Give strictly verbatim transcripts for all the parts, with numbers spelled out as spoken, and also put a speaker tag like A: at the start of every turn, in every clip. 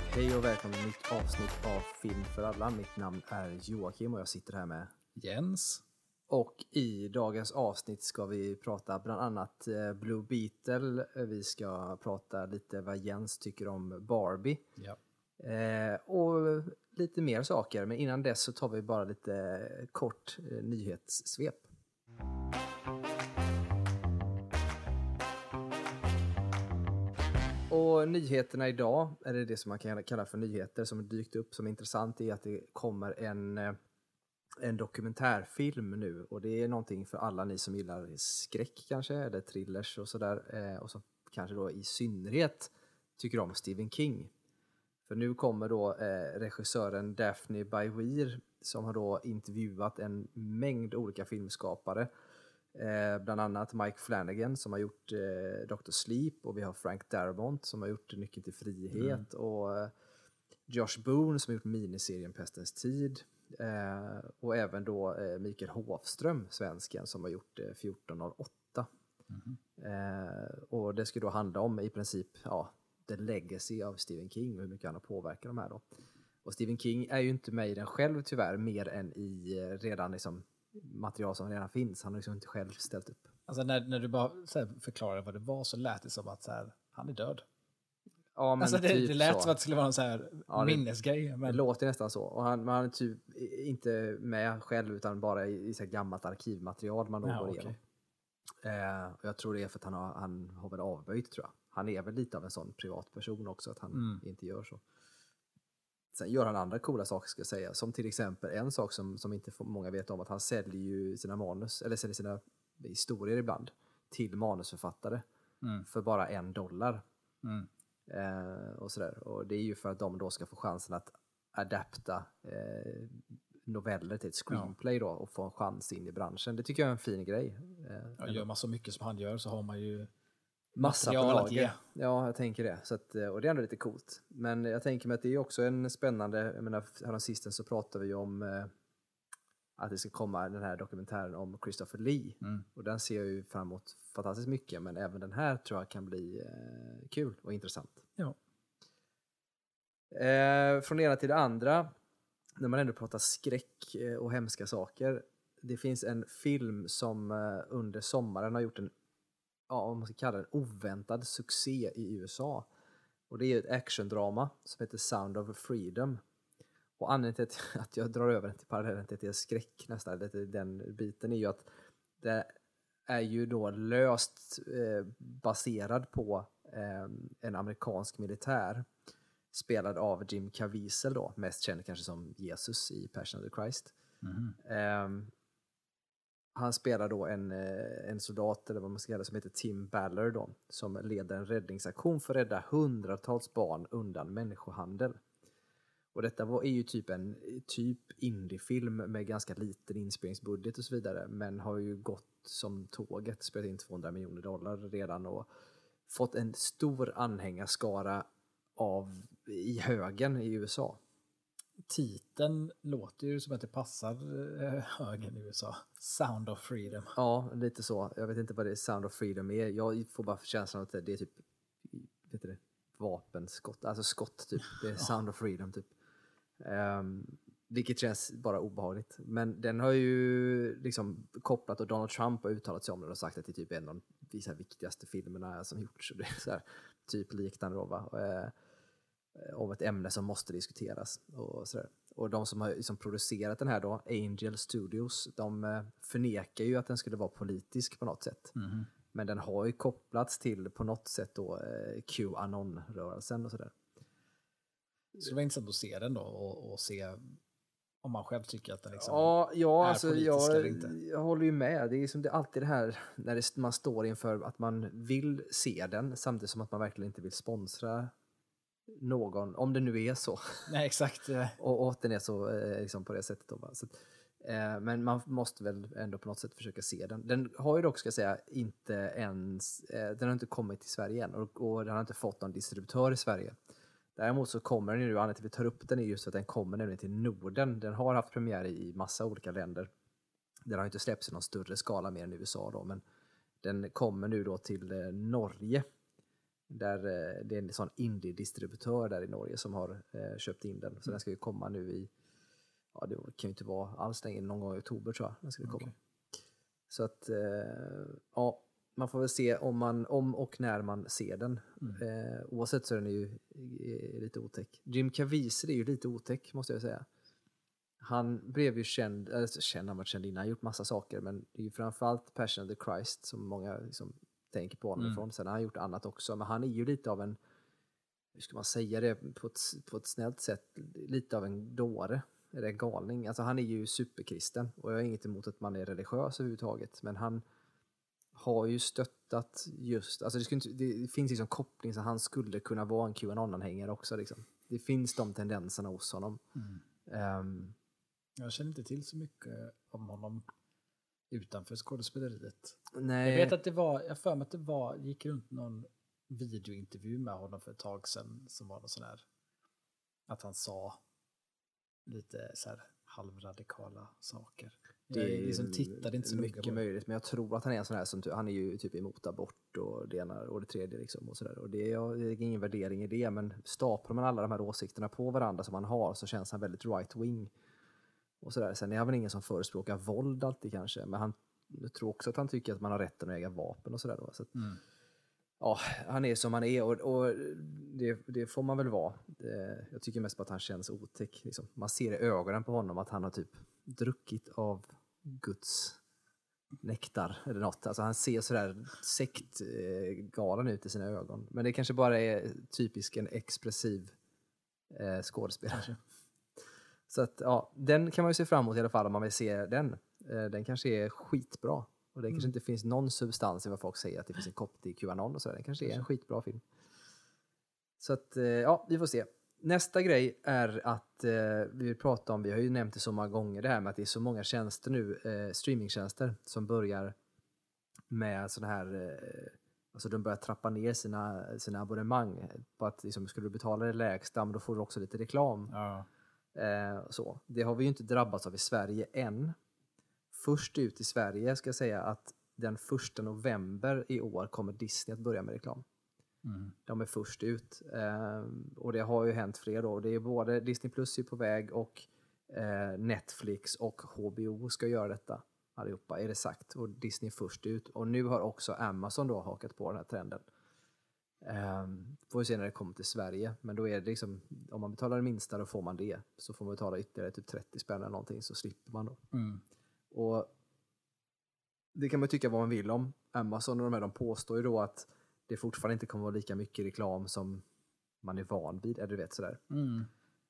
A: Hej och välkommen till ett nytt avsnitt av Film för alla. Mitt namn är Joakim och jag sitter här med
B: Jens.
A: Och i dagens avsnitt ska vi prata bland annat Blue Beetle. Vi ska prata lite vad Jens tycker om Barbie.
B: Ja.
A: Eh, och lite mer saker. Men innan dess så tar vi bara lite kort eh, nyhetssvep. Och nyheterna idag, eller det som man kan kalla för nyheter som dykt upp som är intressant, är att det kommer en, en dokumentärfilm nu. Och det är någonting för alla ni som gillar skräck kanske, eller thrillers och sådär. Eh, och som kanske då i synnerhet tycker om Stephen King. För nu kommer då eh, regissören Daphne Bywir som har då intervjuat en mängd olika filmskapare. Eh, bland annat Mike Flanagan som har gjort eh, Doctor Sleep, och vi har Frank Darabont som har gjort Nyckeln till frihet, mm. och eh, Josh Boone som har gjort miniserien Pestens tid, eh, och även då eh, Mikael Håfström, svensken, som har gjort eh, fjorton noll åtta. Mm. Eh, och det ska då handla om i princip ja, the legacy av Stephen King och hur mycket han har påverkat de här då. Och Stephen King är ju inte med i den själv tyvärr, mer än i eh, redan liksom material som redan finns. Han har liksom inte själv ställt upp.
B: Alltså när, när du bara så här, förklarade vad det var så lät det som att så här, han är död.
A: Ja, men
B: alltså det,
A: typ
B: det lät
A: så.
B: som att det skulle vara en så här
A: ja,
B: minnesgrej. Men...
A: Det låter nästan så. Och han, han är typ inte med själv utan bara i, i så här gammalt arkivmaterial man då ja, går igenom. Okay. Eh, och jag tror det är för att han har, han har väl avböjt, tror jag. Han är väl lite av en sån privatperson också, att han mm. inte gör så. Sen gör han andra coola saker, ska jag säga. Som till exempel en sak som, som inte många vet om, att han säljer ju sina manus, eller säljer sina historier ibland till manusförfattare mm. för bara en dollar. Mm. Eh, och sådär. Och det är ju för att de då ska få chansen att adapta eh, noveller till ett screenplay då, och få en chans in i branschen. Det tycker jag är en fin grej. Eh,
B: ja, gör man så mycket som han gör så har man ju
A: massa på lager. Ja, jag tänker det. Så att, och det är ändå lite coolt. Men jag tänker mig att det är också en spännande, jag menar, häromsistens så pratade vi om eh, att det ska komma den här dokumentären om Christopher Lee. Mm. Och den ser jag ju fram emot fantastiskt mycket, men även den här tror jag kan bli eh, kul och intressant.
B: Ja.
A: Eh, från det ena till det andra, när man ändå pratar skräck och hemska saker. Det finns en film som eh, under sommaren har gjort en, ja, om man ska kalla det, en oväntad succé i U S A. Och det är ett actiondrama som heter Sound of Freedom. Och anledningen till att jag drar över till parallellen till att det är skräck nästan, den biten, är ju att det är ju då löst eh, baserad på eh, en amerikansk militär spelad av Jim Caviezel då, mest känd kanske som Jesus i Passion of the Christ. Mm. Eh, han spelar då en, en soldat, eller vad man ska kalla, som heter Tim Ballard då, som leder en räddningsaktion för att rädda hundratals barn undan människohandel. Och detta var, är ju typ en typ indiefilm med ganska liten inspelningsbudget och så vidare, men har ju gått som tåget, spelat in tvåhundra miljoner dollar redan och fått en stor anhängarskara av i högen i U S A.
B: Titeln låter ju som att det passar eh, högen i U S A. Sound of Freedom.
A: Ja, lite så. Jag vet inte vad det är Sound of Freedom är. Jag får bara känslan att det är typ, vet du det, vapenskott, alltså skott typ. Det är Sound of Freedom typ. Um, vilket känns bara obehagligt. Men den har ju liksom kopplat, och Donald Trump har uttalat sig om den och sagt att det är typ en av de så här viktigaste filmerna som gjorts. Det är så här, typ liknande då, va? Uh, om ett ämne som måste diskuteras och sådär. Och de som har liksom producerat den här då, Angel Studios, de förnekar ju att den skulle vara politisk på något sätt. Mm. Men den har ju kopplats till på något sätt då eh, QAnon-rörelsen och sådär.
B: Så det var intressant att se den då och, och se om man själv tycker att den liksom
A: ja, ja,
B: är
A: alltså,
B: politisk
A: jag,
B: eller inte.
A: Jag håller ju med. Det är som det alltid det här när det, man står inför att man vill se den samtidigt som att man verkligen inte vill sponsra någon, om det nu är så.
B: Nej, exakt.
A: och, och att den är så eh, liksom på det sättet då, så att, eh, men man måste väl ändå på något sätt försöka se den. Den har ju dock, ska jag säga, inte ens eh, den har inte kommit till Sverige än, och, och den har inte fått någon distributör i Sverige. Däremot så kommer den ju nu, anledningen till att vi tar upp den är just att den kommer nämligen till Norden. Den har haft premiär i massa olika länder. Den har inte släppts i någon större skala mer än i U S A då, men den kommer nu då till eh, Norge Där eh, det är en sån indie-distributör där i Norge som har eh, köpt in den. Så mm. den ska ju komma nu i, ja det kan ju inte vara alls länge, någon gång i oktober tror jag den ska komma. Okay. Så att, eh, ja, man får väl se om, man, om och när man ser den. Mm. Eh, oavsett så är den ju är lite otäck. Jim Caviezel är ju lite otäck måste jag säga. Han blev ju känd, eller känd, han var känd innan, han har gjort massa saker, men det är ju framförallt Passion of the Christ som många liksom tänker på honom mm. ifrån. Sen har han gjort annat också, men han är ju lite av en, hur ska man säga det på ett, på ett snällt sätt, lite av en dåre, eller en galning. Alltså han är ju superkristen, och jag har inget emot att man är religiös överhuvudtaget, men han har ju stöttat just, alltså det, skulle inte, det finns liksom koppling så han skulle kunna vara en QAnon-anhängare också liksom. Det finns de tendenserna hos honom. Mm. Um,
B: jag känner inte till så mycket om honom utanför skådespeleriet.
A: Nej.
B: Jag vet att det var, jag för mig att det var, gick runt någon videointervju med honom för ett tag sedan som var någon sån här, att han sa lite så här halvradikala saker.
A: Det är
B: liksom tittade inte så
A: mycket på möjligt, men jag tror att han är en sån här som, han är ju typ emot abort och det ena och det tredje liksom och sådär. Och det är, det är ingen värdering i det, men staplar man alla de här åsikterna på varandra som han har så känns han väldigt right-wing och sådär. Sen är han väl ingen som förespråkar våld alltid kanske, men han, jag tror också att han tycker att man har rätten att äga vapen och sådär då. Så att, mm. ja, han är som han är, och, och det, det får man väl vara. Det, jag tycker mest på att han känns otäck. Liksom. Man ser i ögonen på honom att han har typ druckit av Guds nektar eller något. Alltså han ser sådär sektgalen ut i sina ögon. Men det kanske bara är typisk en expressiv eh, skådespelare. Så att ja, den kan man ju se fram emot i alla fall om man vill se den. Eh, den kanske är skitbra. Och det mm. kanske inte finns någon substans i vad folk säger att det finns en koppling till QAnon och så. Den kanske är en skitbra film. Så att eh, ja, vi får se. Nästa grej är att eh, vi vill prata om, vi har ju nämnt det så många gånger det här med att det är så många tjänster nu, eh, streamingtjänster som börjar med sån här, eh, alltså de börjar trappa ner sina, sina abonnemang på att liksom, skulle du betala det lägsta, men då får du också lite reklam.
B: Ja.
A: Eh, så. Det har vi ju inte drabbats av i Sverige än. Först ut i Sverige ska jag säga att den första november i år kommer Disney att börja med reklam. Mm. De är först ut. Eh, och det har ju hänt fler då. Det är både Disney Plus är på väg och eh, Netflix och H B O ska göra detta. Allihopa är det sagt. Och Disney är först ut. Och nu har också Amazon då hakat på den här trenden. Eh, får vi se när det kommer till Sverige. Men då är det liksom, om man betalar det minsta då får man det. Så får man betala ytterligare typ trettio spänn eller någonting så slipper man då.
B: Mm.
A: Och det kan man tycka vad man vill om. Amazon och de här, de påstår ju då att det fortfarande inte kommer vara lika mycket reklam som man är van vid, eller du vet sådär.
B: Mm.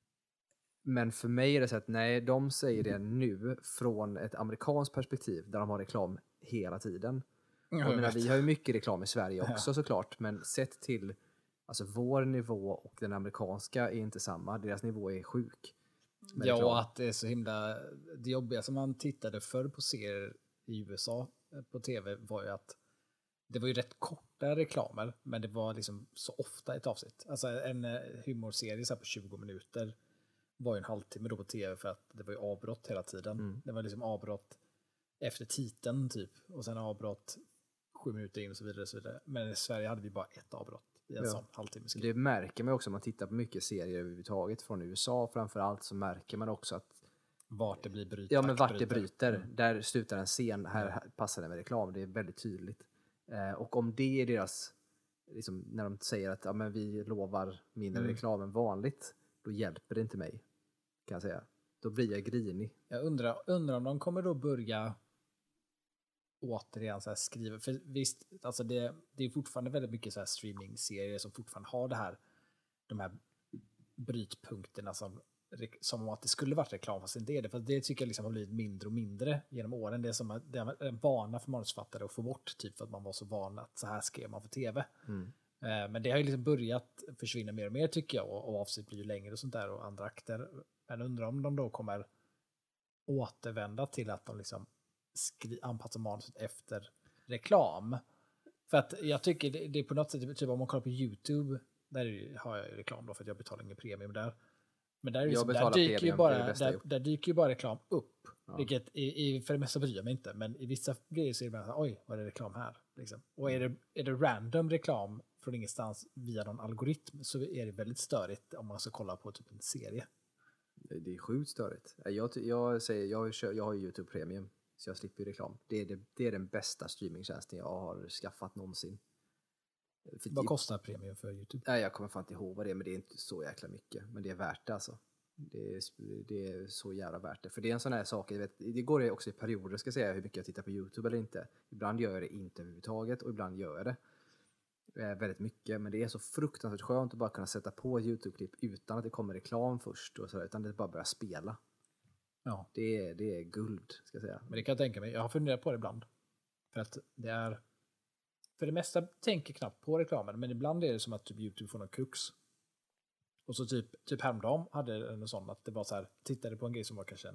A: Men för mig är det så att nej, de säger det nu från ett amerikanskt perspektiv där de har reklam hela tiden. Jag jag menar, vi har ju mycket reklam i Sverige också ja. såklart, men sett till alltså vår nivå och den amerikanska är inte samma. Deras nivå är sjuk.
B: Ja, reklam. Att det är så himla, det jobbiga som man tittade förr på serier i U S A på tv var ju att det var ju rätt korta reklamer, men det var liksom så ofta ett avsnitt. Alltså en humorserie så här på tjugo minuter var ju en halvtimme då på tv för att det var ju avbrott hela tiden. Mm. Det var liksom avbrott efter titeln typ, och sen avbrott sju minuter in och så vidare och så vidare. Men i Sverige hade vi bara ett avbrott i en ja. sån halvtimme.
A: Det märker man också om man tittar på mycket serier överhuvudtaget från U S A framförallt, så märker man också att
B: vart det blir bryt.
A: Ja, men vart det bryter. Mm. Där slutar en scen, här, här passar det med reklam. Det är väldigt tydligt. Eh, och om det är deras, liksom, när de säger att ja, men vi lovar mindre mm. reklam än vanligt, då hjälper det inte mig, kan jag säga. Då blir jag grinig.
B: Jag undrar, undrar om de kommer då börja återigen så här skriva, för visst, alltså det, det är fortfarande väldigt mycket så här streaming-serier som fortfarande har det här, de här brytpunkterna som som att det skulle varit reklam, fast inte är det. För det tycker jag liksom har blivit mindre och mindre genom åren. Det är som att det är en vana för manusförfattare att få bort, typ för att man var så van att så här skrev man för tv.
A: Mm.
B: Men det har ju liksom börjat försvinna mer och mer tycker jag, och avsnitt blir ju längre och sånt där och andra akter. Men undrar om de då kommer återvända till att de liksom skri- anpassar manuset efter reklam. För att jag tycker det, det är på något sätt, typ om man kollar på YouTube, där är, har jag ju reklam då för att jag betalar ingen premium där. Men där, är liksom, där, dyker ju bara, där, där dyker ju bara reklam upp. Ja. Vilket i, i, för det mesta bryr jag mig inte. Men i vissa grejer så är det bara så här, oj, vad är det reklam här? Liksom. Och är det, är det random reklam från ingenstans via någon algoritm så är det väldigt störigt om man ska kolla på typ en serie.
A: Det är sjukt störigt. Jag, jag, säger, jag, kör, jag har ju YouTube Premium så jag slipper ju reklam. Det är, det, det är den bästa streamingtjänsten jag har skaffat någonsin.
B: För vad kostar premium för YouTube?
A: Nej, jag kommer fan inte ihåg vad det är, men det är inte så jäkla mycket. Men det är värt det alltså. Det är, det är så jävla värt det. För det är en sån här sak, jag vet, det går det också i perioder ska jag säga hur mycket jag tittar på YouTube eller inte. Ibland gör jag det inte överhuvudtaget och ibland gör jag det. Eh, väldigt mycket, men det är så fruktansvärt skönt att bara kunna sätta på ett YouTube-klipp utan att det kommer reklam först och sådär, utan det bara börjar spela.
B: Ja.
A: Det är, det är guld, ska jag säga.
B: Men det kan jag tänka mig. Jag har funderat på det ibland. För att det är... För det mesta tänker knappt på reklamen, men ibland är det som att typ YouTube får någon krux. Och så typ, typ häromdagen hade en sån att det var så här, tittade på en grej som var kanske en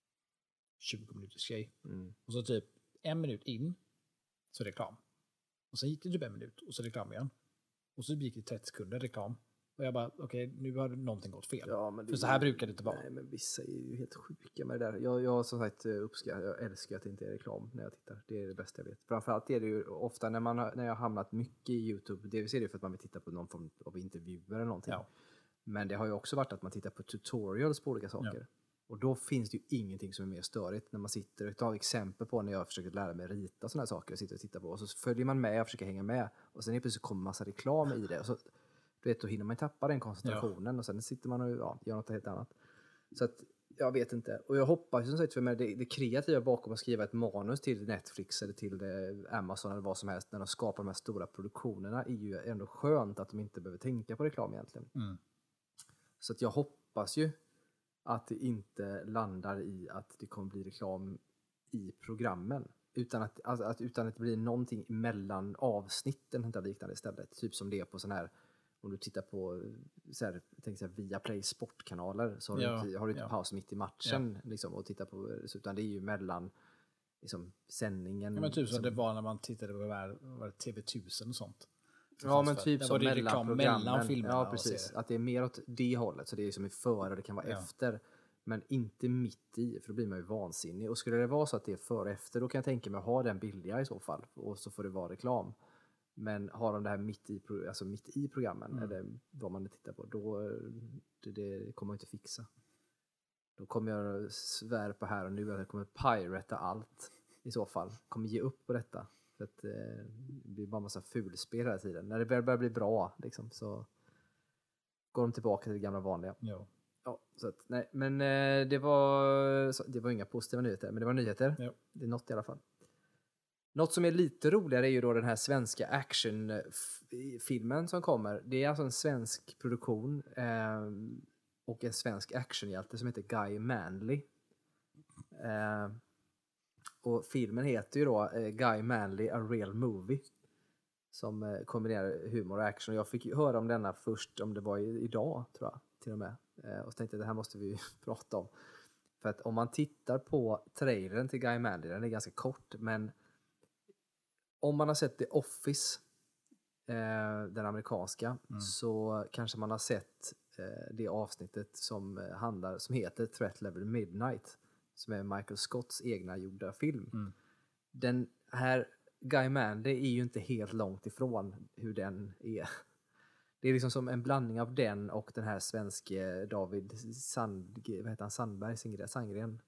B: tjugo minuters grej. Mm. Och så typ en minut in så reklam. Och sen gick det typ en minut och så reklam igen. Och så gick det trettio sekunder reklam. Och jag bara, okej, okay, nu har någonting gått fel. Ja, men det, för så här brukar det inte vara.
A: Nej, men vissa är ju helt sjuka med det där. Jag, jag som sagt uppskattar, jag älskar att det inte är reklam när jag tittar. Det är det bästa jag vet. Framförallt är det ju ofta när, man har, när jag har hamnat mycket i YouTube. Det är det för att man vill titta på någon form av intervjuer eller någonting. Ja. Men det har ju också varit att man tittar på tutorials på olika saker. Ja. Och då finns det ju ingenting som är mer störigt när man sitter och tar exempel på när jag försöker lära mig rita sådana här saker och sitter och tittar på. Och så följer man med och försöker hänga med. Och sen är plötsligt kommer massa reklam i det. Och så, du vet, då hinner man tappa den koncentrationen. Ja. Och sen sitter man och ja, gör något helt annat. Så att, jag vet inte. Och jag hoppas som sagt för mig, det, det kreativa bakom att skriva ett manus till Netflix eller till Amazon eller vad som helst. När de skapar de här stora produktionerna är ju ändå skönt att de inte behöver tänka på reklam egentligen. Mm. Så att jag hoppas ju att det inte landar i att det kommer bli reklam i programmen. Utan att, alltså, att, utan att det blir någonting mellan avsnitten eller liknande istället. Typ som det är på sån här, om du tittar på så här, tänk så här, Viaplay sportkanaler så har ja, du inte, har du inte ja. paus mitt i matchen ja. liksom, och tittar på, utan det är ju mellan liksom, sändningen.
B: Ja, men typ som
A: som
B: det var när man tittade på var, var T V tusen och sånt.
A: Ja, men typ som mellan programmen. Mellan
B: filmerna.
A: Ja, precis. Att det är mer åt det hållet. Så det är som är före och det kan vara ja. efter. Men inte mitt i, för då blir man ju vansinnig. Och skulle det vara så att det är före och efter, då kan jag tänka mig att ha den billiga i så fall. Och så får det vara reklam. Men har de det här mitt i, alltså mitt i programmen, mm. eller vad man tittar på, då det, det kommer man inte fixa. Då kommer jag svär på här och nu att jag kommer pirata allt i så fall. Kommer ge upp på detta. För att eh, det blir bara en massa fulspel hela tiden. När det börjar, börjar bli bra liksom, så går de tillbaka till det gamla vanliga.
B: Jo.
A: Ja, så att, nej, men eh, det var så, det var inga positiva nyheter, men det var nyheter. Jo. Det är något i alla fall. Något som är lite roligare är ju då den här svenska actionfilmen som kommer. Det är alltså en svensk produktion eh, och en svensk actionhjälte som heter Guy Manley. Eh, och filmen heter ju då eh, Guy Manley, A Real Movie. Som eh, kombinerar humor och action. Jag fick ju höra om denna först, om det var i, idag tror jag, till och med. Eh, och så tänkte jag, det här måste vi ju prata om. För att om man tittar på trailern till Guy Manley, den är ganska kort, men om man har sett The Office, eh, den amerikanska, mm. så kanske man har sett eh, det avsnittet som, eh, handlar, som heter Threat Level Midnight, som är Michael Scotts egna gjorda film. Mm. Den här Guy Manley är ju inte helt långt ifrån hur den är. Det är liksom som en blandning av den och den här svenske David Sand, vad heter han? Sandberg, Sandgren. Sandgren.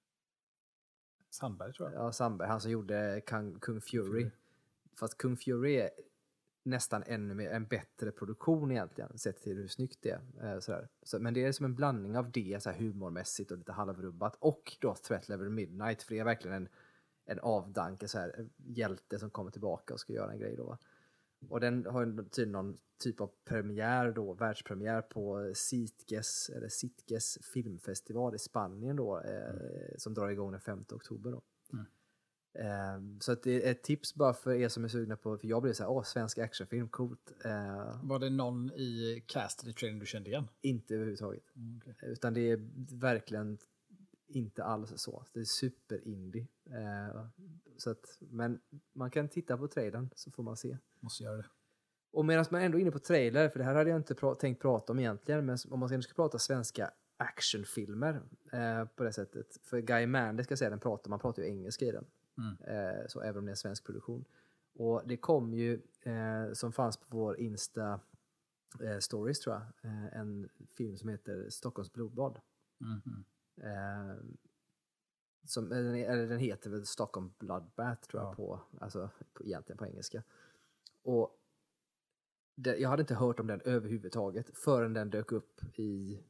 B: Sandberg tror jag.
A: Ja, Sandberg, han som gjorde Kung, Kung Fury. Fury. Fast Kung Fury är nästan ännu mer, en bättre produktion egentligen, sett till hur snyggt det är. Sådär. Så, men det är som en blandning av det, så här humormässigt och lite halvrubbat, och då Threat Level Midnight, för det är verkligen en, en avdanke, så här, hjälte som kommer tillbaka och ska göra en grej då. Och den har tydligen någon typ av premiär då, världspremiär på Sitges, eller Sitges filmfestival i Spanien då, eh, mm. som drar igång den femte oktober då. Mm. Eh, så att det är ett tips bara för er som är sugna på, för jag blir så här, åh, svensk actionfilm, coolt. Eh,
B: Var det någon i cast eller training du kände igen?
A: Inte överhuvudtaget. Mm, okay. Utan det är verkligen inte alls så. Det är super indie. Eh, så att, men man kan titta på trailern så får man se.
B: Måste göra det.
A: Och medan man ändå är inne på trailer, för det här hade jag inte pra- tänkt prata om egentligen, men om man ska prata svenska actionfilmer eh, på det sättet. För Guy Manley ska säga, den pratar, man pratar ju engelska i den. Mm. Eh, så även om det är en svensk produktion. Och det kom ju, eh, som fanns på vår Insta eh, stories tror jag, eh, en film som heter Stockholms blodbad.
B: Mm-hmm.
A: Eh, som, eller den heter väl Stockholm Bloodbath tror jag, ja. på, alltså på, egentligen på engelska. Och det, jag hade inte hört om den överhuvudtaget förrän den dök upp i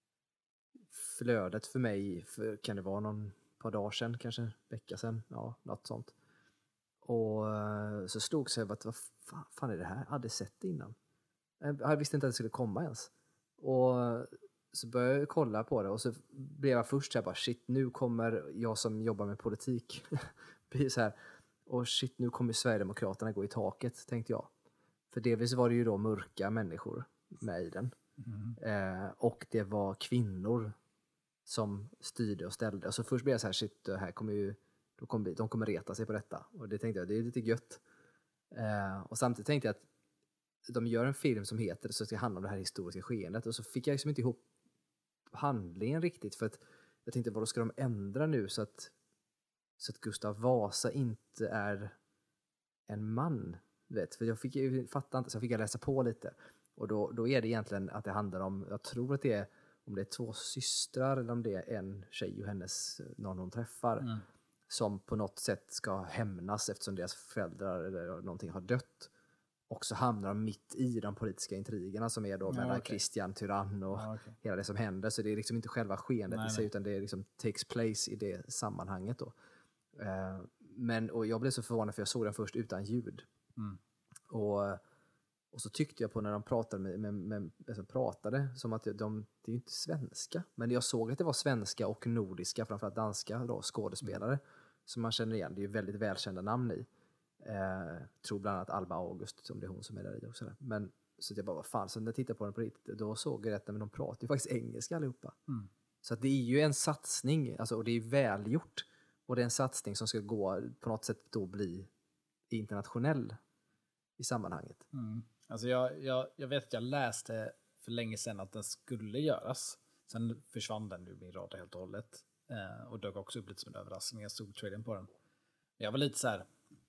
A: flödet för mig, för, kan det vara någon par dagar sedan, kanske en vecka sedan, ja, något sånt. Och så slog sig att vad fan, fan är det här? Jag hade sett det innan. Jag visste inte att det skulle komma ens. Och så började jag kolla på det och så blev jag först så här bara shit, nu kommer jag som jobbar med politik bli så här, och shit, nu kommer Sverigedemokraterna gå i taket, tänkte jag. För delvis var det ju då mörka människor med i den. Mm. Eh, och det var kvinnor som styrde och ställde. Och så först blev jag så här, shit, det här kommer ju, då kommer, de kommer reta sig på detta. Och det tänkte jag, det är lite gött. Eh, och samtidigt tänkte jag att de gör en film som heter, så ska handla om det här historiska skeendet. Och så fick jag liksom inte ihop handlingen riktigt. För att jag tänkte, vad då ska de ändra nu så att, så att Gustav Vasa inte är en man? Vet? För jag fick ju fatta inte, så jag fick jag läsa på lite. Och då, då är det egentligen att det handlar om, jag tror att det är om det är två systrar eller om det är en tjej och hennes, någon hon träffar, mm. som på något sätt ska hämnas eftersom deras föräldrar eller någonting har dött. Och så hamnar de mitt i de politiska intrigerna som är då mellan ja, okay. Kristian Tyrann och ja, okay. hela det som händer. Så det är liksom inte själva skeendet nej, i sig, nej. utan det är liksom takes place i det sammanhanget då. Uh, men, och jag blev så förvånad för jag såg den först utan ljud. Mm. Och, och så tyckte jag på när de pratade med, med, med alltså pratade som att de, det är ju inte svenska, men jag såg att det var svenska och nordiska, framförallt danska då, skådespelare mm. som man känner igen. Det är ju väldigt välkända namn i. Eh, tror bland annat Alba August, som det är hon som är där i också. Men så jag bara, vad fan, så när jag tittade på den på riktigt, då såg jag rätt, men de pratar ju faktiskt engelska allihopa. Mm. Så att det är ju en satsning, alltså, och det är välgjort. Och det är en satsning som ska gå på något sätt då bli internationell i sammanhanget.
B: Mm. Alltså jag, jag, jag vet att jag läste för länge sedan att den skulle göras. Sen försvann den ur min radar helt och hållet. Eh, och dök också upp lite som en överraskning. Jag stod traden på den. Men jag var lite så här.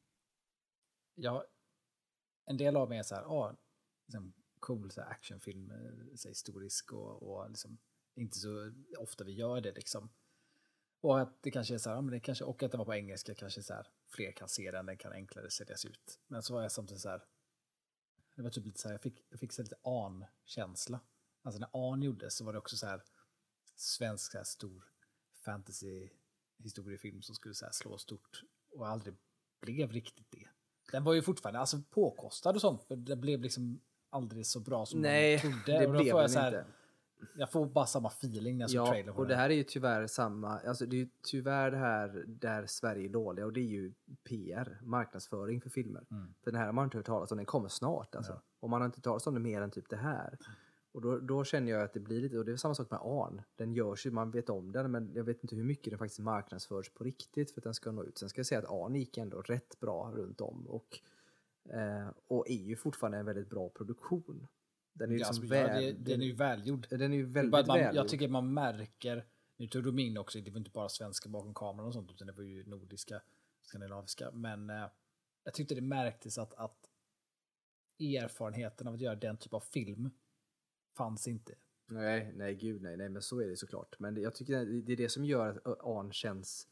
B: Jag, en del av mig är så här, ah, liksom cool så här actionfilm, så historisk och, och liksom, inte så ofta vi gör det liksom. Och att det kanske är så här, men det kanske, och att det var på engelska kanske så här, fler kan se den, den kan enklare säljas ut. Men så var jag samtidigt så här, det var typ lite så här, jag fick, jag fick så lite Arn-känsla. Alltså när Arn gjordes så var det också så här svensk så här, stor fantasy-historiefilm som skulle så här, slå stort och aldrig blev riktigt det. Den var ju fortfarande alltså påkostad och sånt, för det blev liksom aldrig så bra som
A: nej,
B: man trodde.
A: Det
B: och då
A: blev
B: får jag så här,
A: inte.
B: Jag får bara samma feeling när jag såg
A: ja,
B: trailer på
A: och det här är ju tyvärr samma, alltså det är ju tyvärr det här där Sverige är dåliga, och det är ju P R, marknadsföring för filmer. Mm. För den här har man inte hört talas om, den kommer snart alltså. Ja. Och man har inte talat om det mer än typ det här. Och då, då känner jag att det blir lite, och det är samma sak med Arn. Den görs ju, man vet om den, men jag vet inte hur mycket den faktiskt marknadsförs på riktigt för att den ska nå ut. Sen ska jag säga att Arn gick ändå rätt bra runt om, och, eh, och är ju fortfarande en väldigt bra produktion. Den är ju
B: ja,
A: liksom
B: alltså,
A: väl,
B: ja, det, den är ju välgjord.
A: Den är ju väldigt
B: man,
A: välgjord.
B: Jag tycker man märker, nu tog de in också, det var inte bara svenska bakom kameran och sånt, utan det var ju nordiska, skandinaviska. Men eh, jag tyckte det märktes att, att erfarenheten av att göra den typ av film fanns inte.
A: Nej, nej gud nej, nej men så är det såklart. Men det, jag tycker det, det är det som gör att Arn känns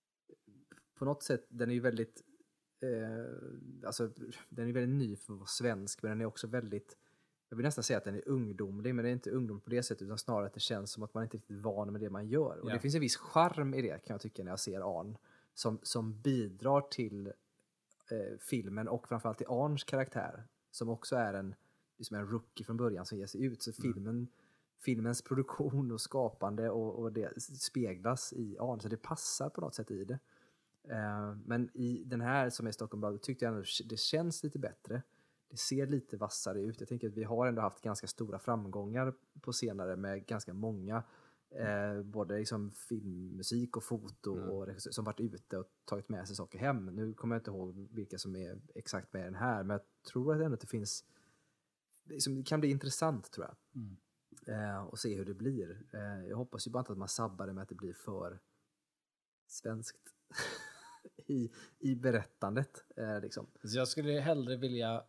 A: på något sätt, den är ju väldigt eh, alltså den är väldigt ny för att vara svensk, men den är också väldigt, jag vill nästan säga att den är ungdomlig, men det är inte ungdom på det sättet, utan snarare att det känns som att man inte är riktigt van med det man gör. Och ja. Det finns en viss charm i det, kan jag tycka, när jag ser Arn, som, som bidrar till eh, filmen och framförallt till Arns karaktär, som också är en, liksom en rookie från början som ger sig ut. Så filmen, mm. filmens produktion och skapande och, och det speglas i Arn, så det passar på något sätt i det. Eh, men i den här som är Stockholm Blood tyckte jag ändå det känns lite bättre. Det ser lite vassare ut. Jag tänker att vi har ändå haft ganska stora framgångar på senare med ganska många eh, både liksom filmmusik och foto mm. och som varit ute och tagit med sig saker hem. Nu kommer jag inte ihåg vilka som är exakt med den här, men jag tror att ändå att det finns liksom, det kan bli intressant tror jag. Mm. Eh, och se hur det blir. Eh, jag hoppas ju bara inte att man sabbar det med att det blir för svenskt i, i berättandet. Eh, liksom.
B: Så jag skulle hellre vilja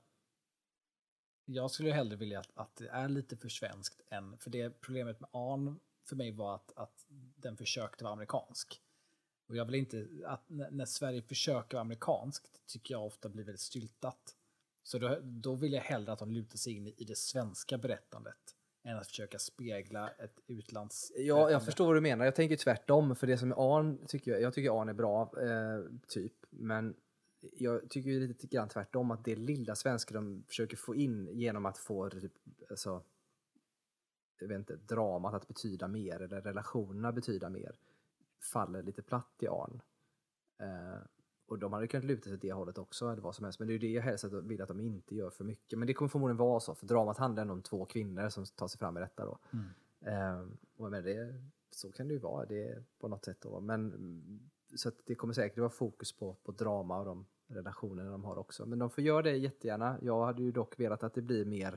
B: jag skulle hellre vilja att, att det är lite för svenskt än, för det problemet med Arn för mig var att, att den försökte vara amerikansk. Och jag vill inte, att när Sverige försöker vara amerikanskt tycker jag ofta blir väldigt styltat. Så då, då vill jag hellre att de lutar sig in i det svenska berättandet än att försöka spegla ett utlands...
A: Ja, jag förstår vad du menar. Jag tänker tvärtom, för det som är Arn tycker jag, jag tycker Arn är bra, eh, typ, men jag tycker ju lite grann tvärtom att det lilla svenska de försöker få in genom att få typ, alltså, jag vet inte, dramat att betyda mer eller relationerna betyda mer faller lite platt i Arn. Eh, och de hade kunnat luta sig åt det hållet också eller vad som helst, men det är ju det jag helst vill att de inte gör för mycket. Men det kommer förmodligen vara så, för dramat handlar ändå om två kvinnor som tar sig fram i detta då. Mm. Eh, och men det, så kan det ju vara, det på något sätt då. Men så att det kommer säkert vara fokus på, på drama och de relationerna de har också. Men de får göra det jättegärna. Jag hade ju dock velat att det blir mer,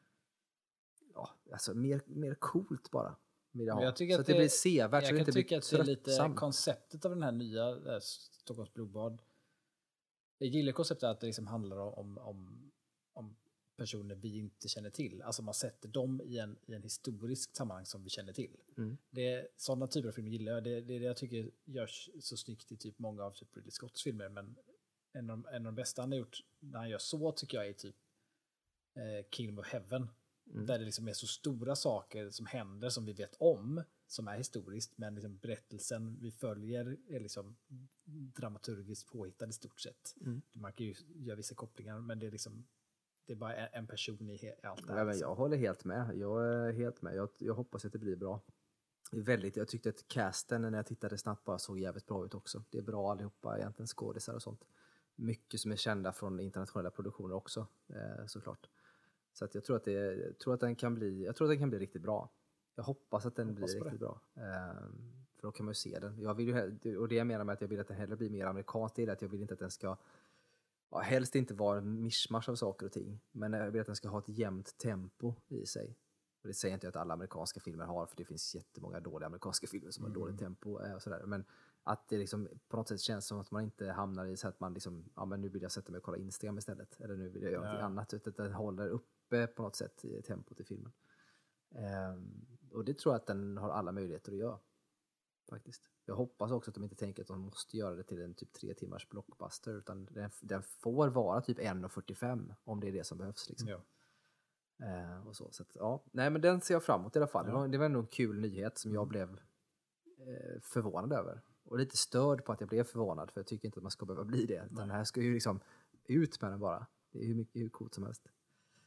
A: ja, alltså mer, mer coolt bara.
B: Jag tycker
A: så att, att det, det blir sevärt.
B: Jag
A: så
B: kan
A: det
B: tycka att det är lite konceptet av den här nya äh, Stockholms blodbad. Jag gillar konceptet att det liksom handlar om, om, om personer vi inte känner till. Alltså man sätter dem i en, i en historisk sammanhang som vi känner till. Mm. Det är, sådana typer av filmer gillar jag. Det, det är det jag tycker görs så snyggt i typ många av typ Ridley Scotts filmer. Men en av, en av de bästa han har gjort när han gör så tycker jag är typ eh, Kingdom of Heaven. Mm. Där det liksom är så stora saker som händer som vi vet om, som är historiskt, men liksom berättelsen vi följer är liksom dramaturgiskt påhittad i stort sett. Mm. Man kan ju göra vissa kopplingar, men det är liksom det är bara en person i allt det här.
A: Ja, men jag håller helt med. Jag är helt med. Jag, jag hoppas att det blir bra. Det är väldigt, jag tyckte att casten när jag tittade snabbt bara såg jävligt bra ut också. Det är bra allihopa, egentligen skådisar och sånt. Mycket som är kända från internationella produktioner också, eh, såklart. Så att jag tror att det jag tror att den kan bli jag tror att den kan bli riktigt bra. Jag hoppas att den hoppas blir riktigt bra. Ehm, för då kan man ju se den. Jag vill ju, och det jag menar med att jag vill att den hellre blir mer amerikansk, det är att jag vill inte att den ska, ja, helst inte vara en mischmasch av saker och ting, men jag vill att den ska ha ett jämnt tempo i sig. Och det säger inte jag att alla amerikanska filmer har, för det finns jättemånga dåliga amerikanska filmer som mm. har dåligt tempo och sådär. Men att det liksom på något sätt känns som att man inte hamnar i så att man liksom, ja men nu vill jag sätta mig och kolla Instagram istället, eller nu vill jag göra ja. något annat, utan att den håller uppe på något sätt i tempot i filmen. Um, och det tror jag att den har alla möjligheter att göra, faktiskt. Jag hoppas också att de inte tänker att de måste göra det till en typ tre timmars blockbuster, utan den, den får vara typ en fyrtiofem om det är det som behövs liksom. Ja. Uh, och så, så att, ja. Nej, men den ser jag fram emot i alla fall. Ja. Det var, det var ändå en kul nyhet som jag blev uh, förvånad över. Och lite störd på att jag blev förvånad, för jag tycker inte att man ska behöva bli det. Utan det här ska ju liksom ut med den bara. Det är hur mycket hur coolt som helst.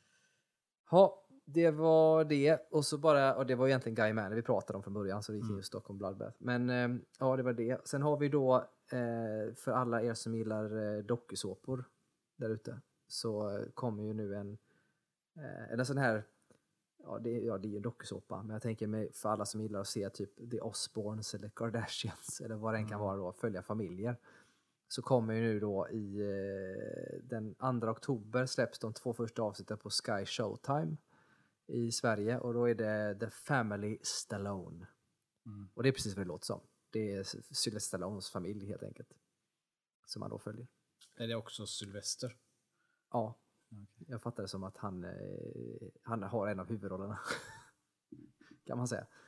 A: Ja, det var det. Och så bara, och det var egentligen Guy Manley vi pratade om från början, så det gick mm. just Stockholm Bloodbath. Men uh, ja, det var det. Sen har vi då, uh, för alla er som gillar uh, dokusåpor där ute, så uh, kommer ju nu en uh, en sån här. Ja det, ja, det är ju en dokusåpa, men jag tänker mig för alla som gillar att se typ The Osbournes eller Kardashians eller vad det än kan vara då, följa familjer. Så kommer ju nu då i eh, den andra oktober släpps de två första avsnitten på Sky Showtime i Sverige, och då är det The Family Stallone. Mm. Och det är precis vad det låter som. Det är Sylvester Stallones familj helt enkelt som man då följer.
B: Är det också Sylvester?
A: Ja. Okay. Jag fattar det som att han, eh, han har en av huvudrollerna kan man säga.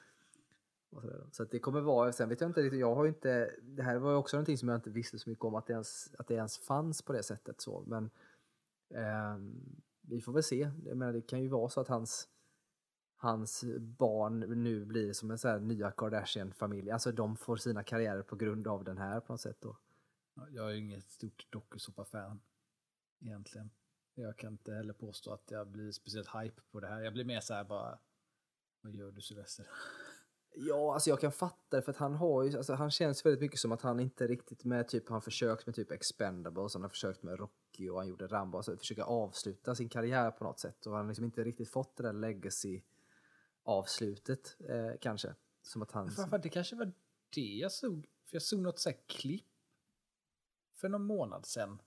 A: Så att det kommer vara, sen vet jag inte riktigt, jag har inte, det här var ju också någonting som jag inte visste så mycket om, att det ens, att det ens fanns på det sättet så, men eh, vi får väl se. Jag menar, det kan ju vara så att hans hans barn nu blir som en så här nya Kardashian-familj, alltså de får sina karriärer på grund av den här på något sätt då.
B: Jag är ju inget stort dokusåpa-fan egentligen. Jag kan inte heller påstå att jag blir speciellt hype på det här. Jag blir mer så här bara, vad gör du Sylvester?
A: Ja, alltså jag kan fatta det, för att han har ju, alltså han känns väldigt mycket som att han inte riktigt med typ, han försökt med typ Expendables, han har försökt med Rocky och han gjorde Rambo, alltså försöka avsluta sin karriär på något sätt, och han har liksom inte riktigt fått det där legacy avslutet eh, kanske, som att han...
B: Fan, det kanske var det jag såg, för jag såg något så här klipp för någon månad sedan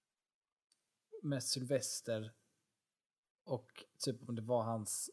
B: med Sylvester och typ om det var hans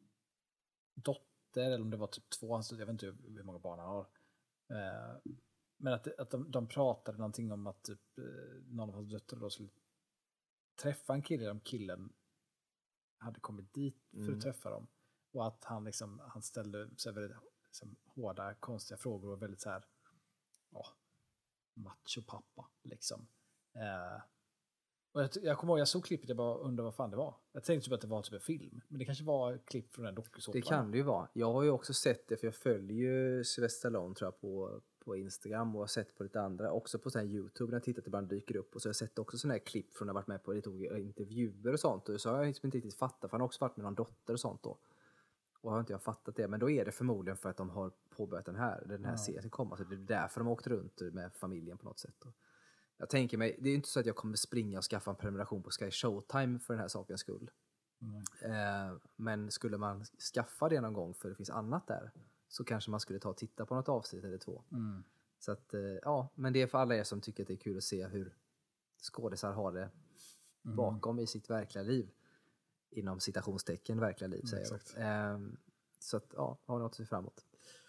B: dotter eller om det var typ två, jag vet inte hur många barn han har, Men att, att de, de pratade någonting om att typ, eh, någon av hans döttrar då skulle träffa en kille, om killen hade kommit dit för
A: Mm.
B: att träffa dem. Och att han, liksom, han ställde så här väldigt liksom, hårda, konstiga frågor och väldigt så här, ja, macho pappa liksom. Eh, och jag, jag kommer ihåg, jag såg klippet, jag bara undrade vad fan det var. Jag tänkte typ att det var typ en film, men det kanske var klipp från den dokusåpan.
A: Det kan det ju vara. Jag har ju också sett det, för jag följer ju Sylvester Stallone tror jag på, på Instagram och har sett på lite andra. Också på sån här YouTube när jag tittat ibland dyker upp. Och så har jag sett också såna här klipp från när jag varit med på lite intervjuer och sånt. Och så har jag liksom inte riktigt fattat, för han har också varit med någon dotter och sånt då. Och har inte jag fattat det. Men då är det förmodligen för att de har påbörjat den här, den här
B: Ja.
A: serien komma. Så det är därför de har åkt runt med familjen på något sätt. Och jag tänker mig, det är inte så att jag kommer springa och skaffa en prenumeration på Sky Showtime för den här sakens skull.
B: Mm.
A: Eh, men skulle man skaffa det någon gång för det finns annat där, så kanske man skulle ta och titta på något avsnitt eller två.
B: Mm.
A: Så att, eh, ja, men det är för alla er som tycker att det är kul att se hur skådisar har det
B: Mm.
A: bakom i sitt verkliga liv. Inom citationstecken verkliga liv, säger
B: Mm,
A: jag. Eh, så att, ja, har något att se framåt.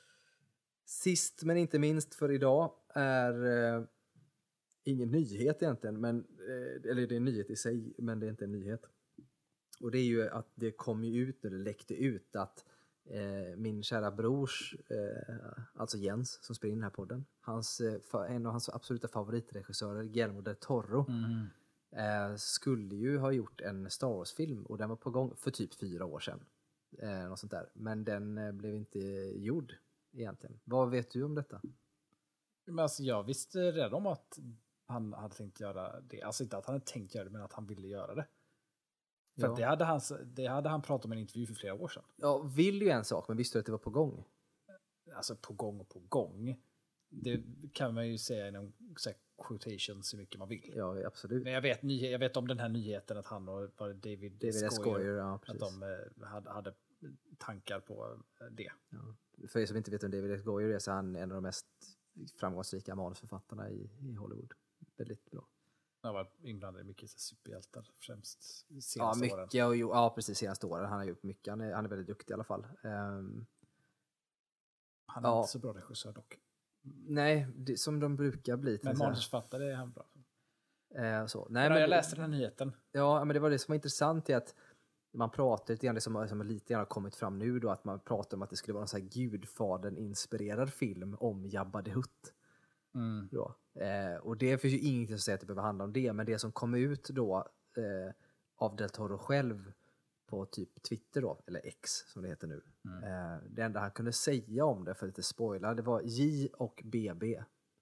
A: Sist men inte minst för idag är eh, ingen nyhet egentligen, men, eh, eller det är en nyhet i sig, men det är inte en nyhet. Och det är ju att det kom ju ut, eller det läckte ut att eh, min kära brors, eh, alltså Jens som spelar in den här podden, hans, eh, fa- en av hans absoluta favoritregissörer, Guillermo del Toro,
B: Mm.
A: eh, skulle ju ha gjort en Star Wars-film, och den var på gång för typ fyra år sedan. Eh, något sånt där. Men den eh, blev inte gjord egentligen. Vad vet du om detta?
B: Men alltså, jag visste redan om att han hade tänkt göra det. Alltså inte att han hade tänkt göra det, men att han ville göra det. För
A: Ja.
B: att det, hade han, det hade han pratat om i en intervju för flera år sedan.
A: Ja, vill ju en sak, men visste du att det var på gång?
B: Alltså på gång och på gång. Det kan man ju säga inom så här, quotations hur mycket man vill.
A: Ja, absolut.
B: Men jag vet, nyhe- jag vet om den här nyheten att han och var det David,
A: David S.
B: Goyer,
A: Goyer, ja,
B: att
A: precis.
B: de eh, hade, hade tankar på eh, det.
A: Ja. För er som inte vet om David S. Goyer är, så är han en av de mest framgångsrika manusförfattarna i, i Hollywood. Väldigt bra.
B: Han var inblandad i mycket så här, superhjältar, främst senaste
A: Ja,
B: åren.
A: mycket. Och, ja, precis, senaste åren. Han har gjort mycket. Han är, han är väldigt duktig i alla fall. Ehm,
B: Han är
A: Ja.
B: inte så bra regissör dock.
A: nej, det, som de brukar bli. till
B: Men
A: så här.
B: manusförfattare är han bra.
A: Eh, så. Nej,
B: Nej, men
A: men
B: jag
A: det-
B: läste den här nyheten.
A: Ja, men det var det som var intressant, är att man pratar lite grann, det som, som lite grann har kommit fram nu då, att man pratar om att det skulle vara en sån här Gudfadern-inspirerad film om Jabba the Hutt.
B: Mm.
A: Då. Eh, och det finns ju ingenting som säger att det behöver handla om det, men det som kom ut då eh, av Del Toro själv på typ Twitter då, eller X som det heter nu.
B: Mm.
A: Eh, det enda han kunde säga om det, för lite spoiler, det var J och B B.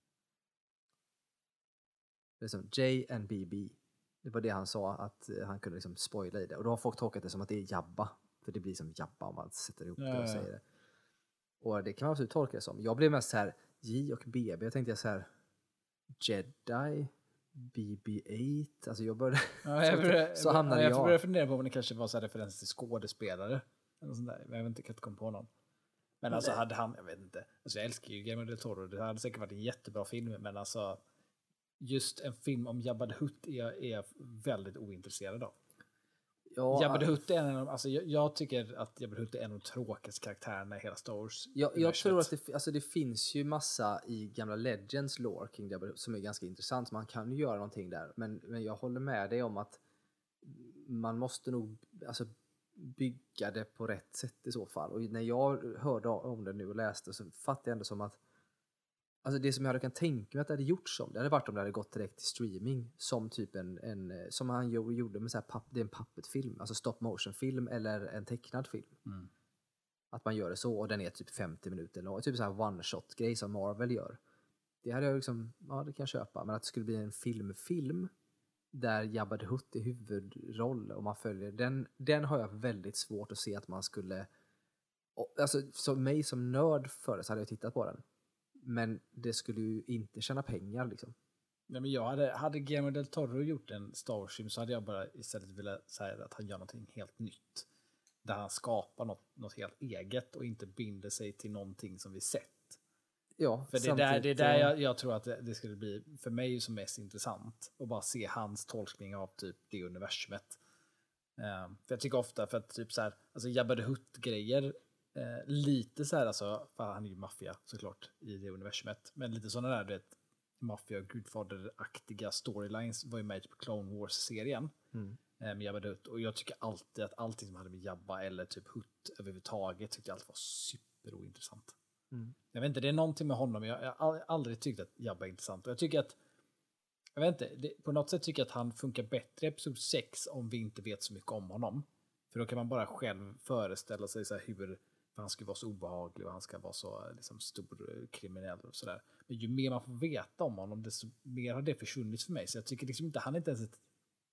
A: Det är som J and B B. Det var det han sa, att eh, han kunde liksom spoila i det. Och då har folk tolkat det som att det är Jabba. För det blir som Jabba om man sätter ihop
B: Ja,
A: det och
B: ja.
A: säger det. Och det kan man absolut tolka det som. Jag blev mest så här J och B B. Jag tänkte så här Jedi, B B åtta. Alltså jag började...
B: Ja, jag började,
A: så hamnade
B: jag.
A: jag.
B: Jag började fundera på om det kanske var så här referens till skådespelare. Eller sånt där. Men jag vet inte, jag kan inte komma på någon. Men alltså hade han, jag vet inte. Alltså jag älskar ju Guillermo del Toro. Det hade säkert varit en jättebra film. Men alltså just en film om Jabba the Hutt är jag, är jag väldigt ointresserad av.
A: Ja,
B: Jabba the Hutt är en av de, alltså jag, jag tycker att Jabba the Hutt är en av de tråkigaste karaktärerna i hela Star Wars.
A: Jag, jag tror att det, alltså det finns ju massa i gamla Legends lore kring Jabba the Hutt som är ganska intressant. Man kan ju göra någonting där. Men, men jag håller med dig om att man måste nog alltså, bygga det på rätt sätt i så fall. Och när jag hörde om det nu och läste, så fattade jag ändå som att alltså det som jag hade kan tänka mig att det hade gjorts som, det hade varit om det hade gått direkt till streaming, som typ en, en som han gjorde med så här papp, det är en puppetfilm, alltså stop motion film eller en tecknad film.
B: Mm.
A: Att man gör det så, och den är typ femtio minuter lång, typ så här one shot grej som Marvel gör. Det hade jag liksom, ja det kan jag köpa, men att det skulle bli en filmfilm där Jabba the Hutt är huvudroll och man följer den, den har jag väldigt svårt att se att man skulle, och, alltså som mig som nörd för det så hade jag tittat på den. Men det skulle ju inte tjäna pengar liksom.
B: Nej, men jag hade, hade Guillermo del Toro gjort en Star Wars-film så hade jag bara istället velat säga att han gör någonting helt nytt. Där han skapar något, något helt eget och inte binder sig till någonting som vi sett.
A: Ja,
B: För det är där, det är där jag, jag tror att det, det skulle bli för mig som mest intressant. Att bara se hans tolkning av typ det universumet. Um, för jag tycker ofta för att typ så här, alltså Jabba the Hutt-grejer Eh, lite så här alltså, för han är ju maffia såklart i det universumet. Men lite sådana där, du vet, maffia och Gudfader-aktiga storylines var ju med på Clone Wars-serien.
A: Mm.
B: Eh, med Jabba the Hutt. Och jag tycker alltid att allting som hade med Jabba eller typ Hutt överhuvudtaget tyckte jag alltid var superointressant.
A: Mm.
B: Jag vet inte, det är någonting med honom. Jag jag har aldrig tyckt att Jabba är intressant. Och jag tycker att, jag vet inte, det, på något sätt tycker jag att han funkar bättre i episod sex om vi inte vet så mycket om honom. För då kan man bara själv föreställa sig så här hur han ska vara så obehaglig och han ska vara så liksom, stor kriminell och sådär. Men ju mer man får veta om honom, desto mer har det försvunnit för mig. Så jag tycker liksom inte, han är inte ens ett,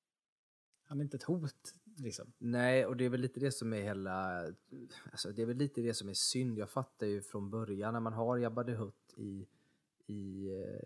B: han är inte ett hot liksom.
A: Nej, och det är väl lite det som är hela, alltså det är väl lite det som är synd. Jag fattar ju från början när man har Jabba the Hutt i, i,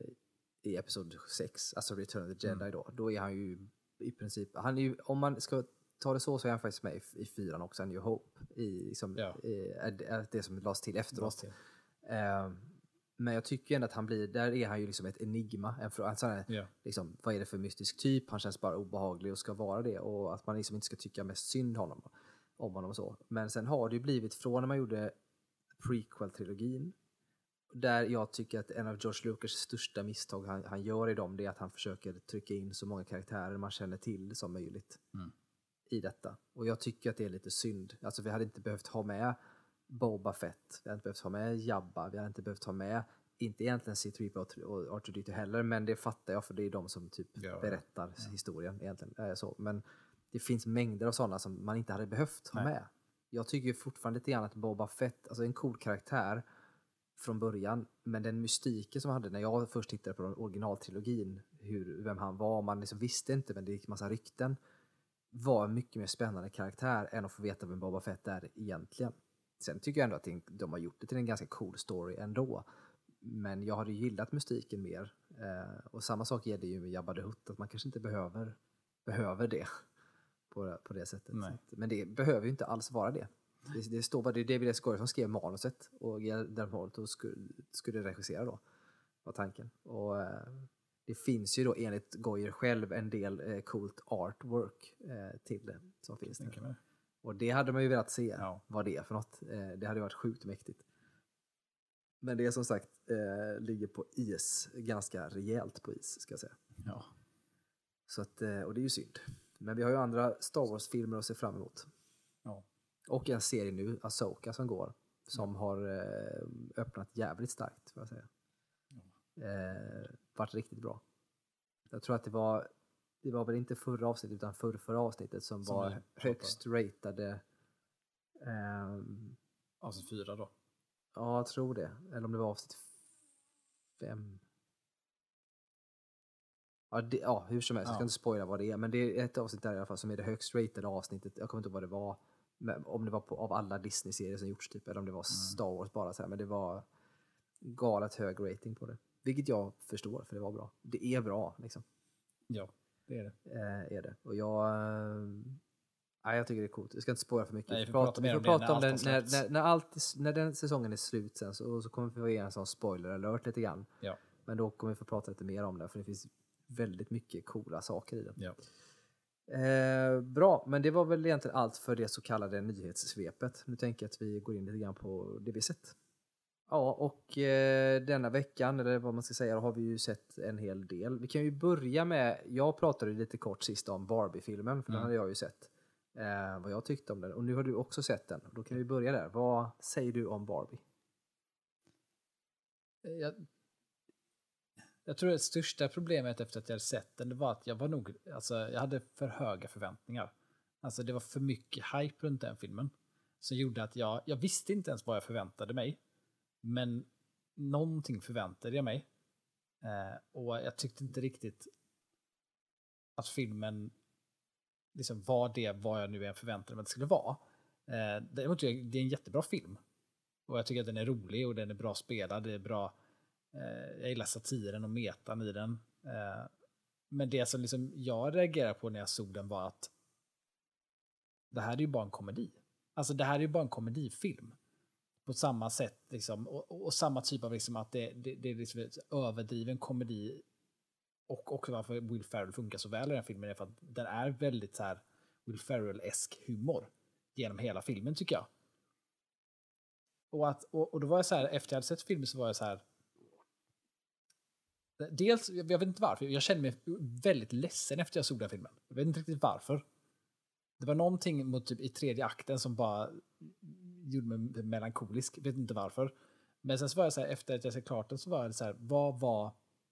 A: i episod sex, alltså Return of the Jedi, mm. då, då är han ju i princip, han är ju, om man ska ta det så, så är han faktiskt med i, i fyran också, A New Hope, i, liksom,
B: ja.
A: i, är det som lades till efteråt.
B: Last till.
A: Uh, men jag tycker ändå att han blir, där är han ju liksom ett enigma, en, en sån här,
B: ja.
A: liksom, vad är det för mystisk typ, han känns bara obehaglig och ska vara det, och att man liksom inte ska tycka mest synd honom, om honom och så. Men sen har det ju blivit, från när man gjorde prequel-trilogin, där jag tycker att en av George Lucas största misstag han, han gör i dem, det är att han försöker trycka in så många karaktärer man känner till som möjligt mm. i detta. Och jag tycker att det är lite synd. Alltså vi hade inte behövt ha med Boba Fett, vi hade inte behövt ha med Jabba, vi hade inte behövt ha med, inte egentligen C tre P O och R two D two heller, men det fattar jag, för det är de som typ ja, berättar ja. historien egentligen. Så. Men det finns mängder av sådana som man inte hade behövt ha Nej. med. Jag tycker ju fortfarande lite grann att Boba Fett, alltså en cool karaktär från början, men den mystiken som han hade när jag först tittade på originaltrilogin, hur, vem han var, man liksom visste inte, men det gick massa rykten, var en mycket mer spännande karaktär än att få veta vem Boba Fett är egentligen. Sen tycker jag ändå att de har gjort det till en ganska cool story ändå, men jag hade gillat mystiken mer, eh, och samma sak gäller ju med Jabba the Hutt, att man kanske inte behöver behöver det på, på det sättet. Så att, men det behöver ju inte alls vara det. Det, det står bara, det är David S. Goyer som skrev manuset, och Del skulle, skulle regissera då, var tanken. Och eh, det finns ju då enligt Goyer själv en del eh, coolt artwork eh, till det som finns där. Och det hade man ju velat se, ja. vad det är för något. Eh, det hade varit sjukt mäktigt. Men det är som sagt eh, ligger på is, ganska rejält på is ska jag säga.
B: Ja.
A: Så att, eh, och det är ju synd. Men vi har ju andra Star Wars-filmer att se fram emot.
B: Ja.
A: Och en serie nu, Ahsoka, som går. Som mm. har eh, öppnat jävligt starkt, får jag säga. Mm. Eh, varit riktigt bra. Jag tror att det var, det var väl inte förra avsnittet, utan förra, förra avsnittet som, som var högst ratade. Eh,
B: avsnitt fyra då?
A: Ja, jag tror det. Eller om det var avsnitt fem. Ja, det, ja hur som helst. Ja. Jag ska inte spoila vad det är. Men det är ett avsnitt där i alla fall som är det högst ratade avsnittet. Jag kommer inte ihåg vad det var. Men om det var på, av alla Disney-serier som gjorts typ. Eller om det var mm. Star Wars bara så här. Men det var galet hög rating på det. Vilket jag förstår, för det var bra. Det är bra liksom.
B: Ja, det är det.
A: Eh, är det. Och jag... Nej, jag tycker det är coolt. Jag ska inte spåra för mycket.
B: Nej,
A: vi får prata, vi får prata om den när, när, när, allt, när den säsongen är slut sen, så, så kommer vi få ge en sån spoiler alert lite grann.
B: Ja.
A: Men då kommer vi få prata lite mer om det, för det finns väldigt mycket coola saker i den.
B: Ja.
A: Eh, bra, men det var väl egentligen allt för det så kallade nyhetssvepet. Nu tänker jag att vi går in lite grann på det vi sett. Ja, och eh, denna veckan, eller vad man ska säga, har vi ju sett en hel del. Vi kan ju börja med, jag pratade lite kort sist om Barbie-filmen, för mm. den hade jag ju sett. Eh, vad jag tyckte om den. Och nu har du också sett den. Då kan vi börja där. Vad säger du om Barbie?
B: Jag, jag tror det största problemet efter att jag hade sett den, det var att jag var nog, alltså jag hade för höga förväntningar. Alltså det var för mycket hype runt den filmen. Som gjorde att jag, jag visste inte ens vad jag förväntade mig. Men någonting förväntade jag mig. Eh, och jag tyckte inte riktigt att filmen liksom var det vad jag nu än förväntade mig att det skulle vara. Eh, däremot det är en jättebra film. Och jag tycker att den är rolig och den är bra spelad. Det är bra. Eh, jag gillar satiren och metan i den. Eh, men det som liksom jag reagerade på när jag såg den var att det här är ju bara en komedi. Alltså det här är ju bara en komedifilm. På samma sätt liksom. Och, och, och samma typ av liksom att det, det, det är liksom ett överdriven komedi. Och också varför Will Ferrell funkar så väl i den filmen är för att den är väldigt så här Will Ferrell-esk humor genom hela filmen tycker jag. Och, att, och, och då var jag så här, efter jag hade sett filmen så var jag så här. Dels, jag vet inte varför, jag kände mig väldigt ledsen efter jag såg den filmen. Jag vet inte riktigt varför. Det var någonting mot typ i tredje akten som bara gjorde mig melankolisk. Jag vet inte varför. Men sen så var jag så här, efter att jag sett klart den så var det så här, vad var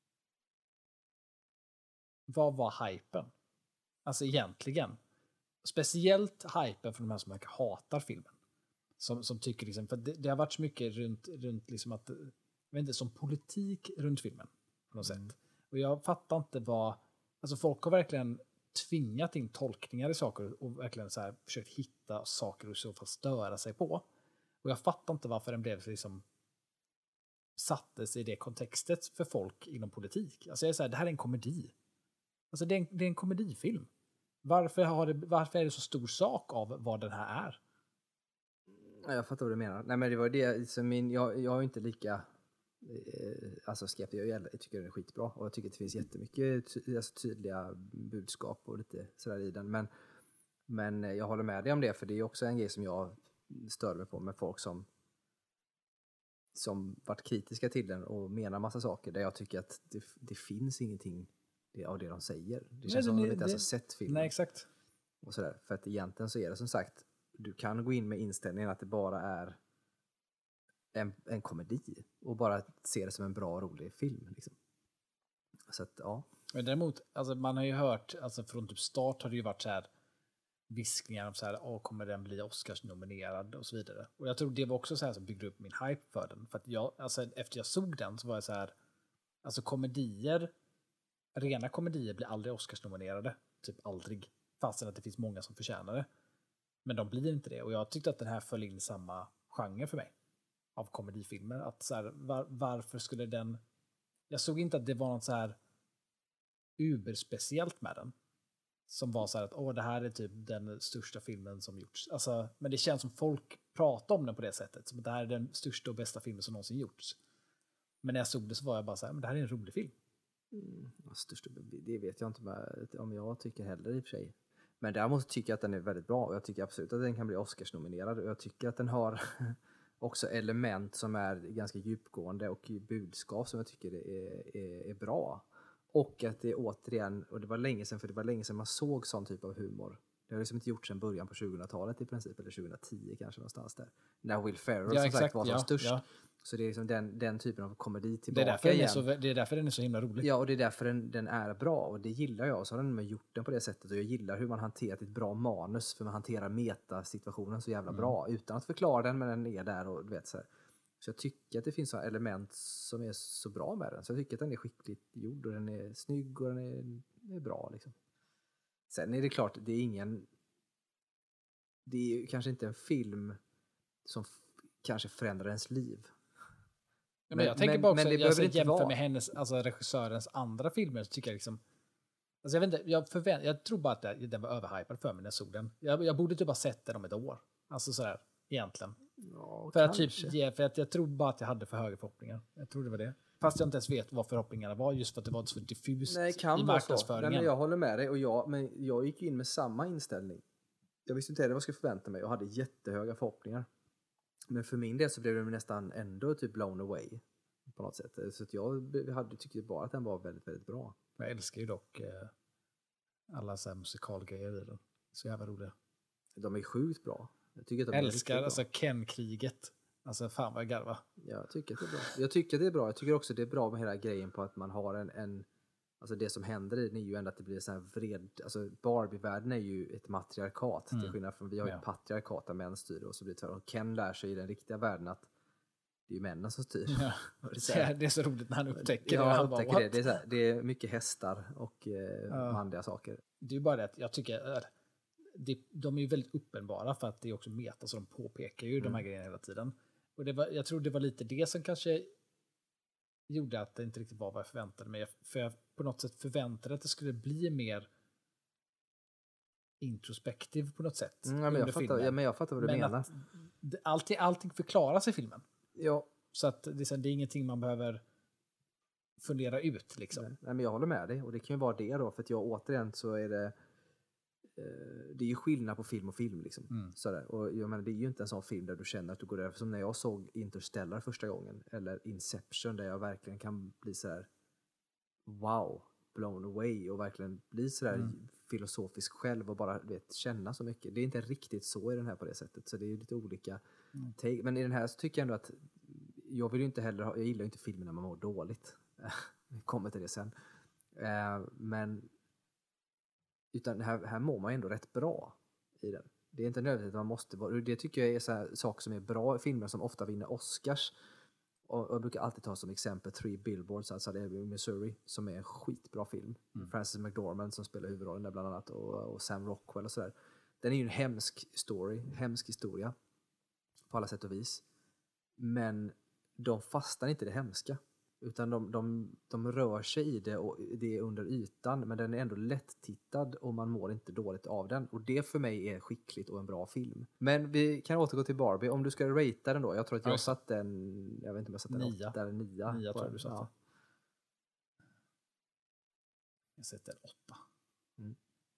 B: vad var hypen? Alltså egentligen. Speciellt hypen från de här som hatar filmen. Som, som tycker liksom, för det, det har varit så mycket runt, runt liksom att, jag vet inte, som politik runt filmen. På något mm. sätt. Och jag fattar inte vad, alltså folk har verkligen tvingat in tolkningar i saker och verkligen så här försökt hitta saker och så fall störa sig på. Och jag fattar inte varför den blev liksom sattes i det kontextet för folk inom politik. Alltså jag är så här, det här är en komedi. Alltså det är en, det är en komedifilm. Varför, har det, varför är det så stor sak av vad den här är?
A: Jag fattar vad du menar. Nej men det var det som min, jag, jag är inte lika eh, alltså skeptisk. Jag, jag tycker den är skitbra och jag tycker att det finns jättemycket ty, alltså tydliga budskap och lite sådär i den. Men, men jag håller med dig om det, för det är också en grej som jag stör mig på med folk som som varit kritiska till den och menar massa saker där jag tycker att det, det finns ingenting av det de säger. Det känns nej, som att de inte ens har sett filmen.
B: Nej, exakt.
A: Och sådär. För att egentligen så är det som sagt, du kan gå in med inställningen att det bara är en, en komedi och bara se det som en bra och rolig film. Liksom. Så att, ja.
B: Men däremot, alltså man har ju hört, alltså från typ start har det ju varit så här viskningar om så här, åh, kommer den bli Oscars-nominerad och så vidare. Och jag tror det var också så här som byggde upp min hype för den. För att jag, alltså efter jag såg den så var jag så här, alltså komedier, rena komedier blir aldrig Oscars-nominerade. Typ aldrig. Fastän att det finns många som förtjänar det. Men de blir inte det. Och jag tyckte att den här föll in i samma genre för mig. Av komedifilmer. Att så här, var, varför skulle den... Jag såg inte att det var något så här uberspeciellt med den. Som var så här att åh, det här är typ den största filmen som gjorts. Alltså, men det känns som folk pratar om den på det sättet. Som att det här är den största och bästa filmen som någonsin gjorts. Men när jag såg det så var jag bara så här, men det här är en rolig film.
A: Mm, största, det vet jag inte om jag tycker heller i och för sig. Men däremot tycker jag att den är väldigt bra och jag tycker absolut att den kan bli Oscars-nominerad och jag tycker att den har också element som är ganska djupgående och budskap som jag tycker är, är, är bra. Och att det återigen, och det var länge sedan, för det var länge sedan man såg sån typ av humor. Det har liksom inte gjort sedan början på tjugohundratalet i princip, eller tjugohundratio kanske någonstans där. När Will Ferrell
B: ja,
A: som
B: exakt,
A: sagt var som
B: ja,
A: störst.
B: Ja.
A: Så det är liksom den, den typen av komedi tillbaka
B: det är därför
A: igen.
B: Den är så, det är därför den är så himla rolig.
A: Ja, och det är därför den, den är bra och det gillar jag. Så har den gjort den på det sättet och jag gillar hur man hanterat ett bra manus, för man hanterar metasituationen så jävla mm. bra utan att förklara den, men den är där och du vet så här. Så jag tycker att det finns sådana element som är så bra med den. Så jag tycker att den är skickligt gjord och den är snygg och den är, är bra liksom. Sen är det klart, det är ingen... Det är ju kanske inte en film som f- kanske förändrar ens liv.
B: Men, men jag tänker bara också, men det jag inte jämför vara. med hennes, alltså regissörens andra filmer så tycker jag liksom... Alltså jag vet inte, jag, förvänt, jag tror bara att det, den var överhypad för mig när jag såg den. Jag, jag borde typ ha sett den om ett år. Alltså sådär, egentligen.
A: Ja,
B: för, att typ, ja, för att jag tror bara att jag hade för höga förhoppningar. Jag tror det var det. Fast jag inte ens vet vad förhoppningarna var, just för att det var så diffust
A: Nej, kan
B: i marknadsföringen.
A: Nej, men jag håller med dig, och jag, men jag gick in med samma inställning. Jag visste inte vad jag skulle förvänta mig och hade jättehöga förhoppningar. Men för min del så blev det nästan ändå typ blown away på något sätt. Så att jag hade, tyckte bara att den var väldigt, väldigt bra.
B: Jag älskar ju dock eh, alla så här musikalgrejer i den. Så jävla roliga.
A: De är sjukt bra. Jag tycker att de
B: älskar
A: är
B: alltså Ken-kriget. Alltså fan vad jag garva.
A: Jag tycker att det är bra. Jag tycker att det är bra. Jag tycker också att det är bra med hela grejen på att man har en, en alltså det som händer i den är ju ändå att det blir så här vred, alltså Barbie-världen är ju ett matriarkat mm. till skillnad från vi har ju ja. ett patriarkat där män styr och så blir det tvärtom. Och Ken lär sig i den riktiga världen att det är ju männen som styr.
B: Ja. det, är så här, det är så roligt när han upptäcker
A: ja,
B: det.
A: Han upptäcker det. Det är, så här, det är mycket hästar och eh, ja. manliga saker.
B: Det är ju bara det att jag tycker det, de är ju väldigt uppenbara för att det är också meta, så de påpekar ju mm. de här grejerna hela tiden. Och det var, jag tror det var lite det som kanske gjorde att det inte riktigt var vad jag förväntade mig. För jag på något sätt förväntade att det skulle bli mer introspektiv på något sätt.
A: Mm, ja, men, jag fattar, ja, men jag fattar vad du men menar. Att
B: allting, allting förklaras i filmen.
A: Ja.
B: Så att det, det är ingenting man behöver fundera ut. Liksom.
A: Nej, nej, men jag håller med dig. Och det kan ju vara det då. För att jag återigen så är det... det är ju skillnad på film och film liksom.
B: Mm.
A: Sådär. Och jag menar, det är ju inte en sån film där du känner att du går över, som när jag såg Interstellar första gången, eller Inception, där jag verkligen kan bli så här: wow, blown away, och verkligen bli sådär mm. filosofisk själv och bara vet, känna så mycket. Det är inte riktigt så i den här på det sättet, så det är ju lite olika mm. take. Men i den här så tycker jag ändå att jag vill ju inte heller ha, jag gillar ju inte filmer när man mår dåligt. Vi kommer till det sen. Uh, men utan här, här mår man ändå rätt bra i den. Det är inte nödvändigt att man måste vara, det tycker jag är så här saker som är bra i filmer som ofta vinner Oscars. Och jag brukar alltid ta som exempel Three Billboards, alltså det är i Missouri, som är en skitbra film. Mm. Frances McDormand som spelar huvudrollen där bland annat, och, och Sam Rockwell och sådär. Den är ju en hemsk story, hemsk historia på alla sätt och vis. Men de fastnar inte i det hemska. Utan de, de, de rör sig i det, och det är under ytan, men den är ändå lätt-tittad och man mår inte dåligt av den. Och det för mig är skickligt och en bra film. Men vi kan återgå till Barbie. Om du ska ratea den då, jag tror att jag
B: Just.
A: satt den, jag vet inte om jag satt den
B: nia.
A: åtta eller nia.
B: Nia tror jag du satt
A: ja.
B: Jag sätter åtta.
A: Mm.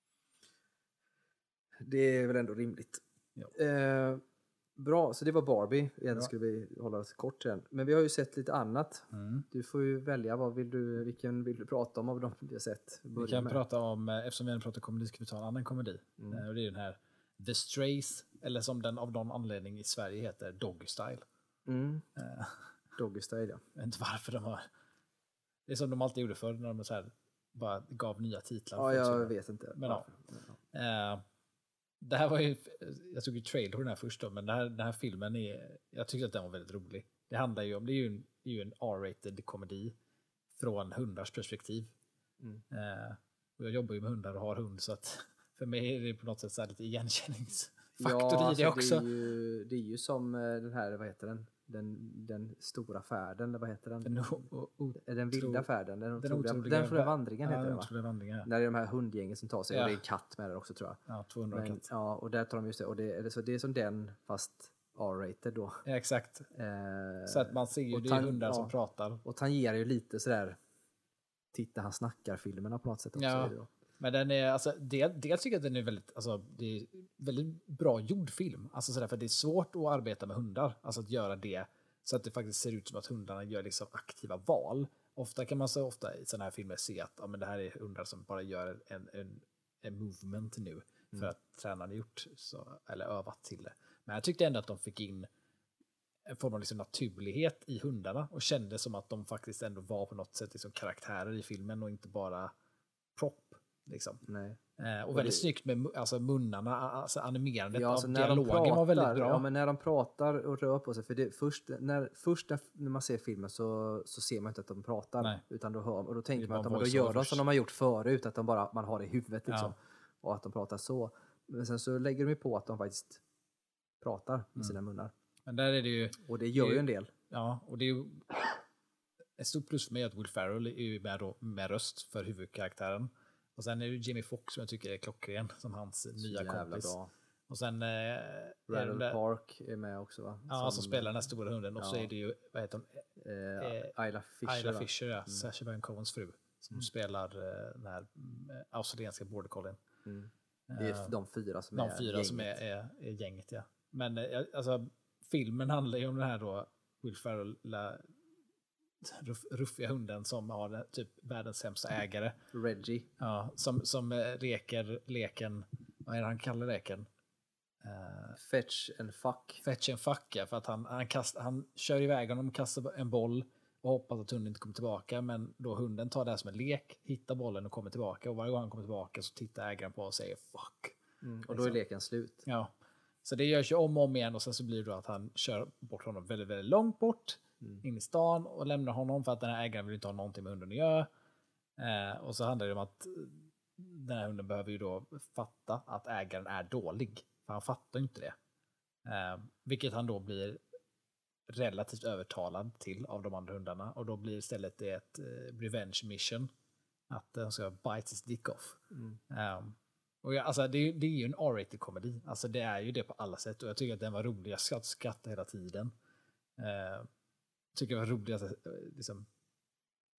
A: Det är väl ändå rimligt.
B: Ja.
A: Eh, Bra, så det var Barbie. Egentligen skulle vi hålla oss kort till den. Men vi har ju sett lite annat.
B: Mm.
A: Du får ju välja, vad vill du, vilken vill du prata om av de vi har sett?
B: Börja vi kan med. prata om, eftersom vi har pratat komedi, ska vi ta en annan komedi. Mm. Och det är den här The Strays, eller som den av någon anledning i Sverige heter Doggy Style.
A: Mm. Uh, Doggy Style, ja.
B: Jag vet inte varför de har... Det är som de alltid gjorde förr när de så här bara gav nya titlar.
A: Ja, jag sådär. vet inte.
B: Men ja. ja. Uh, Det här var ju, jag såg ju trailer på den här först då, men den här, den här filmen är, jag tyckte att den var väldigt rolig. Det handlar ju om, det är ju en, är ju en R-rated komedi från hundars perspektiv. Mm. Eh, och jag jobbar ju med hundar och har hund, så att för mig är det på något sätt så här lite igenkänningsfaktor ja, i det också.
A: Det är, ju, det är ju som den här, vad heter den? Den, den stora färden, eller vad heter den?
B: Den, o, o, o,
A: den vilda
B: tro,
A: färden, den
B: den
A: otroliga,
B: otroliga,
A: den otroliga vandringen
B: ja,
A: heter
B: den
A: det va?
B: Vandringen, ja.
A: När det är de här hundgängen som tar sig, ja. Och det är en katt med där också tror jag.
B: Ja, tvåhundra
A: Men,
B: katt.
A: Ja, och där tar de just det, och det, eller så det är som den fast R-rated då.
B: Ja, exakt.
A: Eh,
B: så att man ser ju, det är hundar ja, som pratar.
A: Och tangerar ju lite sådär, titta han snackar filmerna på något sätt också.
B: Ja. Då. Men den är, alltså, dels det tycker jag att den är väldigt, alltså, det är väldigt bra gjord film. Alltså sådär, för det är svårt att arbeta med hundar. Alltså att göra det så att det faktiskt ser ut som att hundarna gör liksom aktiva val. Ofta kan man så ofta i sådana här filmer se att ja, men det här är hundar som bara gör en, en, en movement nu för mm. att tränaren har gjort så, eller övat till det. Men jag tyckte ändå att de fick in en form av liksom naturlighet i hundarna och kände som att de faktiskt ändå var på något sätt liksom karaktärer i filmen och inte bara prop. Liksom.
A: Nej.
B: Eh, och, och väldigt det... snyggt med alltså, munnarna, alltså animerandet
A: ja, alltså
B: av
A: när
B: dialogen
A: de pratar,
B: var väldigt bra.
A: Ja, men när de pratar och rör på sig, för det, först, när, först när man ser filmen så, så ser man inte att de pratar. Nej. Utan då, hör, och då tänker man att de, då gör de som de har gjort förut, att de bara, man har det i huvudet liksom, ja. Och att de pratar så. Men sen så lägger de ju på att de faktiskt pratar med mm. sina munnar.
B: Men där är det ju,
A: och det gör
B: det är,
A: ju en del.
B: Ja, och det är ju ett stort plus för mig att Will Ferrell är ju med, då, med röst för huvudkaraktären. Och sen är det Jamie Foxx som jag tycker är klockren som hans så nya kompis. Bra. Och sen eh,
A: Randall är Park är med också va?
B: Ja, som, som spelar den här stora hunden. Och ja. Så är det ju, vad heter hon?
A: Eh, Isla Fisher.
B: Isla Fisher, ja. Mm. Sacha Baron Cohens fru. Som
A: mm.
B: spelar eh, den här eh, australienska border collien.
A: Mm. Det är de fyra som
B: de
A: är
B: fyra
A: gänget.
B: som är, är, är gänget, ja. Men eh, alltså, filmen handlar ju om den här då, Will Ferrell, la, ruff, ruffiga hunden som har typ världens sämsta ägare.
A: Reggie.
B: Ja, som, som reker leken, vad är det han kallar leken?
A: Uh, fetch and fuck.
B: Fetch and fuck, ja, för att han, han, kast, han kör iväg honom, kastar en boll och hoppas att hunden inte kommer tillbaka, men då hunden tar det här som en lek, hittar bollen och kommer tillbaka, och varje gång han kommer tillbaka så tittar ägaren på och säger fuck.
A: Mm, och då är leken slut.
B: Ja, så det görs ju om och om igen, och sen så blir det då att han kör bort honom väldigt, väldigt långt bort mm. in i stan och lämnar honom för att den här ägaren vill inte ha någonting med hunden att göra. Eh, och så handlar det om att den här hunden behöver ju då fatta att ägaren är dålig, för han fattar inte det. Eh, vilket han då blir relativt övertalad till av de andra hundarna, och då blir istället det ett eh, revenge mission att den ska bite his dick off. Mm. Um, och jag, alltså, det, det är ju en R-rated komedi, alltså det är ju det på alla sätt, och jag tycker att den var rolig, jag skratt, skrattade hela tiden. Uh, tycker det var roligt att liksom,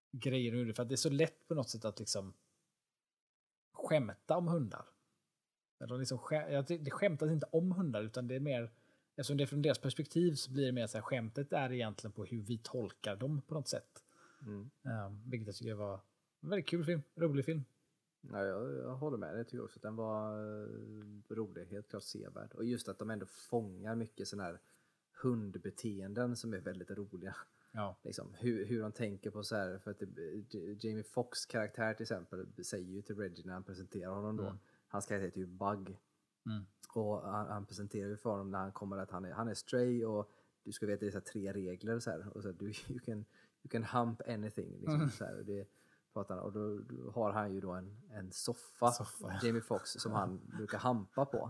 B: grejer, för att det är så lätt på något sätt att liksom skämta om hundar. Men de liksom, det skämtas inte om hundar, utan det är mer, eftersom det är från deras perspektiv så blir det mer så här, skämtet är egentligen på hur vi tolkar dem på något sätt. Mm. Um, vilket jag tycker var en väldigt kul film, rolig film.
A: Ja, jag, jag håller med. Jag tycker också att den var uh, rolig, helt klart sevärd. Och just att de ändå fångar mycket sådana här hundbeteenden som är väldigt roliga.
B: Ja.
A: Liksom, hur, hur de tänker på så här, för att det, Jamie Foxx karaktär till exempel säger ju till Reggie när han presenterar honom då, mm. hans karaktär heter ju Bug. Mm. Och han, han presenterar ju för honom när han kommer att han är, han är stray och du ska veta det är så här tre regler så här, och så här, du, you, can, you can hump anything liksom, mm. så här, och det pratar han, och då, då har han ju då en, en soffa, soffa ja. Jamie Foxx, som han brukar hampa på.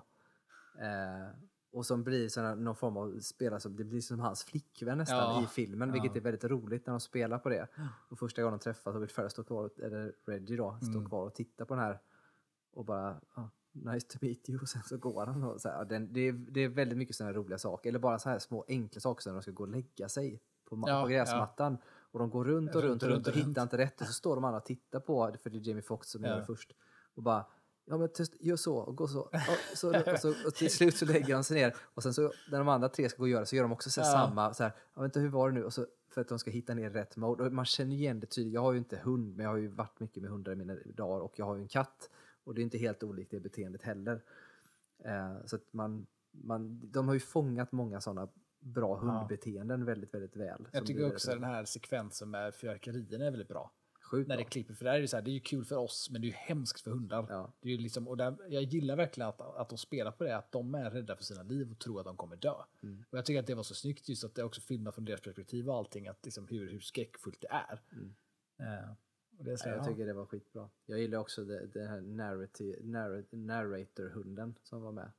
A: Eh, och som blir sån någon form av spela som det blir som hans flickvän nästan ja. I filmen, vilket ja. Är väldigt roligt när de spelar på det. Och första gången de träffas och vill förra stå kvar, eller Reggie då, står mm. kvar och tittar på den här och bara oh, nice to meet you, och sen så går han och så här, den, det, är, det är väldigt mycket sådana roliga saker, eller bara så här små enkla saker som när de ska gå och lägga sig på, ja, på gräsmattan ja. Och de går runt och runt och, runt, runt och, runt och hittar inte rätt, och så står de andra och tittar på, för det är Jamie Foxx som ja. Gör det först, och bara ja men tyst, gör så och gå så. Och, så, och, så och till slut så lägger de sig ner, och sen så när de andra tre ska gå och göra så gör de också så ja. Samma så här, jag vet inte hur var det nu, och så för att de ska hitta ner rätt mode, och man känner igen det tydligt. Jag har ju inte hund, men jag har ju varit mycket med hundar i mina dagar, och jag har ju en katt, och det är inte helt olikt det beteendet heller. Eh, så att man, man de har ju fångat många sådana bra hundbeteenden ja. Väldigt väldigt väl.
B: Jag tycker också den här sekvensen med fyrverkerierna är väldigt bra. Sjukt när det klipper, för det är ju så här, det är ju kul för oss, men det är ju hemskt för hundar. Ja. Det är ju liksom, och där, jag gillar verkligen att, att de spelar på det, att de är rädda för sina liv och tror att de kommer dö. Mm. Och jag tycker att det var så snyggt, just att det också filmar från deras perspektiv och allting, att liksom hur, hur skräckfullt det är. Mm. Uh, och det är så,
A: ja, jag
B: ja.
A: tycker det var skitbra. Jag gillar också det, det här narrative, narr- narrator-hunden som var med.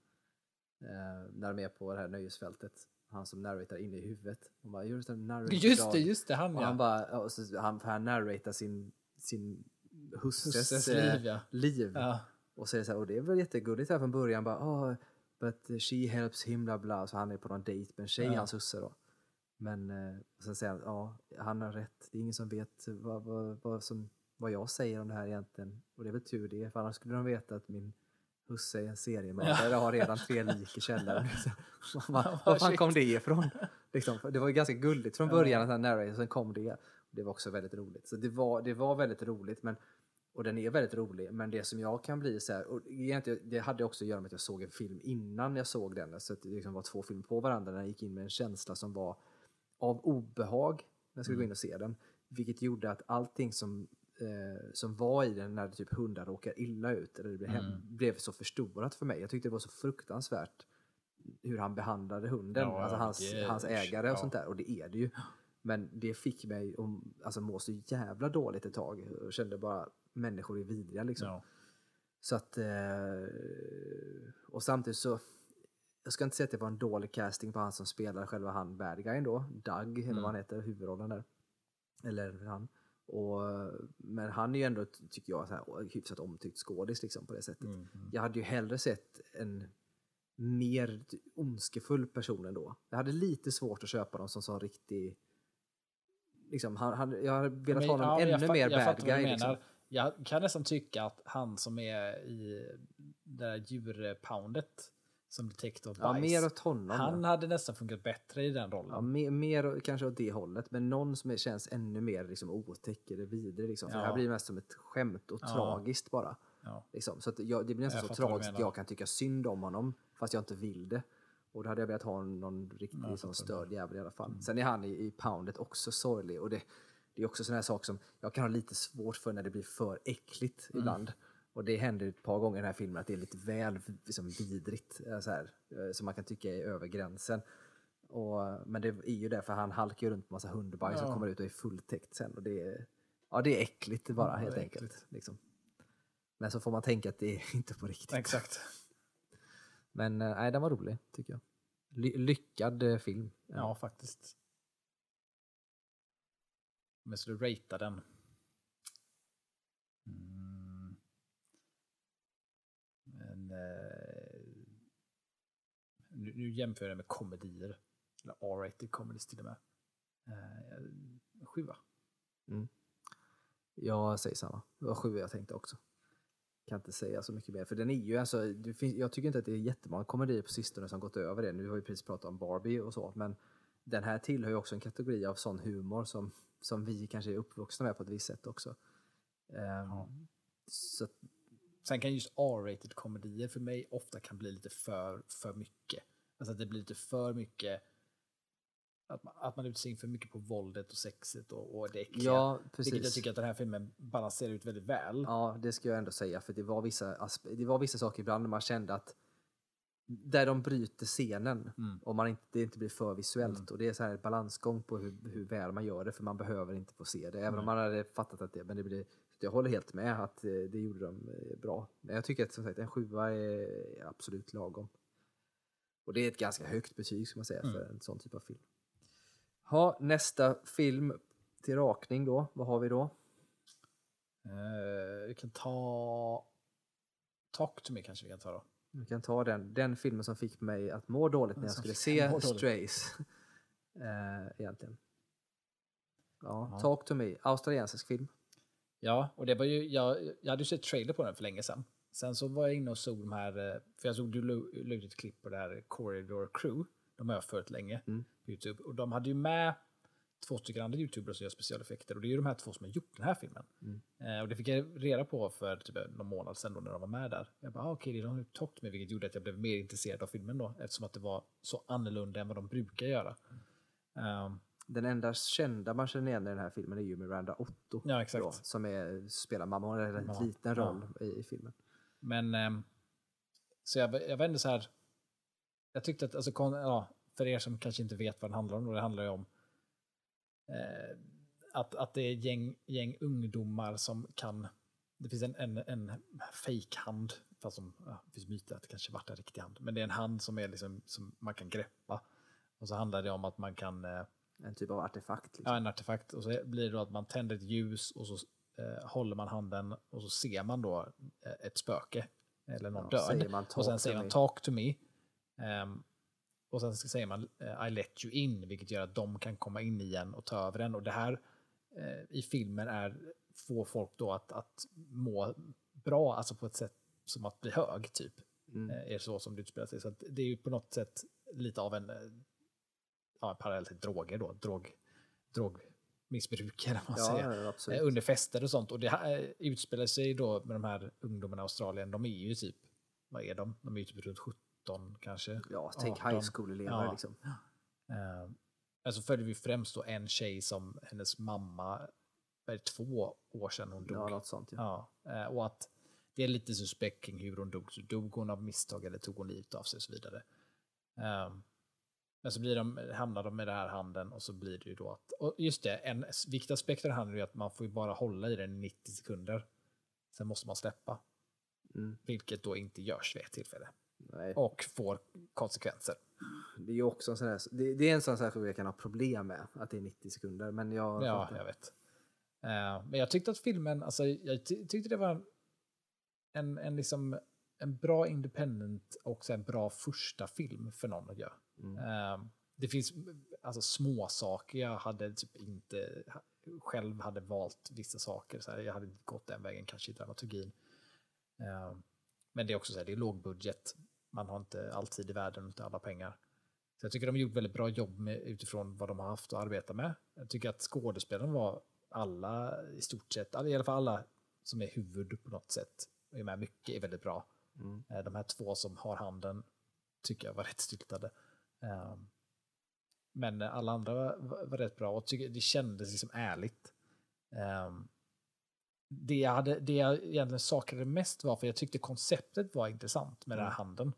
A: Uh, när de är på det här nöjesfältet. Han som narratar inne i huvudet. Han bara, just det, narrator.
B: Just det, just det, han ja.
A: Och han bara, och så, han, han narratar sin sin husses,
B: husses
A: äh,
B: liv, ja.
A: liv.
B: Ja.
A: Och så är det så här, och det är väl jättegulligt här från början, bara oh, but she helps him, bla bla, så han är på någon dejt med en tjej, ja. Hans husse då. Men eh, och sen säger han, ja, han har rätt, det är ingen som vet vad, vad, vad, som, vad jag säger om det här egentligen, och det är väl tur det, för annars skulle de veta att min husse är en seriemördare, ja. Har redan tre lik i källaren. Var fan kom det ifrån? Liksom, det var ju ganska gulligt från början, att han narrator, och sen kom det. Det var också väldigt roligt. Så det var, det var väldigt roligt, men, och den är väldigt rolig, men det som jag kan bli så här, och egentligen, det hade också att göra med att jag såg en film innan jag såg den, så att det liksom var två filmer på varandra, när jag gick in med en känsla som var av obehag när jag skulle mm. gå in och se den, vilket gjorde att allting som eh, som var i den, när typ hundar råkar illa ut eller det blev, hem, mm. blev så förstorat för mig. Jag tyckte det var så fruktansvärt hur han behandlade hunden, ja, alltså hans, hans ägare och ja. Sånt där, och det är det ju. Men det fick mig att alltså, må så jävla dåligt ett tag. Jag kände bara, människor är vidriga liksom. Ja. Så att, eh, och samtidigt så, jag ska inte säga att det var en dålig casting på han som spelar själva han bad guyen då, Doug, mm. eller vad han heter, huvudrollen där. Eller han. Och, men han är ju ändå, tycker jag, så här, hyfsat omtyckt skådis liksom, på det sättet. Mm. Jag hade ju hellre sett en mer ondskefull person ändå. Jag hade lite svårt att köpa dem som så riktig liksom, han, han, jag har velat ha honom ja, ännu mer bad guy liksom.
B: Jag kan nästan tycka att han som är i det där djurpoundet som Detective Bice,
A: ja, mer åt honom,
B: han ja. Hade nästan funkat bättre i den rollen.
A: Ja, mer, mer kanske åt det hållet, men någon som är, känns ännu mer liksom, otäck eller vidrig liksom. För ja. Det här blir mest som ett skämt och ja. Tragiskt bara. Ja. Liksom. Så att jag, det blir nästan jag så tragiskt att jag kan tycka synd om honom fast jag inte vill det. Och då hade jag velat ha någon riktig ja, sån störd jävel i alla fall. Mm. Sen är han i, i poundet också sorglig. Och det, det är också sån här sak som jag kan ha lite svårt för när det blir för äckligt mm. ibland. Och det händer ett par gånger i den här filmen att det är lite väl liksom, vidrigt. Så här, som man kan tycka är över gränsen. Och, men det är ju därför han halkar runt på massa hundbajs ja. Och kommer ut och är fulltäckt sen. Och det är, ja, det är äckligt bara ja, helt enkelt. Äckligt. Liksom. Men så får man tänka att det är inte på riktigt.
B: Exakt.
A: Men nej, den var rolig tycker jag. Ly- lyckad eh, film.
B: Ja, ja faktiskt. Men så du ratea den? Mm. Men eh, nu, nu jämför jag med komedier. Eller R-rated comedies till och med. Eh, sjua.
A: Mm. Jag säger samma. Det var sju jag tänkte också. kan inte säga så mycket mer. För den är ju alltså, det finns, jag tycker inte att det är jättemånga komedier på sistone som gått över det. Nu har vi precis pratat om Barbie och så, men den här tillhör ju också en kategori av sån humor som, som vi kanske är uppvuxna med på ett visst sätt också. Um, ja. så.
B: Sen kan just R-rated komedier för mig ofta kan bli lite för, för mycket. Alltså att det blir lite för mycket att man, att man utser för mycket på våldet och sexet och, och det äckliga.
A: Ja, precis.
B: Vilket jag tycker att den här filmen balanserar ut väldigt väl.
A: Ja, det ska jag ändå säga, för det var vissa, det var vissa saker ibland när man kände att där de bryter scenen mm. och man inte, det inte blir för visuellt. Mm. Och det är så här en balansgång på hur, hur väl man gör det, för man behöver inte få se det. Även mm. om man hade fattat att det, men det blir, jag håller helt med att det gjorde de bra. Men jag tycker att som sagt, en sjua är absolut lagom. Och det är ett ganska högt betyg, ska man säga, mm. för en sån typ av film. Ha, nästa film till rakning då. Vad har vi då?
B: Uh, vi kan ta Talk to me kanske vi kan ta då.
A: Vi kan ta den, den filmen som fick mig att må dåligt när jag skulle se Strays. uh, egentligen. Ja, ja, Talk to me. Australiensisk film.
B: Ja, och det var ju, jag, jag hade ju sett trailer på den för länge sedan. Sen så var jag inne och såg de här, för jag såg du lade ett klipp på det här Corridor Crew. De har jag följt länge mm. på YouTube. Och de hade ju med två stycken andra YouTubers som gör specialeffekter. Och det är ju de här två som har gjort den här filmen. Mm. Eh, och det fick jag reda på för typ någon månad sedan då när de var med där. Jag bara, ah, okej, okay, det har de talkt med, vilket gjorde att jag blev mer intresserad av filmen då. Eftersom att det var så annorlunda än vad de brukar göra. Mm. Um,
A: den enda kända man känner igen i den här filmen är ju Miranda Otto.
B: Ja, exakt.
A: Då, som är, spelar mamma, hon har en ja, liten roll ja. i, i filmen.
B: Men, um, så jag, jag vände så här, jag tyckte att, alltså, kon, ja, för er som kanske inte vet vad den handlar om, och det handlar ju om eh, att, att det är gäng, gäng ungdomar som kan, det finns en, en, en fake-hand, fast som, ja, det finns myter att det kanske varit en riktig hand, men det är en hand som, är liksom, som man kan greppa, och så handlar det om att man kan eh,
A: en typ av artefakt. Liksom.
B: Ja, en artefakt, och så blir det då att man tänder ett ljus och så eh, håller man handen och så ser man då eh, ett spöke eller någon ja, död, och sen säger man talk to me. Um, och sen säger man uh, I let you in, vilket gör att de kan komma in igen och ta över den. Och det här uh, i filmen är få folk då att, att må bra, alltså på ett sätt som att bli hög typ. Mm. Uh, är så som det utspelar sig. Så att det är ju på något sätt lite av en uh, ja, parallell till droger då. Drog, drogmissbruk eller vad man
A: ja,
B: säger. Uh, under fester och sånt. Och det här uh, utspelar sig då med de här ungdomarna i Australien. De är ju typ, vad är de? De är ju typ runt sjutton kanske.
A: Ja, tänk high school-elever
B: ja.
A: liksom.
B: Uh, alltså följde vi främst då en tjej som hennes mamma, var två år sedan hon dog.
A: Ja, något sånt. Ja.
B: Ja. Uh, och att det är lite suspekt kring hur hon dog. Så dog hon av misstag eller tog hon livet av sig och så vidare. Uh, men så blir de, hamnar de med den här handen, och så blir det ju då att, och just det, en viktig aspekt av den handen är att man får ju bara hålla i den i nittio sekunder. Sen måste man släppa. Mm. Vilket då inte görs vid ett tillfälle. Nej. Och får konsekvenser.
A: Det är ju också en sån här, det, det är en sån sak som jag kan ha problem med, att det är nittio sekunder, men jag
B: ja, jag vet. Uh, men jag tyckte att filmen, alltså jag ty- tyckte det var en, en liksom en bra independent och så en bra första film för någon att göra. Mm. Uh, det finns alltså små saker jag hade typ inte själv hade valt vissa saker, så här, jag hade inte gått den vägen kanske i dramaturgin. Uh, men det är också så här, det är låg budget. Man har inte alltid i världen, inte alla pengar. Så jag tycker de har gjort väldigt bra jobb med, utifrån vad de har haft att arbeta med. Jag tycker att skådespelaren var alla i stort sett, i alla fall alla som är huvud på något sätt, och är med mycket, är väldigt bra. Mm. De här två som har handen tycker jag var rätt styltade. Um, men alla andra var, var rätt bra, och tycker, det kändes liksom ärligt. Um, det, jag hade, det jag egentligen saknade mest var, för jag tyckte konceptet var intressant med mm. den här handen.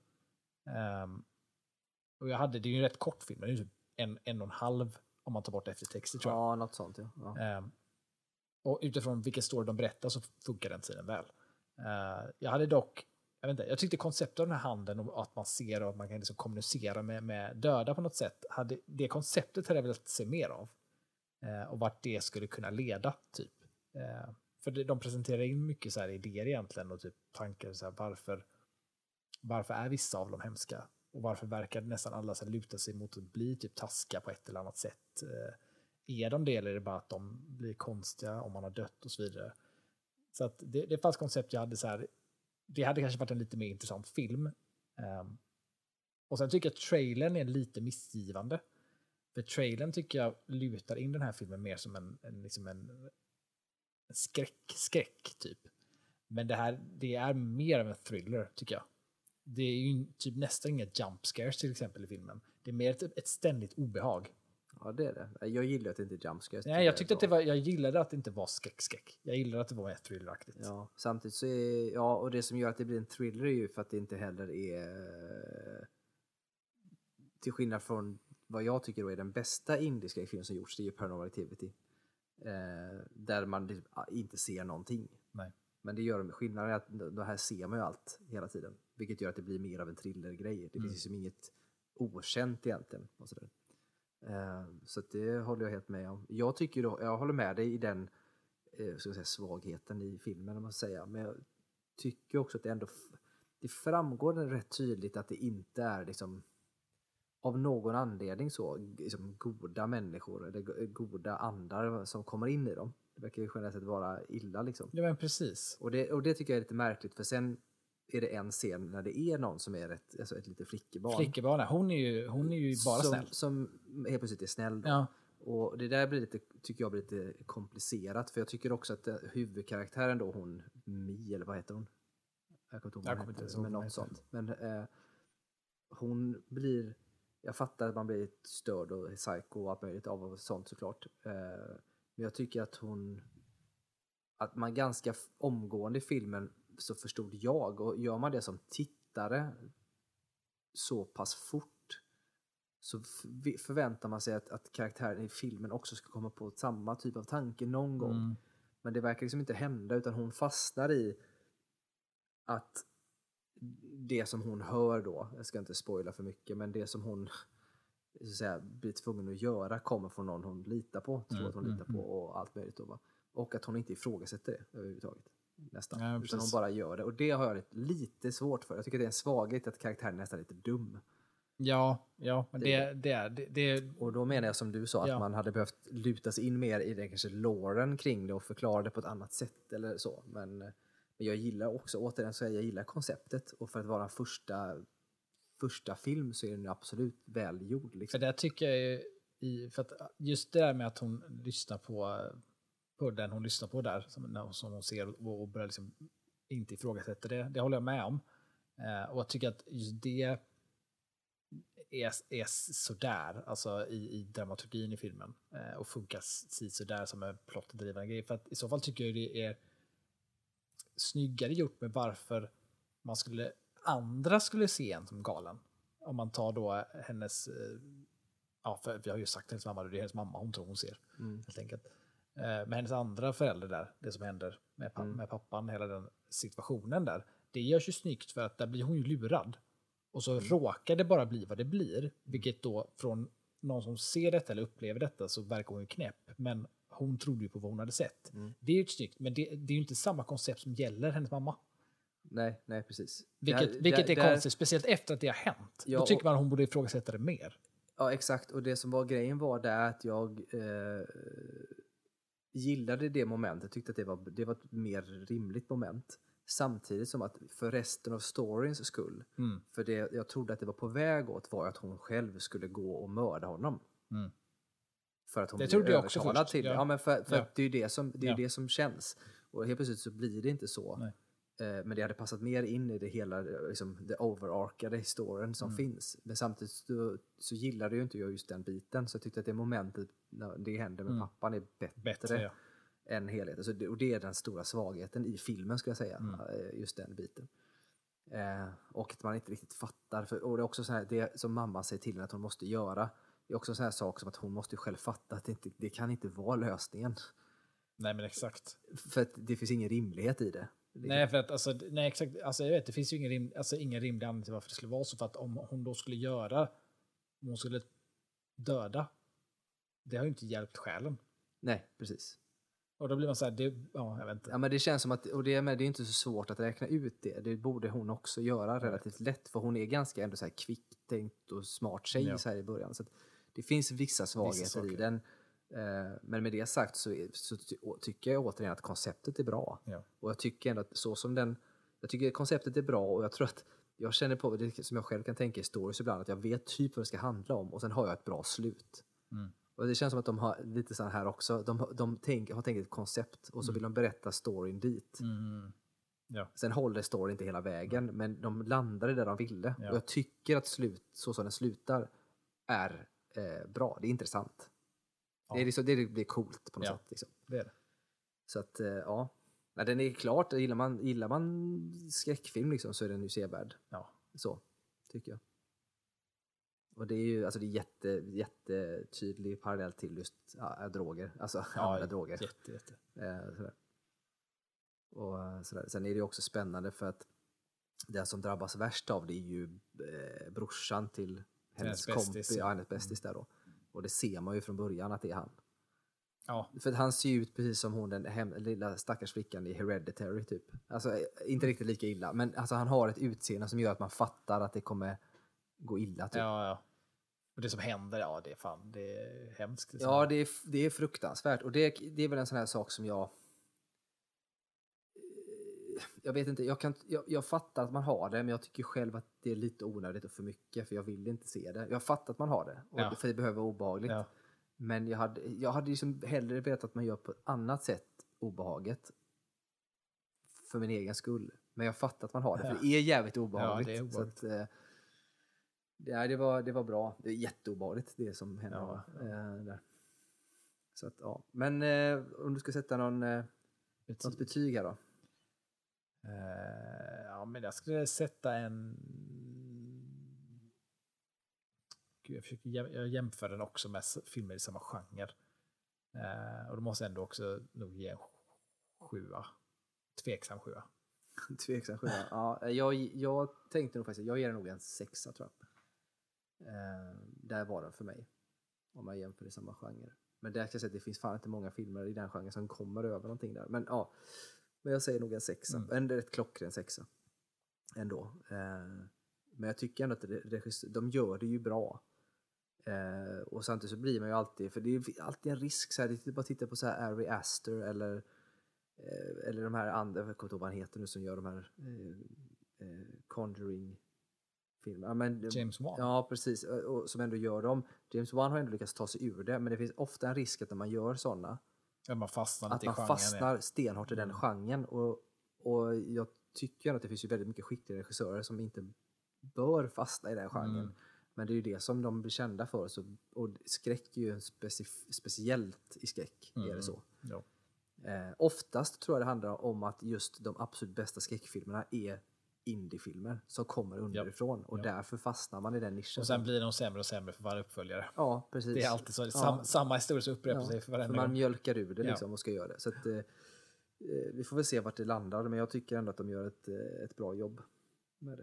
B: Um, och jag hade, det är ju en rätt kort film, det är ju typ en, en och en halv om man tar bort eftertexter, tror jag.
A: Ja, något sånt, ja. ja.
B: Um, och utifrån vilken story de berättar så funkar den tiden väl. Uh, jag hade dock, jag vet inte, jag tyckte konceptet av den här handen och att man ser och att man kan liksom kommunicera med, med döda på något sätt, hade, det konceptet hade jag velat se mer av. Uh, och vart det skulle kunna leda, typ. Uh, för det, de presenterar in mycket så här idéer egentligen och typ tankar så här, varför, varför är vissa av dem hemska? Och varför verkar nästan alla så luta sig mot att bli typ taskiga på ett eller annat sätt? Uh, är de det, eller är det bara att de blir konstiga om man har dött och så vidare? Så att det, det fanns koncept jag hade så här, det hade kanske varit en lite mer intressant film. Um, och sen tycker jag att trailern är lite missgivande. För trailern tycker jag lutar in den här filmen mer som en, en, liksom en, en skräck, skräck typ. Men det här, det är mer av en thriller tycker jag. Det är ju typ nästan inga jump scares till exempel i filmen. Det är mer ett, ett ständigt obehag.
A: Ja, det är det. Jag gillar att det inte är jump scares.
B: Nej, jag tyckte att det var, jag gillade att det inte var skräck, skräck. Jag gillade att det var mer thrilleraktigt.
A: Ja, samtidigt så är, ja, och det som gör att det blir en thriller är ju för att det inte heller är, till skillnad från vad jag tycker då är den bästa indiska film som gjorts, det är ju Paranormal Activity. Eh, där man inte ser någonting.
B: Nej.
A: Men det gör skillnaden är att då här ser man ju allt hela tiden. Vilket gör att det blir mer av en thrillergrej. Det mm. finns ju inget okänt egentligen. Och sådär. Eh, så att det håller jag helt med om. Jag tycker då, jag håller med dig i den eh, ska jag säga, svagheten i filmen om man säger. Men jag tycker också att det ändå det framgår rätt tydligt att det inte är liksom av någon anledning så liksom goda människor eller goda andar som kommer in i dem. Det verkar ju generellt sett vara illa liksom.
B: Ja men precis.
A: Och det, och det tycker jag är lite märkligt för sen är det en scen när det är någon som är ett, alltså ett litet flickebarn.
B: Flickebarn, hon är ju, hon är ju bara
A: som,
B: snäll.
A: Som helt plötsligt är snäll då.
B: Ja.
A: Och det där blir lite, tycker jag blir lite komplicerat för jag tycker också att huvudkaraktären då hon, Mi eller vad heter hon? Jag kommer inte ihåg vad hon heter, men något sånt. Men eh, hon blir jag fattar att man blir störd och psycho och allt möjligt av sånt såklart. Eh, men jag tycker att hon att man ganska omgående i filmen så förstod jag och gör man det som tittare så pass fort så förväntar man sig att, att karaktären i filmen också ska komma på samma typ av tanke någon gång. Mm. Men det verkar liksom inte hända utan hon fastnar i att det som hon hör då, jag ska inte spoila för mycket, men det som hon så att säga, blir tvungen att göra kommer från någon hon litar på, tror mm, att hon mm, litar på och allt möjligt då, va? Och att hon inte ifrågasätter det överhuvudtaget nästan, ja, utan hon bara gör det och det har jag lite svårt för. Jag tycker det är en svaghet att karaktären är nästan lite dum.
B: Ja, ja, men det, det är det, det.
A: Och då menar jag som du sa att ja. man hade behövt luta sig in mer i den kanske loren kring det och förklara det på ett annat sätt eller så, men Men jag gillar också, återigen så jag gillar konceptet och för att vara en första, första film så är den absolut välgjord. Liksom.
B: För det tycker jag är, i, för att just det där med att hon lyssnar på, på den hon lyssnar på där, som, som hon ser och, och börjar liksom inte ifrågasätta det, det håller jag med om. Eh, och jag tycker att just det är, är sådär, alltså i, i dramaturgin i filmen eh, och funkar sådär som en plottdrivande grej. För att i så fall tycker jag det är snyggare gjort med varför man skulle andra skulle se en som galen. Om man tar då hennes ja, för vi har ju sagt hennes mamma, det är hennes mamma hon tror hon ser mm. helt enkelt. Men hennes andra förälder där, det som händer med, pa- mm. med pappan, hela den situationen där, det görs ju snyggt för att där blir hon ju lurad. Och så mm. råkar det bara bli vad det blir, vilket då från någon som ser detta eller upplever detta så verkar hon ju knäpp, men hon trodde ju på vad hon hade sett. Mm. Det är ju snyggt, men det, det är ju inte samma koncept som gäller hennes mamma.
A: Nej, nej precis.
B: Vilket, det, vilket det, är det, konstigt, speciellt efter att det har hänt. Ja, Då tycker man att hon borde ifrågasätta det mer.
A: Ja, exakt. Och det som var grejen var där att jag eh, gillade det momentet. Tyckte att det var, det var ett mer rimligt moment. Samtidigt som att för resten av storyns skull, mm. för det jag trodde att det var på väg åt var att hon själv skulle gå och mörda honom. Mm. För att hon
B: det trodde jag också först.
A: Till. Ja. ja, men för, för ja. att det är ju det som, det, är ja. det som känns. Och helt plötsligt så blir det inte så. Nej. Men det hade passat mer in i det hela, liksom, det overarkade historien som mm. finns. Men samtidigt så, så gillade ju inte jag just den biten. Så jag tyckte att det momentet när det händer med mm. pappan är bättre, bättre ja. än helheten. Så det, och det är den stora svagheten i filmen, ska jag säga. Mm. Just den biten. Eh, och att man inte riktigt fattar. För, och det är också så här, det som mamma säger till henne att hon måste göra. Det är också en sån här sak som att hon måste själv fatta att det, inte, det kan inte vara lösningen.
B: Nej, men exakt.
A: För att det finns ingen rimlighet i det.
B: Nej, för att alltså, nej, exakt, alltså jag vet, det finns ju ingen, rim, alltså, ingen rimlig anledning till varför det skulle vara så, för att om hon då skulle göra, om hon skulle döda, det har ju inte hjälpt själen.
A: Nej, precis.
B: Och då blir man så här, det, ja, jag vet inte.
A: Ja, men det känns som att, och det är, men det är inte så svårt att räkna ut det. Det borde hon också göra relativt lätt, för hon är ganska ändå så här kvicktänkt och smart tjej ja. så här i början. Så att det finns vissa svagheter vissa i den. Men med det sagt så, så tycker jag återigen att konceptet är bra. Ja. Och jag tycker ändå att så som den Jag tycker konceptet är bra och jag tror att jag känner på det som jag själv kan tänka i stories ibland, att jag vet typ vad det ska handla om och sen har jag ett bra slut.
B: Mm.
A: Och det känns som att de har lite så här också. De, de tänk, har tänkt ett koncept och så vill de berätta storyn dit.
B: Mm. Ja.
A: Sen håller storyn inte hela vägen, mm. men de landade där de ville.
B: Ja.
A: Och jag tycker att slut, så som den slutar är eh, bra. Det är intressant. Ja. Det, är liksom, det blir coolt på något
B: ja.
A: sätt. Liksom.
B: Det är det.
A: Så att, eh, ja. Nej, den är klart, gillar man, gillar man skräckfilm liksom, så är den ju sevärd.
B: Ja.
A: Så, tycker jag. Och det är ju alltså det är jätte, jättetydlig parallell till just ja, droger. Alltså
B: ja,
A: droger.
B: Jätte, jätte.
A: Eh, sådär. Och sådär. Sen är det ju också spännande för att den som drabbas värst av det är ju eh, brorsan till hennes kompis, ja, hennes bästis där då. Och det ser man ju från början att det är han.
B: Ja.
A: För att han ser ju ut precis som hon, den hem, lilla stackars flickan i Hereditary typ. Alltså inte riktigt lika illa, men alltså han har ett utseende som gör att man fattar att det kommer gå illa typ.
B: Ja, ja. Och det som händer, ja det är fan, det är hemskt. Det
A: ja, det är, det är fruktansvärt. Och det, det är väl en sån här sak som jag... Jag vet inte, jag, kan, jag, jag fattar att man har det, men jag tycker själv att det är lite onödigt och för mycket, för jag vill inte se det. Jag fattar att man har det, och
B: ja.
A: för det behöver vara obehagligt. Ja. Men jag hade, jag hade liksom hellre vetat att man gör på ett annat sätt obehaget. För min egen skull. Men jag fattar att man har det, för
B: ja.
A: det är jävligt obehagligt.
B: Ja, det är obehagligt.
A: Så att, eh, det, det, var, det var bra. Det är jätteobehagligt det som hände.
B: Ja, ja.
A: Eh, där. Så att, ja. Men eh, om du ska sätta någon, eh, betyg. något betyg här då?
B: Uh, ja, men jag skulle sätta en... Gud, jag försöker jäm... jag jämför den också med filmer i samma genre. Uh, och då måste jag ändå också nog ge en sjua. Tveksam sjua.
A: Tveksam sjua. Ja, jag, jag tänkte nog faktiskt, jag ger den nog en sexa tror jag. Uh, där var den för mig. Om man jämför i samma genre. Men där kan jag säga att det finns fan inte många filmer i den genren som kommer över någonting där. Men ja, men jag säger nog en sexa. Mm. En rätt klockren sexa. Ändå. Uh, men jag tycker ändå att regissör, de gör det ju bra. Uh, och samtidigt så blir man ju alltid, för det är alltid en risk så här, det är bara att titta på så här Ari Aster eller uh, eller de här andra, jag vet inte vad han heter nu, som gör de här uh, uh, Conjuring filmer. Men,
B: James Wan.
A: Ja, precis. Och, och som ändå gör dem. James Wan har ändå lyckats ta sig ur det, men det finns ofta en risk att när man gör sådana,
B: ja, man fastnar
A: att man fastnar stenhårt i den genren. Och, och jag tycker att det finns ju väldigt mycket skickliga regissörer som inte bör fastna i den genren. Mm. Men det är ju det som de blir kända för. Så, och skräck är ju en specif- speciellt i skräck, mm. är det så.
B: Ja.
A: Eh, oftast tror jag det handlar om att just de absolut bästa skräckfilmerna är indiefilmer som kommer underifrån. Ja. Och ja. därför fastnar man i den nischen.
B: Och sen blir de sämre och sämre för varje uppföljare.
A: Ja, precis.
B: Det är alltid så. Sam, ja. Samma historia som upprepar
A: ja.
B: sig för varenda
A: för man
B: gång.
A: mjölkar ur det liksom, ja. och ska göra det. Så att, eh, vi får väl se vart det landar. Men jag tycker ändå att de gör ett, ett bra jobb med det.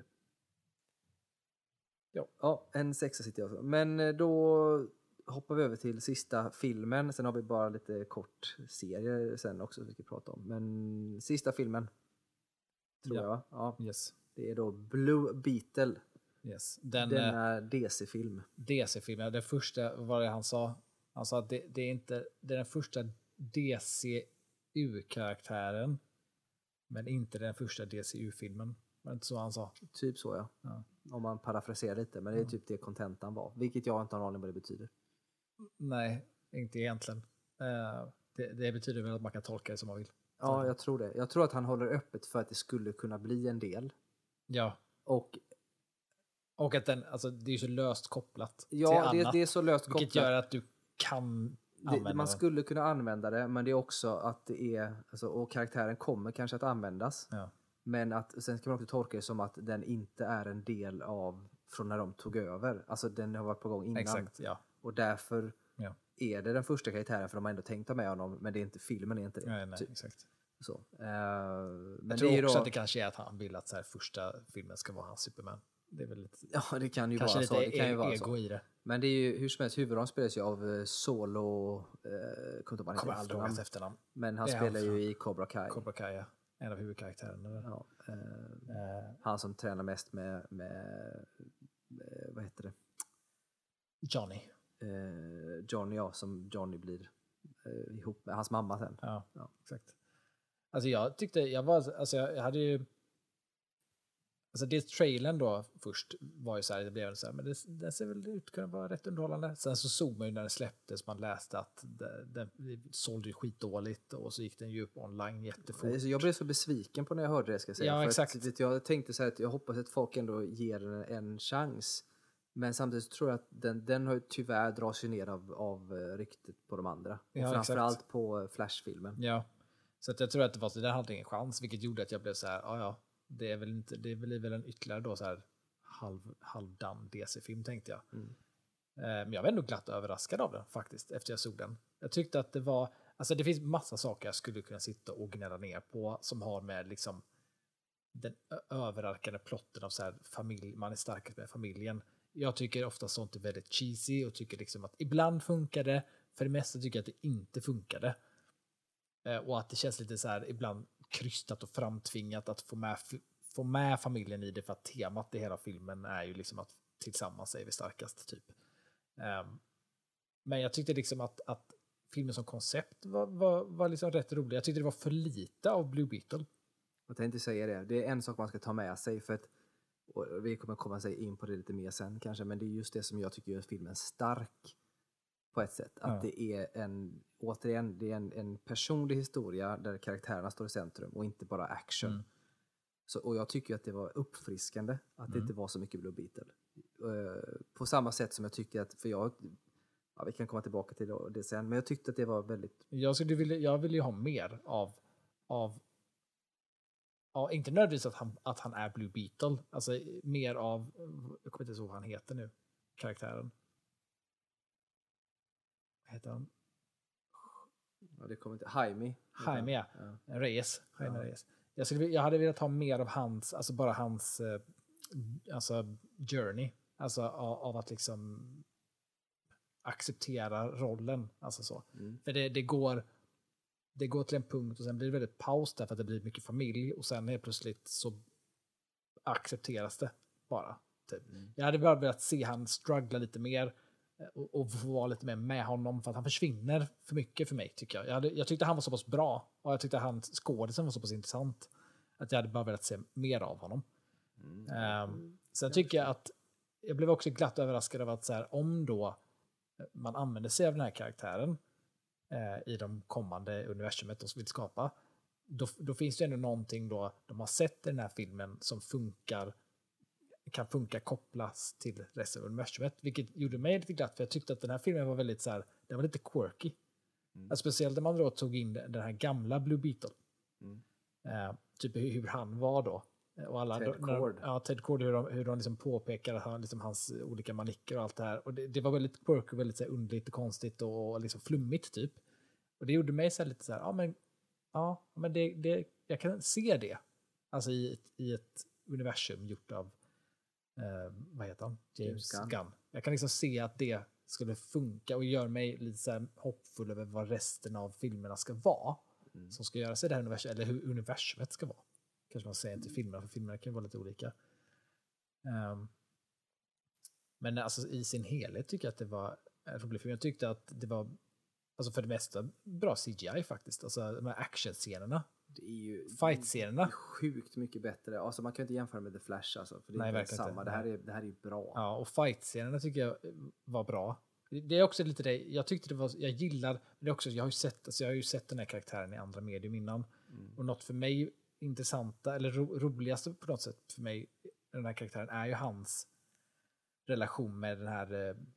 A: Ja, ja en sexa sitter jag för. Men då hoppar vi över till sista filmen. Sen har vi bara lite kort serie sen också som vi ska prata om. Men sista filmen, tror
B: ja.
A: jag. Ja.
B: Yes.
A: Det är då Blue Beetle.
B: Yes. Den,
A: Den är D C-film.
B: D C-filmen. Den första, vad var det han sa? Han sa att det, det är inte det är den första D C U-karaktären, men inte den första D C U-filmen. Var det inte så han sa?
A: Typ så, ja. ja. Om man parafraserar lite. Men det är ja. typ det kontentan var. Vilket jag inte har någon aning vad det betyder.
B: Nej, inte egentligen. Uh, det, det betyder väl att man kan tolka det som man vill.
A: Ja, jag tror det. Jag tror att han håller öppet för att det skulle kunna bli en del.
B: Ja.
A: Och
B: och att den, alltså det är så löst kopplat
A: ja,
B: till
A: det,
B: annat.
A: det är så löst kopplat.
B: Vilket gör att du kan använda
A: det. Man skulle kunna använda det, men det är också att det är, alltså, och karaktären kommer kanske att användas.
B: Ja.
A: Men att, sen ska man också tolka det som att den inte är en del av från när de tog över. Alltså den har varit på gång innan.
B: Exakt, ja.
A: Och därför
B: ja.
A: är det den första karaktären, för de har ändå tänkt ta med honom, men det är inte, filmen är inte det.
B: Nej, nej,
A: typ.
B: exakt.
A: Så. Uh, men
B: jag tror
A: det är
B: också
A: då...
B: att det kanske är att han vill att så här, första filmen ska vara hans Superman. Det är väl lite...
A: Ja, det kan ju
B: kanske
A: vara
B: lite
A: så. Det kan
B: e-
A: ju vara
B: ego
A: så.
B: I det.
A: Men det är ju hur som helst, huvudrollen spelas ju av Solo, eh,
B: kommer aldrig ihåg hans efternamn.
A: Men han spelar ju i Cobra Kai.
B: Cobra Kai, ja. En av huvudkaraktärerna.
A: Ja, eh, uh. Han som tränar mest med, med, med vad heter det?
B: Johnny.
A: Eh, Johnny, ja, som Johnny blir eh, ihop med hans mamma sen.
B: Ja, ja, exakt. Alltså jag tyckte, jag var, alltså jag hade ju Alltså det trailern då först var ju så här, det blev så här, men det, det ser väl ut att kunna vara rätt underhållande. Sen så såg man ju när den släpptes, man läste att det, det, det sålde ju skitdåligt och så gick den ju upp online jättefort.
A: Alltså jag blev så besviken på när jag hörde det, ska jag säga.
B: Ja,
A: för
B: exakt.
A: Att, vet, jag tänkte så här att jag hoppas att folk ändå ger den en chans. Men samtidigt så tror jag att den, den har ju tyvärr dras ju ner av, av ryktet på de andra.
B: Ja,
A: och framförallt
B: exakt.
A: på Flash-filmen.
B: Ja, så att jag tror att det var så, det hade ingen chans, vilket gjorde att jag blev så här, ja ja, det är väl inte, det blir väl en ytterligare då så här halv, halvdan D C-film tänkte jag.
A: Mm.
B: Men jag var ändå glatt överraskad av den faktiskt efter jag såg den. Jag tyckte att det var, alltså det finns massa saker jag skulle kunna sitta och gnälla ner på som har med liksom den överarkande plotten av så här familj, man är starkast med familjen. Jag tycker ofta sånt är väldigt cheesy och tycker liksom att ibland funkar det, för det mesta tycker jag att det inte funkade. Och att det känns lite så här ibland krystat och framtvingat att få med, få med familjen i det, för att temat i hela filmen är ju liksom att tillsammans är vi starkast typ. Um, men jag tyckte liksom att, att filmen som koncept var, var, var liksom rätt rolig. Jag tyckte det var för lite av Blue Beetle.
A: Jag tänkte säga det. Det är en sak man ska ta med sig, för att, och vi kommer komma sig in på det lite mer sen kanske, men det är just det som jag tycker gör filmen stark på ett sätt. Att
B: Ja.
A: det är en, återigen, det är en, en personlig historia där karaktärerna står i centrum och inte bara action.
B: Mm.
A: Så, och jag tycker att det var uppfriskande att
B: Mm.
A: det inte var så mycket Blue Beetle. Uh, på samma sätt som jag tycker att, för jag, ja, vi kan komma tillbaka till det sen, men jag tyckte att det var väldigt...
B: Jag, skulle vilja, jag vill ju ha mer av, av ja, inte nödvändigtvis att han, att han är Blue Beetle, alltså mer av, jag kommer inte ihåg vad han heter nu, karaktären. Vad heter han?
A: Ja, det kommer inte... Jaime.
B: Jaime, ja. ja. Reyes. Jaime ja. Reyes. Jag, skulle, jag hade velat ha mer av hans, alltså bara hans eh, alltså journey, alltså av, av att liksom acceptera rollen, alltså så. Mm. För det, det går det går till en punkt och sen blir det väldigt paus där för att det blir mycket familj och sen helt plötsligt så accepteras det bara. Typ. Mm. Jag hade bara velat se han struggla lite mer och, och få vara lite mer med honom, för att han försvinner för mycket för mig, tycker jag. Jag, hade, jag tyckte han var så pass bra och jag tyckte han skådisen var så pass intressant att jag hade bara velat se mer av honom. Mm. Um, sen tycker jag att jag blev också glatt överraskad av att så här, om då man använder sig av den här karaktären eh, i de kommande universumet de vill skapa, då, då finns det ändå någonting då de har sett i den här filmen som funkar, kan funka kopplas till resten av universumet, vilket gjorde mig lite glatt, för jag tyckte att den här filmen var väldigt så här, den var lite quirky. Mm. Alltså, speciellt när man då tog in den här gamla Blue Beetle. Mm. Eh, typ hur, hur han var då. Och alla,
A: Ted
B: när,
A: Cord.
B: Ja, Ted Cord, hur de, hur de liksom påpekar han, liksom hans olika manicker och allt det här. Och det, det var väldigt quirky, väldigt så här, underligt och konstigt och, och liksom flummigt typ. Och det gjorde mig så här, lite så här, ja men, ja, men det, det, jag kan se det. Alltså i ett, i ett universum gjort av, eh, vad heter han? James, James Gunn. Gunn. Jag kan liksom se att det skulle funka och gör mig lite så här hoppfull över vad resten av filmerna ska vara. Mm. Som ska göra sig det här universumet, eller hur universumet ska vara. Kanske man säger inte filmerna, för filmerna kan ju vara lite olika. Um, men alltså i sin helhet tycker jag att det var en rolig film. Jag tyckte att det var, alltså för det mesta, bra C G I faktiskt. Alltså de här actionscenerna.
A: Det är ju
B: fight-scenerna.
A: Sjukt mycket bättre. Alltså man kan inte jämföra med The Flash alltså, för det är
B: Nej,
A: inte samma. Det här är, det här är ju bra.
B: Ja, och fight-scenerna tycker jag var bra. Det är också lite det, jag tyckte det var, jag gillar, men det är också, jag har ju sett, alltså jag har ju sett den här karaktären i andra medium innan. Mm. Och något för mig intressanta, eller ro, roligaste på något sätt för mig, den här karaktären, är ju hans relation med den här, eh,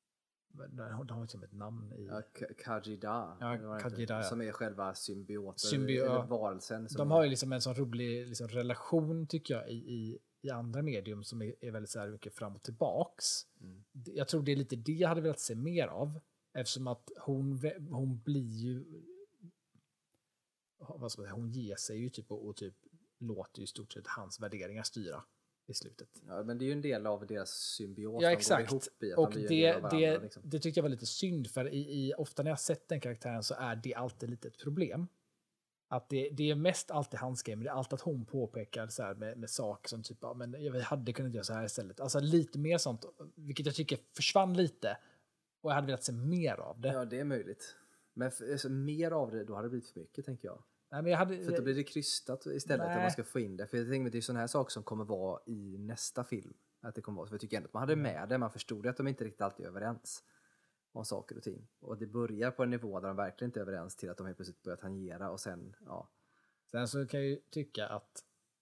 B: de har ju som ett namn i...
A: Ja, Kajida.
B: Ja, Kajida, ja.
A: Som är själva symbioter,
B: Symbio
A: eller varelsen.
B: De har ju liksom en sån rolig liksom, relation, tycker jag, i, i, i andra medium som är, är väldigt så här mycket fram och tillbaks. Mm. Jag tror det är lite det jag hade velat se mer av, eftersom att hon, hon blir ju... Vad ska man säga, hon ger sig ju typ och, och typ låter ju i stort sett hans värderingar styra i slutet.
A: Ja, men det är ju en del av deras symbios.
B: Ja, exakt.
A: I,
B: och det, varandra, det, liksom. det tyckte jag var lite synd, för i, i, ofta när jag sett den karaktären så är det alltid lite ett problem. Att det, det är mest alltid hans grej, men det är alltid att hon påpekar så här med, med saker som typ, ja, men jag hade kunnat göra så här istället. Alltså lite mer sånt, vilket jag tycker försvann lite. Och jag hade velat se mer av det.
A: Ja, det är möjligt. Men för, alltså, mer av det, då hade det blivit för mycket, tänker jag.
B: Nej, men jag hade...
A: För då blir det krystat istället
B: Nej.
A: att man ska få in det. För jag tänker att det är sådana här saker som kommer vara i nästa film. Att det kommer vara. För jag tycker ändå att man hade med det. Man förstod att de inte riktigt alltid är överens om saker och ting. Och det börjar på en nivå där de verkligen inte är överens till att de helt plötsligt börjar tangera och sen, ja.
B: Sen så kan jag ju tycka att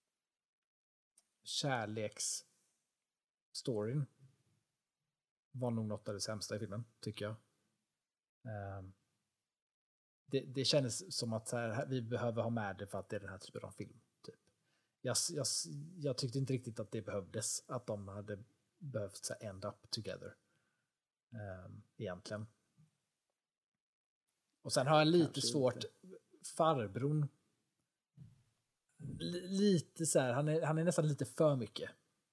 B: kärleksstoryn var nog något av det sämsta i filmen, tycker jag. Um, det, det kändes som att så här, vi behöver ha med det för att det är den här typen av film. Typ. Jag, jag, jag tyckte inte riktigt att det behövdes, att de hade behövt så här, end up together. Um, egentligen. Och sen har jag lite Kanske svårt, inte. Farbrorn L- lite så här, han är, han är nästan lite för mycket.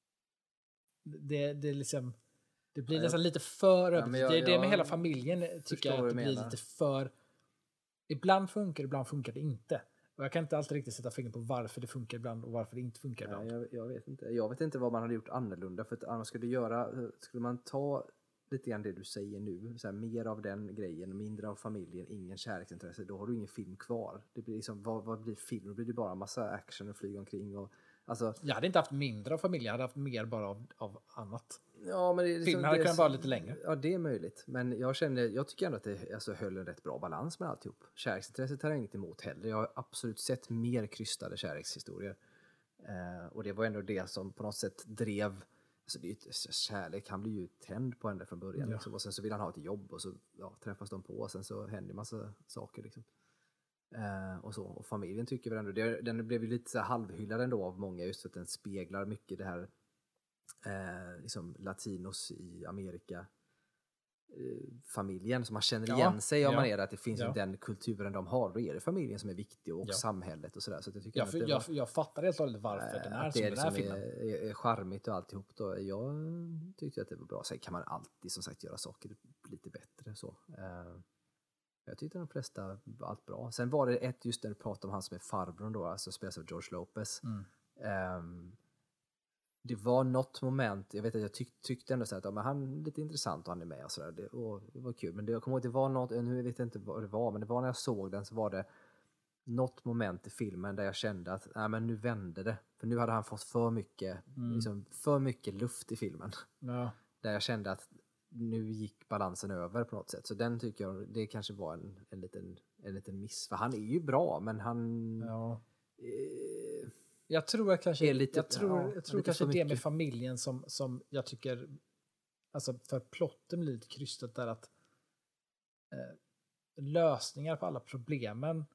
B: Det, det är liksom det blir ja, nästan lite för ja, jag, det, det med hela familjen tycker jag att det blir menar. lite för ibland funkar, ibland funkar det inte. Och jag kan inte alltid riktigt sätta fingret på varför det funkar ibland och varför det inte funkar ibland.
A: Ja, jag, jag vet inte. Jag vet inte vad man hade gjort annorlunda, för att annars skulle göra skulle man ta lite grann det du säger nu, så här, mer av den grejen, mindre av familjen, ingen kärleksintresse, då har du ingen film kvar. Det blir liksom, vad, vad blir film? Då blir det bara en massa action och flyga omkring och alltså...
B: Jag hade inte haft mindre av familj, jag hade haft mer bara av, av annat.
A: Ja, men det,
B: filmen
A: liksom,
B: hade
A: det,
B: kunnat vara lite längre.
A: Ja, det är möjligt. Men jag känner, jag tycker ändå att det alltså, höll en rätt bra balans med alltihop. Kärleksintresset har jag inget emot heller. Jag har absolut sett mer krystade kärlekshistorier. Eh, och det var ändå det som på något sätt drev. Alltså det är ju, kärlek, han blir ju tänd på henne från början. Ja. Liksom. Och sen så vill han ha ett jobb och så ja, träffas de på och sen så händer en massa saker. Liksom. Eh, och, så. Och familjen tycker väl ändå, det, den blev ju lite så här halvhyllad ändå av många just för att den speglar mycket det här eh, liksom latinos i Amerika familjen som man känner igen ja, sig om ja, man är det, att det finns ja. den kulturen de har, då är det familjen som är viktig och ja. samhället och sådär. Så jag, tycker
B: jag, jag, var, jag fattar helt och hållet varför äh, den är som
A: det är
B: den här
A: liksom
B: filmen.
A: Är, är charmigt och alltihop då. Jag tyckte att det var bra. Sen kan man alltid som sagt göra saker lite bättre så. Uh, jag tyckte de flesta var allt bra. Sen var det ett just när du pratade om han som är farbrorn då, alltså spelas av George Lopez. Mm. Um, det var något moment, jag vet att jag tyck, tyckte ändå så att ja, men han är lite intressant och han är med och sådär, det, det var kul, men det, jag kommer ihåg att det var något, nu vet jag inte vad det var, men det var när jag såg den så var det något moment i filmen där jag kände att nej, men nu vände det, för nu hade han fått för mycket mm. liksom, för mycket luft i filmen
B: ja.
A: Där jag kände att nu gick balansen över på något sätt, så den tycker jag, det kanske var en, en, liten, en liten miss, för han är ju bra, men han
B: ja.
A: eh,
B: Jag tror att kanske,
A: är lite,
B: jag tror,
A: ja,
B: jag tror kanske det med familjen som, som jag tycker, alltså för plotten blir lite krystat där att eh, lösningar på alla problemen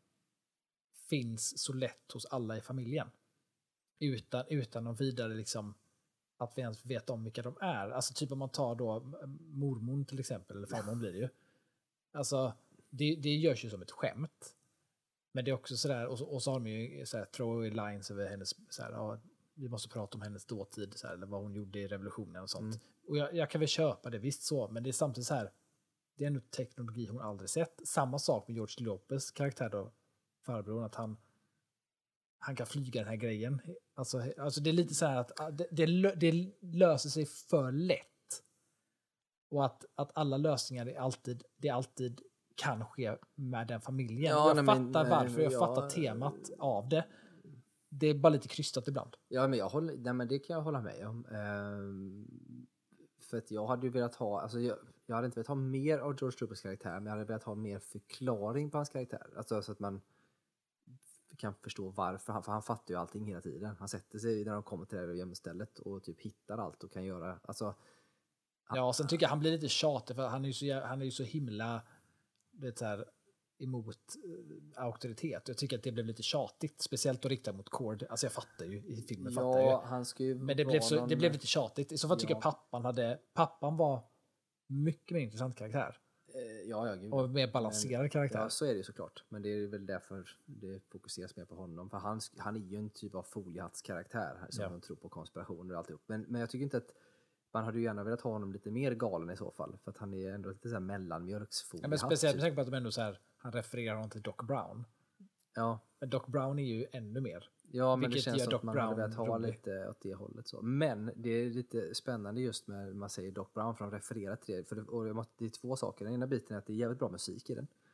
B: finns så lätt hos alla i familjen. Utan, utan någon vidare liksom att vi ens vet om vilka de är. Alltså typ om man tar då mormon till exempel, eller farmor blir det ju. Alltså det, det görs ju som ett skämt. Men det är också sådär, och så, och så har de ju sådär throwaway lines över hennes, såhär, ja, vi måste prata om hennes dåtid, såhär, eller vad hon gjorde i revolutionen och sånt. Mm. Och jag, jag kan väl köpa det, visst så, men det är samtidigt så här, det är en teknologi hon aldrig sett. Samma sak med George Lopez karaktär då, farbrorn, att han han kan flyga den här grejen. Alltså, alltså det är lite så här att det, det, det löser sig för lätt. Och att, att alla lösningar är alltid, det är alltid kan ske med den familjen. Ja, jag nej, fattar men, varför, jag ja, fattar temat av det. Det är bara lite krystat ibland.
A: Ja, men, jag håller, nej, men det kan jag hålla med om. Ehm, för att jag hade ju velat ha, alltså jag, jag hade inte velat ha mer av George Lucas karaktär, men jag hade velat ha mer förklaring på hans karaktär. Alltså så att man kan förstå varför, han, för han fattar ju allting hela tiden. Han sätter sig när de kommer till det här gömstället och typ hittar allt och kan göra, alltså.
B: Ja, och sen tycker jag han blir lite tjatig, för han är ju så, han är ju så himla det här, emot uh, auktoritet. Jag tycker att det blev lite tjatigt, speciellt att rikta mot Cord. Alltså jag fattar ju, i filmen
A: ja,
B: fattar jag
A: han ska ju
B: men det blev, så, någon... det blev lite tjatigt. I så fall ja. tycker jag pappan hade, pappan var mycket mer intressant karaktär.
A: Eh, ja, ja, gud.
B: Och mer balanserad men, karaktär.
A: Ja, så är det ju såklart. Men det är väl därför det fokuseras mer på honom. För han, han är ju en typ av foliehattskaraktär som ja. man tror på konspirationer och alltihop. Men, men jag tycker inte att man hade ju gärna velat ha honom lite mer galen i så fall. För att han är ändå lite såhär mellanmjölksfoliehatt. Ja,
B: men speciellt med tanke på att de ändå så här, han refererar honom till Doc Brown.
A: Ja.
B: Men Doc Brown är ju ännu mer.
A: Ja, men det känns som att man Brown hade velat ha rolig. lite åt det hållet. Så. Men det är lite spännande just med man säger Doc Brown, för de refererar till det. För det, och det är två saker. Den ena biten är att det är jävligt bra musik i den.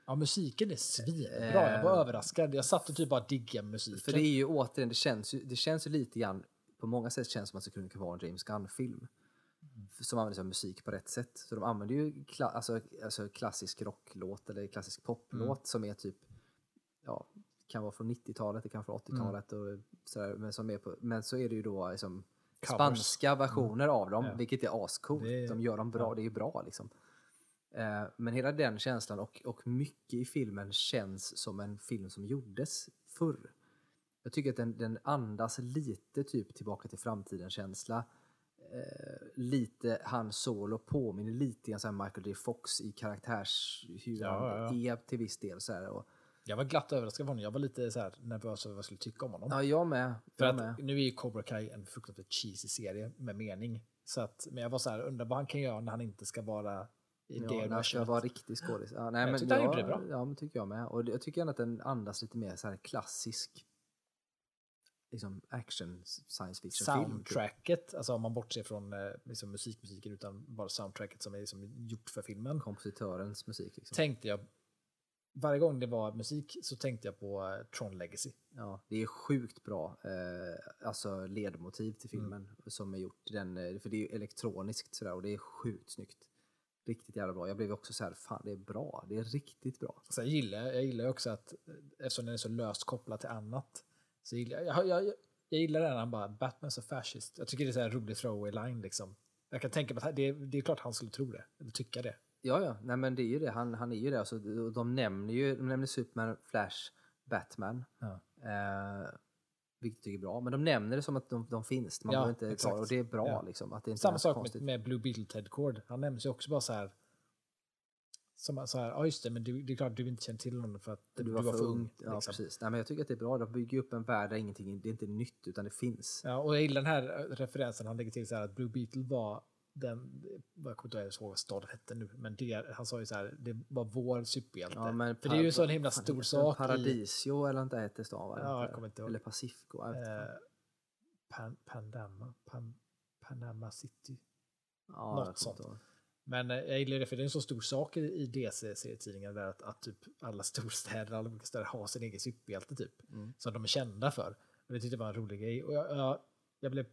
B: Ja, musiken är svinbra. Jag var
A: Eh,
B: överraskad. Jag satt och typ bara diggade musiken.
A: För det är ju återigen, det känns ju, det känns ju lite grann, på många sätt känns det som att det skulle kunna vara en James Gunn-film. Mm. Som använder sig av musik på rätt sätt. Så de använder ju kla- alltså, alltså klassisk rocklåt eller klassisk poplåt mm. som är typ, ja, kan vara från nittiotalet, det kan vara från åttiotalet mm. och sådär, men, som är på, men så är det ju då liksom spanska versioner mm. av dem, ja. Vilket är ascoolt. Det, de gör dem bra, ja. Det är ju bra liksom. Eh, men hela den känslan och, och mycket i filmen känns som en film som gjordes förr. Jag tycker att den, den andas lite typ tillbaka till framtiden-känsla. Eh, lite Han Solo påminner lite grann så här Michael J. Fox i karaktärs hur
B: ja,
A: han
B: ja.
A: är till viss del. Så här, och,
B: jag var glatt överraskad av honom. Jag var lite så här nervös över vad jag skulle tycka om honom.
A: Ja, jag med.
B: För
A: jag
B: att
A: med.
B: nu är ju Cobra Kai en fruktansvärt cheesy serie med mening. Så att, men jag var så här, undrar vad han kan göra när han inte ska vara i
A: ja,
B: det.
A: När han ska vara riktig skådis. Ja, nej,
B: men jag
A: men
B: tyckte
A: jag,
B: han gjorde det bra.
A: Ja, men tycker jag med. Och jag tycker ändå att den andas lite mer så här klassisk liksom action science fiction
B: soundtracket,
A: film.
B: Alltså om man bortser från liksom, musikmusiken utan bara soundtracket som är liksom, gjort för filmen.
A: Kompositörens musik. Liksom.
B: Tänkte jag, varje gång det var musik så tänkte jag på uh, Tron Legacy.
A: Ja, det är sjukt bra eh, alltså ledmotiv till filmen mm. som är gjort. Den, för det är ju elektroniskt sådär och det är sjukt snyggt. Riktigt jävla bra. Jag blev också så här, fan det är bra. Det är riktigt bra.
B: Så jag gillar, jag gillar också att eftersom den är så löst kopplad till annat så gillar jag, jag, jag, jag gillar den han bara, Batman's a fascist. Jag tycker det är så här rolig throwaway line liksom. Jag kan tänka mig att det, det är klart han skulle tro det, eller tycka det.
A: Ja, ja, nej men det är ju det. Han, han är ju det. Alltså, de nämner ju de nämner Superman, Flash, Batman. Ja. Eh, vilket jag tycker är bra. Men de nämner det som att de, de finns. Man ja, inte exakt. Ta, och det är bra ja. Liksom. Att det inte
B: samma sak med, med Blue Beetle Ted Cord. Han nämns ju också bara så här. Som så här, ja just det, men du, det är klart du inte känner till honom för att du, du var, var för ung. Liksom.
A: Ja, precis. Nej, men jag tycker att det är bra. De bygger upp en värld där ingenting, det är inte nytt utan det finns.
B: Ja, och jag gillar den här referensen. Han lägger till så här att Blue Beetle var den, jag kommer inte ihåg vad staden hette nu, men det, han sa ju så här, det var vår superhjälte. Ja, men för det är ju så en himla stor sak.
A: Paradisio i, eller inte hette stan, var det
B: ja,
A: inte?
B: Jag kommer inte ihåg.
A: Eller Pacifico.
B: Eh, Pan, Pandama, Pan, Panama City.
A: Ja,
B: något sånt. Inte. Men eh, jag gillar det för det är en så stor sak i, i D C-serietidningar där att, att typ alla storstäder, alla olika städer har sin egen superhjälte typ. Mm. Som de är kända för. Och det tyckte jag var en rolig grej. Och jag, jag, jag blev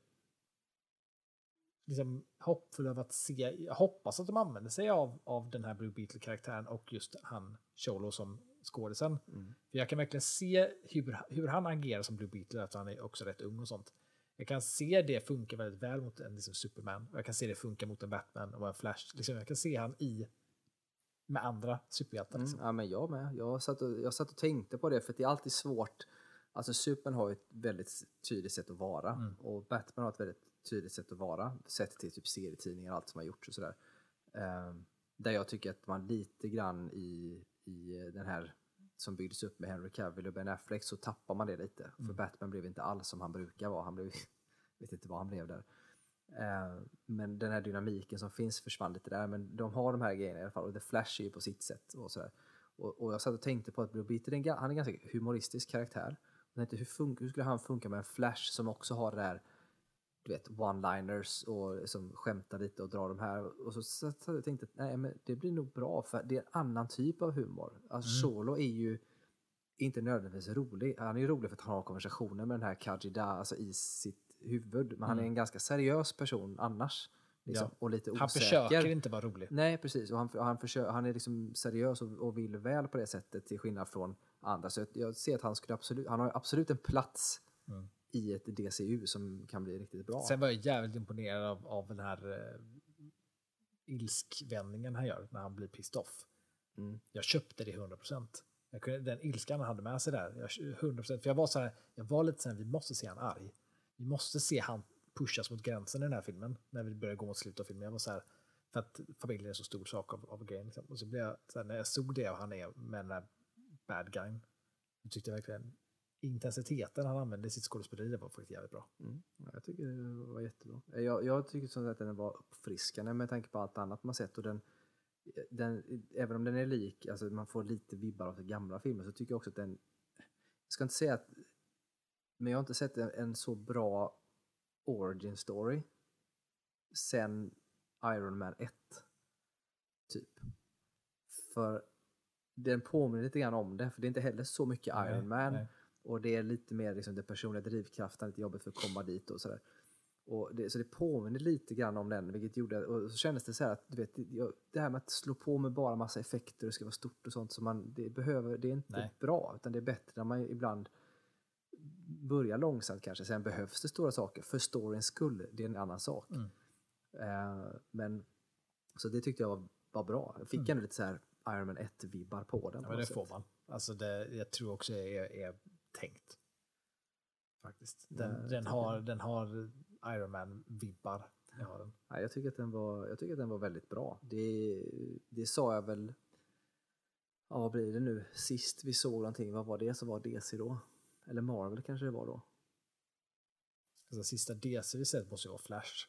B: liksom hoppfull av att se, jag hoppas att de använder sig av, av den här Blue Beetle-karaktären och just han, Cholo, som skådisen. Mm. För jag kan verkligen se hur, hur han agerar som Blue Beetle, att han är också rätt ung och sånt. Jag kan se det funka väldigt väl mot en liksom, Superman. Och jag kan se det funka mot en Batman och en Flash. Liksom, jag kan se han i med andra superhjältar. Liksom.
A: Mm, ja, men jag med. Jag satt, och, jag satt och tänkte på det, för det är alltid svårt. Alltså Superman har ett väldigt tydligt sätt att vara. Mm. Och Batman har ett väldigt tydligt sätt att vara. Sett till typ serietidningar och allt som har gjorts och sådär. Um, där jag tycker att man lite grann i, i den här som byggdes upp med Henry Cavill och Ben Affleck så tappar man det lite. Mm. För Batman blev inte alls som han brukar vara. Han blev, vet inte vad han blev där. Uh, men den här dynamiken som finns försvann lite där. Men de har de här grejerna i alla fall. Och The Flash är ju på sitt sätt. Och, sådär. Och, och jag satt och tänkte på att Blue Beetle, han är en ganska humoristisk karaktär. Jag tänkte, hur, fun- hur skulle han funka med en Flash som också har det där, du vet, one-liners och som skämtar lite och drar de här. Och så, så, så jag tänkte nej, men det blir nog bra för det är en annan typ av humor. Alltså mm. Solo är ju inte nödvändigtvis rolig. Han är ju rolig för att han har konversationer med den här Kajida alltså i sitt huvud. Men mm. han är en ganska seriös person annars. Liksom, ja. Och lite
B: han
A: osäker.
B: försöker inte vara rolig.
A: Nej, precis. Och han, han, försöker, han är liksom seriös och, och vill väl på det sättet till skillnad från andra. Så jag, jag ser att han skulle absolut, han har absolut en plats mm. i ett D C U som kan bli riktigt bra.
B: Sen var jag jävligt imponerad av, av den här eh, ilskvändningen han gör när han blir pissed off. Mm. Jag köpte det hundra procent. Jag kunde, den ilskan han hade med sig där, jag, hundra procent. För jag var så här, jag var lite så här, vi måste se han arg. Vi måste se han pushas mot gränsen i den här filmen när vi börjar gå mot slutet av filmen. Jag var så här, för att familjen är en så stor sak av, av grejen. Liksom. Och så blev jag så här, när jag såg det och han är med den här bad guyn, jag tyckte verkligen intensiteten han använde i sitt skådespeleri, det var faktiskt jävligt bra.
A: Mm. Ja, jag tycker det var jättebra. Jag, jag tycker som att den var uppfriskande med tanke på allt annat man sett och den, den, även om den är lik, alltså man får lite vibbar av gamla filmer, så tycker jag också att den, jag ska inte säga att, men jag har inte sett en, en så bra origin story sen Iron Man ett typ. För den påminner lite grann om det, för det är inte heller så mycket
B: Nej,
A: Iron Man.
B: nej.
A: Och det är lite mer liksom den personliga drivkraften, lite jobbigt för att komma dit och sådär. Och det, så det påminner lite grann om den, vilket gjorde, och så kändes det så här att du vet, jag, det här med att slå på med bara massa effekter och det ska vara stort och sånt som man det behöver, det är inte
B: Nej.
A: bra, utan det är bättre när man ibland börjar långsamt kanske, sen behövs det stora saker för storyns skull, det är en annan sak.
B: Mm.
A: Eh, men så det tyckte jag var, var bra. Jag fick
B: Mm.
A: ändå lite så här Iron Man ett-vibbar på den.
B: Ja,
A: på
B: men det
A: något
B: får
A: sätt.
B: man. Alltså det, jag tror också är, är tänkt. Faktiskt. Den,
A: Ja, jag
B: den,
A: tycker
B: har,
A: det.
B: den har Iron Man-vibbar. Jag har den.
A: Ja, jag tycker att den var, jag tycker att den var väldigt bra. Det, det sa jag väl, ja vad blir det nu, sist vi såg någonting, vad var det som var D C då? Eller Marvel kanske det var då?
B: Alltså, sista D C vi sett måste ju vara Flash.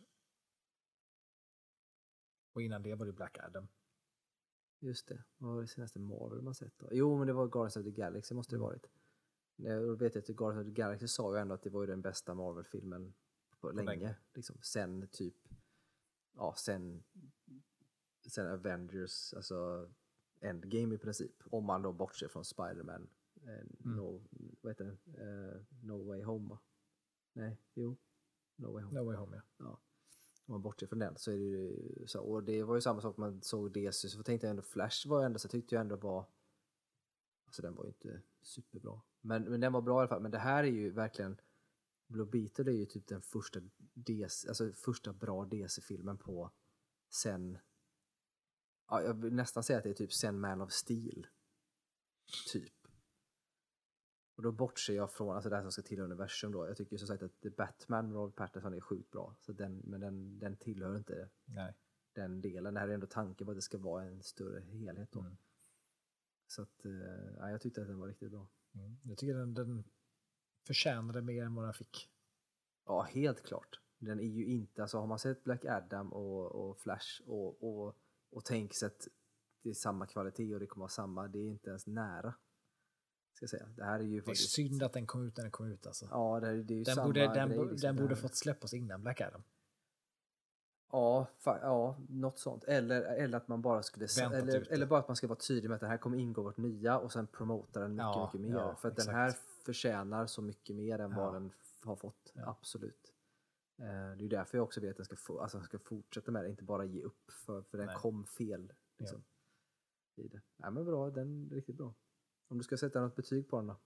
B: Och innan det var det Black Adam.
A: Just det, vad var det senaste Marvel man sett då? Jo, men det var Guardians of the Galaxy måste det
B: Mm.
A: varit. Jag vet att Guardians of the Galaxy sa ju ändå att det var ju den bästa Marvel-filmen på, på länge.
B: länge.
A: Liksom. Sen typ, ja sen, sen Avengers, alltså Endgame i princip. Om man då bortser från Spider-Man. Eh,
B: Mm.
A: no, vad heter den? Eh, No Way Home va? Nej, jo. No Way Home.
B: No Way Home, ja.
A: Ja. Om man bortser från den så är det ju så. Och det var ju samma sak man såg D C, så tänkte jag ändå Flash var ändå, så tyckte jag ändå var, alltså den var ju inte superbra. Men, men den var bra i alla fall. Men det här är ju verkligen, Blue Beetle är ju typ den första D C, alltså första bra D C-filmen på sen, ja, jag vill nästan säga att det är typ sen Man of Steel. Typ. Och då bortser jag från, alltså det här som ska tillhöra universum då. Jag tycker ju som sagt att The Batman med Robert Pattinson är sjukt bra. Så den, men den, den tillhör inte
B: Nej.
A: den delen. Det här är ändå tanken på att det ska vara en större helhet då.
B: Mm.
A: Så att, eh, ja, jag tyckte att den var riktigt bra.
B: Mm. Jag tycker den, den förtjänade mer än vad den fick.
A: Ja, helt klart. Den är ju inte, alltså har man sett Black Adam och, och Flash och, och, och tänker sig att det är samma kvalitet och det kommer vara samma, det är inte ens nära. Ska jag säga. Det här är ju
B: Det är
A: faktiskt,
B: synd att den kom ut när den kom ut alltså.
A: ja, det, är, det är ju
B: Den
A: samma
B: borde, den,
A: grej.
B: bo-
A: liksom.
B: den
A: Det
B: borde
A: här-
B: fått släppas innan Black Adam.
A: Ja, fa- ja, något sånt. Eller, eller att man bara skulle
B: Väntat
A: eller,
B: ut det.
A: eller bara att man ska vara tydlig med att det här kommer ingå vårt nya och sen promota den mycket,
B: Ja,
A: mycket mer.
B: ja,
A: För att
B: exakt.
A: den här förtjänar så mycket mer än
B: Ja.
A: vad den f- har fått.
B: Ja.
A: Absolut. Eh, det är ju därför jag också vill att den ska, få, alltså, den ska fortsätta med det, inte bara ge upp. För, för den
B: Nej.
A: kom fel. Liksom, i det. Nej, men bra, den är riktigt bra. Om du ska sätta något betyg på den då?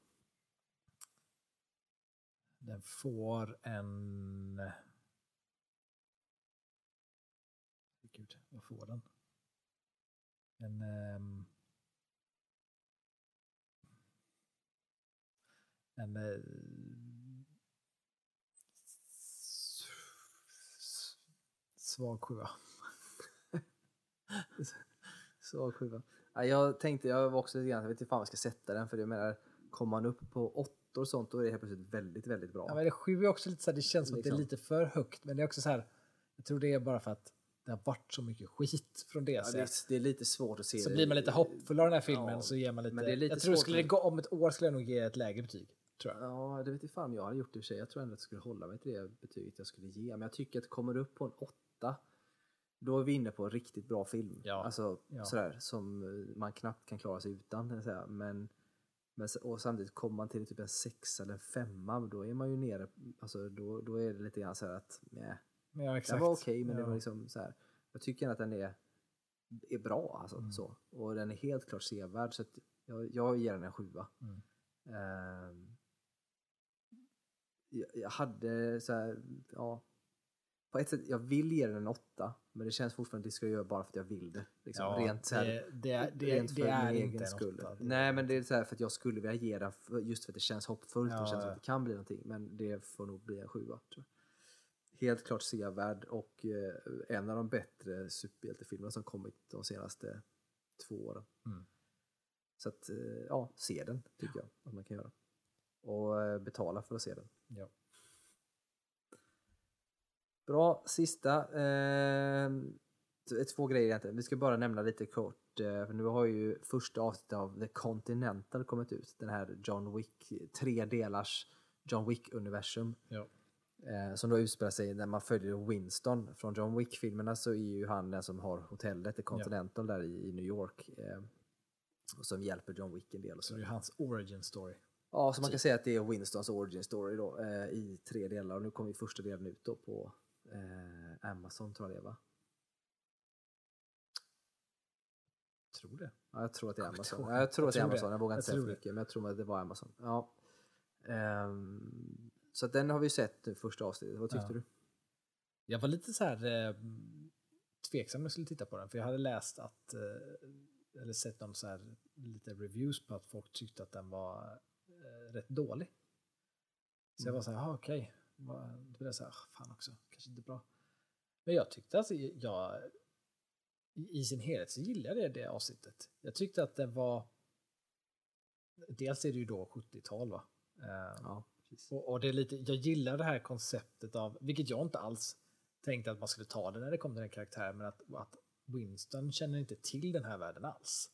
B: Den får en... Gud, vad får den? En... ehm, En... eh, s- s- Svag sjua.
A: Så sjua. Ja, jag tänkte, jag var också lite grann, jag vet inte fan vad jag ska sätta den, för jag menar, kommer man upp på åtta och sånt, då är det helt plötsligt väldigt, väldigt bra.
B: Ja, men det sju är också lite så här, det känns som att det
A: Liksom.
B: är lite för högt, men det är också så här, jag tror det är bara för att det har varit så mycket skit från D
A: Ja,
B: C.
A: det, är, det är lite svårt att se
B: Så
A: det.
B: blir man lite hoppfull av den här filmen,
A: Ja,
B: så ger man lite...
A: men det är lite
B: jag tror
A: svårt
B: skulle det
A: att-
B: gå om ett år skulle jag nog ge ett lägre betyg. Tror jag.
A: Ja, det vet inte fan jag hade gjort det i och för sig. Jag tror ändå att jag skulle hålla mig till det betyget jag skulle ge. Men jag tycker att det kommer upp på en åtta, då är vi inne på en riktigt bra film.
B: Ja,
A: Alltså
B: ja.
A: sådär, som eh, man knappt kan klara sig utan. kan jag säga. Men, men s- och samtidigt kommer man till typ en sexa eller en femma, då är man ju nere, alltså då, då är det lite grann så här att nej,
B: Ja,
A: den
B: exakt.
A: var okej, men
B: ja.
A: det var liksom så här. Jag tycker att den är, är bra alltså,
B: Mm.
A: så. Och den är helt klart sevärd, så att jag, jag ger den en sjua.
B: Mm.
A: Ehm, jag, jag hade så här, ja, på ett sätt, jag vill ge den en åtta, men det känns fortfarande att det ska jag göra bara för att jag vill det. Liksom,
B: Ja,
A: rent så här,
B: det, det, det,
A: rent
B: det
A: för
B: är
A: min
B: inte
A: egen
B: en
A: skull.
B: åtta. Det är
A: Nej,
B: det
A: men
B: inte.
A: det är så här för att jag skulle vilja ge den för, just för att det känns hoppfullt och
B: Ja,
A: det känns
B: ja.
A: som att det kan bli någonting, men det får nog bli en sjua, tror jag. Helt klart sevärd och eh, en av de bättre superhjältefilmerna som kommit de senaste två åren.
B: Mm.
A: Så att, eh, ja, se den tycker jag att man kan göra. Och eh, betala för att se den.
B: Ja.
A: Bra, sista. Eh, t- två grejer egentligen. Vi ska bara nämna lite kort. Eh, för nu har ju första avsnittet av The Continental kommit ut. Den här John Wick, tre delars John Wick-universum.
B: Ja.
A: Eh, som då utspelar sig när man följer Winston. Från John Wick-filmerna så är ju han den som har hotellet, The Continental, där i, i New York. Eh, och som hjälper John Wick en del. Och
B: Så
A: så.
B: det är hans origin story.
A: Ja, så man kan säga att det är Winstons origin story då, eh, i tre delar. Och nu kommer ju första delen ut då på eh, Amazon, tror jag det va?
B: Tror det.
A: Ja, jag tror att det är Amazon.
B: tror-
A: Ja, jag tror
B: jag
A: att det är
B: tror
A: Amazon,
B: det.
A: jag vågar
B: Jag
A: inte säga
B: tror
A: för
B: det.
A: mycket, men jag tror att det var Amazon. Ja. Ehm, så att den har vi sett nu, första avsnittet. Vad tyckte
B: Ja.
A: du?
B: Jag var lite så här eh, tveksam när jag skulle titta på den, för jag hade läst att, eh, eller sett någon så här lite reviews på att folk tyckte att den var eh, rätt dålig. Så jag var så här, ah, okej. Okay. Då blev jag så här, ah, fan också, kanske inte bra. Men jag tyckte att jag, i sin helhet så gillade jag det avsnittet. Jag tyckte att det var, dels är det ju då sjuttiotal va? Eh,
A: Ja, precis.
B: Och, och det är lite, jag gillar det här konceptet av, vilket jag inte alls tänkte att man skulle ta det när det kom till den karaktären, men att, att Winston känner inte till den här världen alls.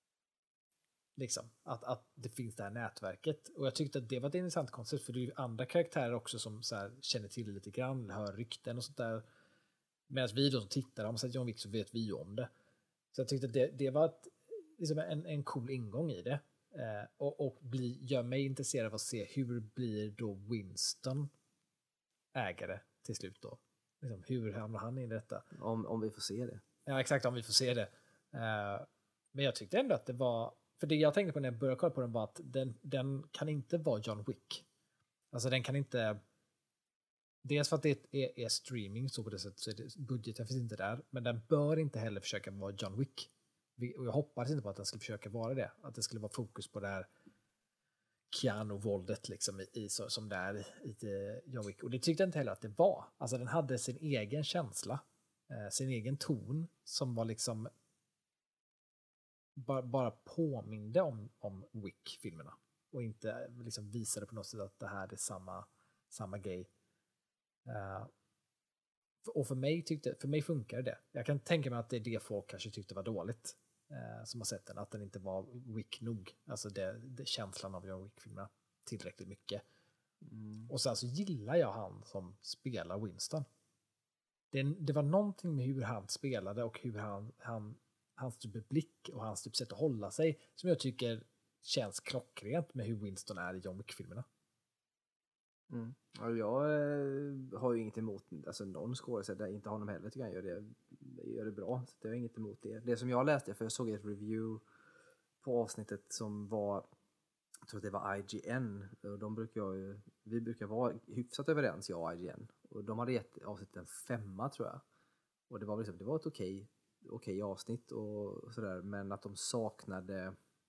B: Liksom, att, att det finns det här nätverket. Och jag tyckte att det var ett intressant koncept, för det är ju andra karaktärer också som så här, känner till lite grann, hör rykten och sånt där. Medan vi då som tittar, om man säger John Wick så vet vi ju om det. Så jag tyckte att det, det var ett, liksom en, en cool ingång i det. Eh, och och bli, gör mig intresserad av att se hur blir då Winston ägare till slut då. Liksom, hur hamnar han in i detta?
A: Om, om vi får se det.
B: Ja, exakt, om vi får se det. Eh, men jag tyckte ändå att det var, för det jag tänkte på när jag började kolla på den var att den, den kan inte vara John Wick. Alltså den kan inte, dels för att det är, är streaming så på det sättet så är det, budgeten finns inte där, men den bör inte heller försöka vara John Wick. Och jag hoppades inte på att den skulle försöka vara det. Att det skulle vara fokus på det här Keanu-våldet liksom i, i, så, som det är i, i John Wick. Och det tyckte jag inte heller att det var. Alltså den hade sin egen känsla, eh, sin egen ton som var liksom bara, bara påminde om, om Wick-filmerna. Och inte liksom visade på något sätt att det här är samma, samma grej. Uh, och för mig, tyckte, för mig funkar det. Jag kan tänka mig att det är det folk kanske tyckte var dåligt. Eh, som har sett den, att den inte var Wick nog. Alltså det, det känslan av John Wick-filmerna tillräckligt mycket. Mm. Och sen så gillar jag han som spelar Winston. Det, det var någonting med hur han spelade och hur han, han hans typ blick och hans typ sätt att hålla sig som jag tycker känns klockrent med hur Winston är i John Wick-filmerna.
A: Mm. Ja, jag eh, har ju inget emot alltså någon skådespelare, inte honom heller tycker jag gör det, gör det bra, så jag har inget emot det. Det som jag läste, för jag såg ett review på avsnittet som var, jag tror att det var I G N, och de brukar jag ju, vi brukar vara hyfsat överens, jag och I G N, och de hade gett avsnittet en femma tror jag, och det var liksom, det var ett okej okej avsnitt och sådär, men att de saknade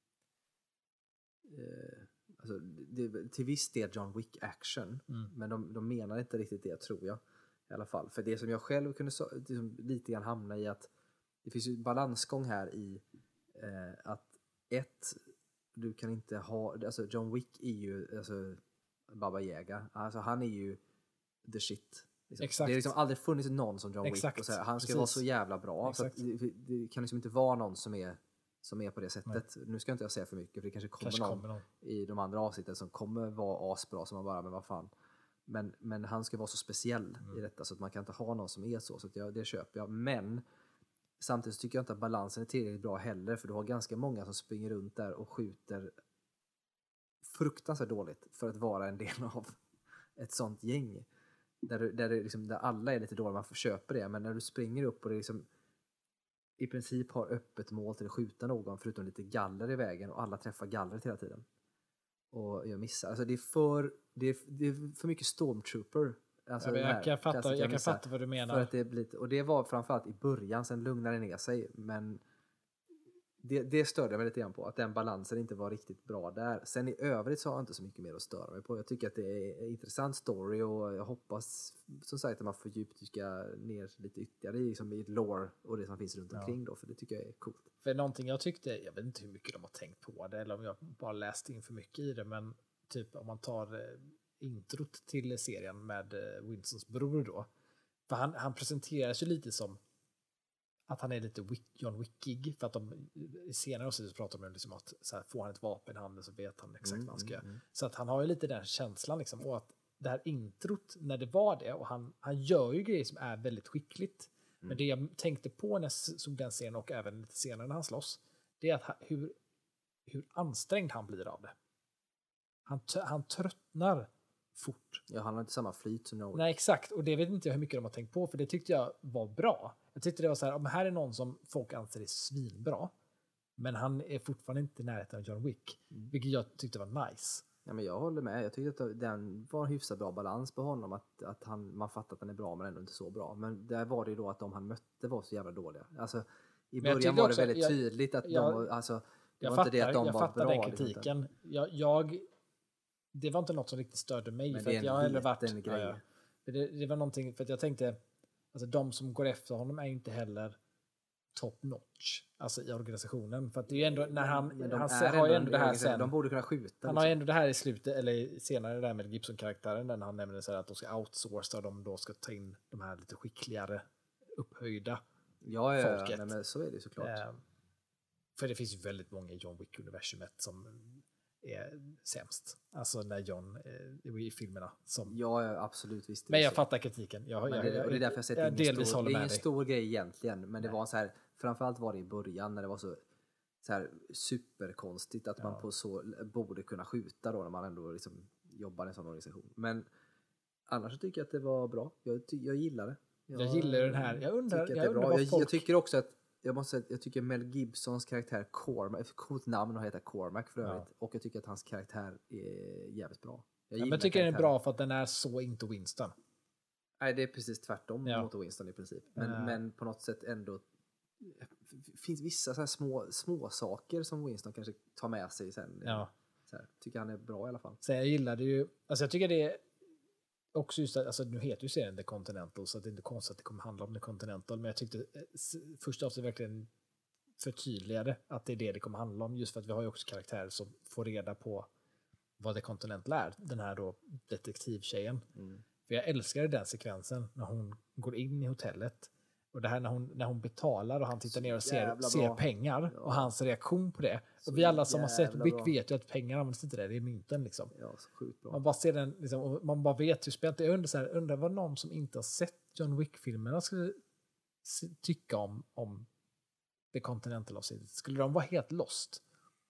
A: eh, alltså, det, till viss del John Wick action, mm. men de, de menar inte riktigt det, tror jag i alla fall. För det som jag själv kunde så, liksom, lite grann hamna i, att det finns ju balansgång här i eh, att ett, du kan inte ha, alltså John Wick är ju alltså Baba Yaga, alltså han är ju the shit. Liksom.
B: Exakt.
A: Det har liksom aldrig funnits någon som John
B: Exakt.
A: Wick och så här, han ska
B: Precis.
A: vara så jävla bra. Så att det, det kan liksom inte vara någon som är som är på det sättet. Nej. Nu ska inte jag säga för mycket, för det kanske kommer, kanske någon, kommer någon i de andra avsnitten som kommer vara asbra, som man bara, men vad fan. Men, men han ska vara så speciell mm. i detta, så att man kan inte ha någon som är så. Så att jag, det köper jag. Men samtidigt tycker jag inte att balansen är tillräckligt bra heller, för du har ganska många som springer runt där och skjuter fruktansvärt dåligt för att vara en del av ett sånt gäng. Där, du, där, det liksom, där alla är lite dåliga, man får köpa det, men när du springer upp och det liksom i princip har öppet mål till att skjuta någon förutom lite galler i vägen och alla träffar gallret hela tiden och jag missar, alltså det är för det är, det är för mycket stormtrooper, alltså
B: ja, jag,
A: här,
B: kan fatta, jag kan fatta vad du menar,
A: för att det blir, och det var framförallt i början, sen lugnade det ner sig, men det, det störde mig lite grann på, att den balansen inte var riktigt bra där. Sen i övrigt så har jag inte så mycket mer att störa mig på. Jag tycker att det är en intressant story och jag hoppas som sagt att man får djupdyka ner lite ytterligare i, liksom, i lore och det som finns runt ja. omkring då, för det tycker jag är coolt.
B: För någonting jag tyckte, jag vet inte hur mycket de har tänkt på det eller om jag bara läste in för mycket i det, men typ om man tar eh, introt till serien med eh, Winstons bror då, för han, han presenteras ju lite som att han är lite John Wickig, för att de senare också pratar om liksom att så här, får han ett vapen i handen så vet han exakt mm, vad han ska göra. Mm, mm. Så att han har ju lite den känslan liksom, och att det här introt, när det var det, och han, han gör ju grejer som är väldigt skickligt. Mm. Men det jag tänkte på när jag såg den scenen och även lite senare när han slåss, det är att han, hur hur ansträngd han blir av det. Han, t- han tröttnar fort.
A: Ja, han har inte samma flyt som Noah.
B: Nej, exakt. Och det vet inte jag hur mycket de har tänkt på, för det tyckte jag var bra. Jag tyckte det var så här, om här är någon som folk anser är svinbra, men han är fortfarande inte i närheten av John Wick, mm. vilket jag tyckte var nice.
A: Ja, men jag håller med. Jag tyckte att den var en hyfsat bra balans på honom, att, att han, man fattar att han är bra men ändå inte så bra. Men där var det ju då att de han mötte var så jävla dåliga. Alltså, i början var det också, väldigt jag, tydligt att jag, de var, alltså, det
B: jag
A: var
B: fattar,
A: inte det att de
B: jag
A: var
B: fattar
A: bra.
B: Den kritiken. Jag, jag, det var inte något som riktigt störde mig.
A: Men
B: för
A: det är
B: att jag
A: en liten
B: varit,
A: grej.
B: Ja, ja. Det, det var någonting, för att jag tänkte, alltså de som går efter honom är inte heller top notch, alltså i organisationen, för att det är ju ändå när han,
A: men de
B: han
A: är
B: har ju
A: ändå
B: ändå det här sen,
A: de borde kunna skjuta.
B: Han
A: liksom.
B: har ju ändå det här i slutet, eller senare där med Gibson-karaktären, när han nämner så här att de ska outsourca och de då ska ta in de här lite skickligare, upphöjda
A: ja, ja,
B: folket.
A: Ja, men så är det såklart.
B: Eh, för det finns ju väldigt många i John Wick-universumet som är sämst. Alltså när John är i filmerna. Som...
A: Ja, absolut. Visst,
B: men jag
A: så.
B: fattar kritiken. Jag,
A: men det,
B: jag,
A: och det är därför jag säger att det är ingen, stor, det är ingen stor grej egentligen. Men det Nej. var så här, framförallt var det i början när det var så, så här superkonstigt att ja. man på så borde kunna skjuta då när man ändå liksom jobbar i en sån organisation. Men annars så tycker jag att det var bra. Jag, jag gillar det.
B: Jag, jag gillar den här. Jag undrar, jag
A: jag
B: undrar
A: vad
B: jag, folk...
A: jag tycker också att Jag måste säga, jag tycker Mel Gibsons karaktär Cormac, ett coolt namn och heter Cormac för övrigt. Ja. Och jag tycker att hans karaktär är jävligt bra. Jag,
B: ja, men jag tycker den är bra för att den är så inte Winston.
A: Nej, det är precis tvärtom
B: ja.
A: mot Winston i princip. Men,
B: uh.
A: men på något sätt ändå finns vissa så här små, små saker som Winston kanske tar med sig sen.
B: Ja.
A: Så här, tycker han är bra i alla fall.
B: Så jag gillade ju, alltså jag tycker det är också just att, alltså nu heter ju serien The Continental, så det är inte konstigt att det kommer handla om The Continental, men jag tyckte först avsnitt verkligen förtydligade att det är det det kommer handla om, just för att vi har ju också karaktärer som får reda på vad The Continental är, den här då detektivtjejen. Mm. För jag älskade den sekvensen när hon går in i hotellet och det här när hon, när hon betalar och han tittar ner och ser, ser pengar ja. och hans reaktion på det. Så och vi alla som har sett Wick vet ju att pengar används inte där, det är mynten liksom.
A: Ja, så sjukt bra.
B: Man bara ser den liksom, och man bara vet hur spänt det är. Undrar, så här, undrar vad någon som inte har sett John Wick-filmerna skulle tycka om, om The Continental-avsnittet. Skulle de vara helt lost?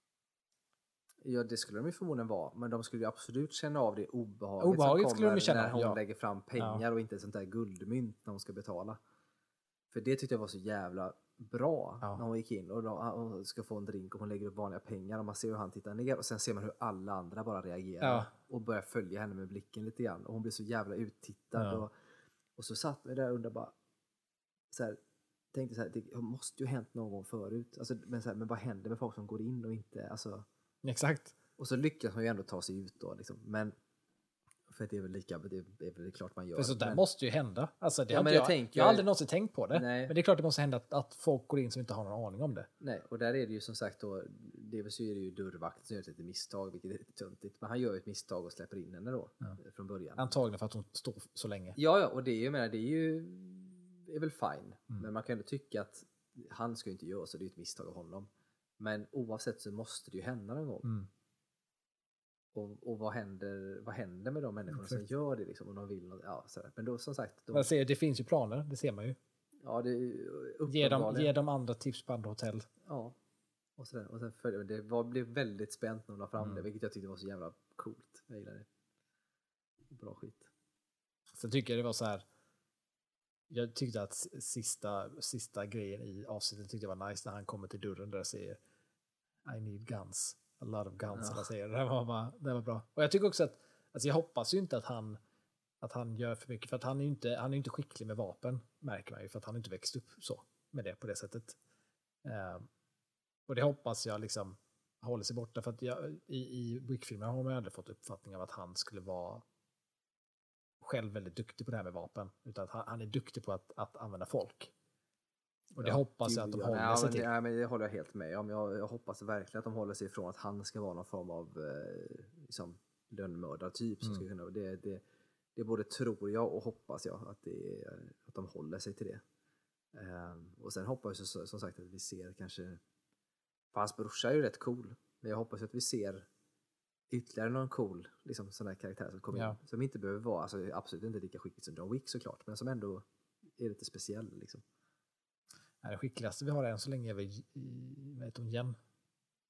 A: Ja, det skulle de ju förmodligen vara, men de skulle ju absolut känna av det obehaget,
B: obehaget
A: som
B: skulle
A: kommer
B: de känna,
A: när hon
B: ja.
A: lägger fram pengar ja. och inte ett sånt där guldmynt när hon ska betala. För det tyckte jag var så jävla bra ja. när hon gick in och hon ska få en drink och hon lägger upp vanliga pengar och man ser hur han tittar ner och sen ser man hur alla andra bara reagerar ja. och börjar följa henne med blicken lite grann och hon blir så jävla uttittad ja. och, och så satt vi där och undrade bara så här, tänkte så här, det måste ju ha hänt någon gång förut, alltså, men, så här, men vad händer med folk som går in och inte, alltså
B: exakt.
A: Och så lyckas man ju ändå ta sig ut då liksom. Men för det är väl lika, det är väl klart man gör.
B: För så där
A: men,
B: måste ju hända. Alltså det
A: ja,
B: har
A: men
B: jag,
A: jag, tänker,
B: jag har aldrig någonsin tänkt på det.
A: Nej.
B: Men det är klart det måste hända att, att folk går in som inte har någon aning om det.
A: Nej, och där är det ju som sagt då, det så är det ju dörrvakten som gör ett litet misstag, vilket är lite töntigt. Men han gör ju ett misstag och släpper in henne då ja. från början.
B: Antagligen för att hon står så länge.
A: Ja, ja, och det är ju, menar, det är ju är väl fine. Mm. Men man kan ju ändå tycka att han ska ju inte göra så, det är ett misstag av honom. Men oavsett så måste det ju hända någon gång. Mm. Och, och vad händer vad händer med de människorna mm. som gör det liksom, om de vill något, ja, sådär. Men då som sagt de...
B: man ser, det finns ju planer, det ser man ju.
A: Ja, det
B: ge dem, ge dem andra tips på andra hotell.
A: Ja. Och sådär. Och sen för, det var, blev väldigt spänt när de la fram mm. det, vilket jag tyckte var så jävla coolt. Jag gillar det. Bra skit.
B: Så tycker jag det var så här. Jag tyckte att sista sista grejen i avsnittet tyckte jag var nice när han kommer till dörren där och säger I need guns. A lot of guns, ja. säger. Det var, bara, det var bra. Och jag tycker också att, alltså jag hoppas ju inte att han att han gör för mycket, för att han är ju inte, han är inte skicklig med vapen, märker man ju, för att han inte växt upp så, med det på det sättet. Um, och det hoppas jag liksom håller sig borta, för att jag, i, i Wick-filmen har man ju aldrig fått uppfattning av att han skulle vara själv väldigt duktig på det här med vapen, utan att han, han är duktig på att, att använda folk. Och det ja, hoppas jag att de håller
A: ja,
B: sig
A: men,
B: till.
A: Ja, men det håller jag helt med om. Jag, jag hoppas verkligen att de håller sig ifrån att han ska vara någon form av eh, liksom, lönnmördartyp. Som mm. ska kunna, det, det, det både tror jag och hoppas jag att, det, att de håller sig till det. Um, och sen hoppas jag som sagt att vi ser kanske... För hans brorsa är ju rätt cool. Men jag hoppas att vi ser ytterligare någon cool liksom, sån här karaktär som kommer ja. in. Som inte behöver vara, alltså, absolut inte lika skickligt som John Wick såklart. Men som ändå är lite speciell liksom.
B: Det skickligaste vi har än så länge är väl, vad heter hon, Jen?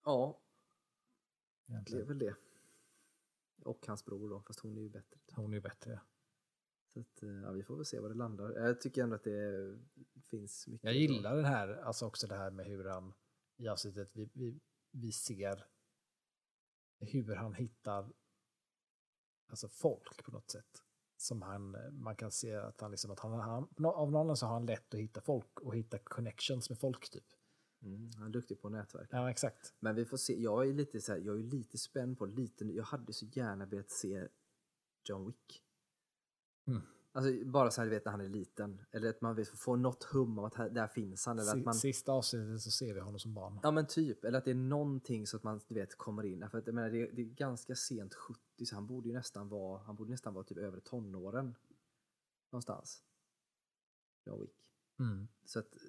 A: Ja,
B: Egentligen.
A: det är väl det. Och hans bror då, fast hon är ju bättre.
B: Hon är ju bättre. Ja.
A: Så att, ja, vi får väl se vad det landar. Jag tycker ändå att det finns mycket.
B: Jag gillar den här, alltså också det här med hur han i avsnittet vi, vi, vi ser hur han hittar alltså folk på något sätt. Som han, man kan se att han liksom, att han, han av någon så har han lätt att hitta folk och hitta connections med folk typ.
A: Mm, han är duktig på nätverk.
B: Ja, exakt.
A: Men vi får se. Jag är lite så här, jag är lite spänd på lite. Jag hade så gärna velat se John Wick.
B: Mm.
A: Alltså bara så här, du vet när han är liten. Eller att man vet, får något hum om att här, där finns han. Eller att man,
B: Sista avsnittet så ser vi honom som barn.
A: ja men typ. Eller att det är någonting så att man du vet kommer in. För att, jag menar, det, är, det är ganska sent sjuttio så han borde ju nästan vara, han borde nästan vara typ över tonåren. Någonstans. John Wick.
B: Mm.
A: Så att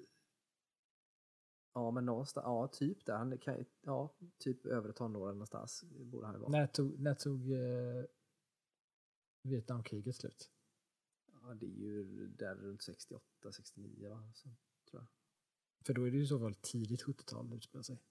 A: ja men någonstans, ja typ där. Han kan, ja typ över tonåren någonstans borde han ju vara.
B: När tog, när tog eh, Vietnamkriget slut?
A: Ja, det är ju där runt sextioåtta sextionio va? Så, tror jag.
B: För då är det ju så väl tidigt sjuttiotal det utspelar sig.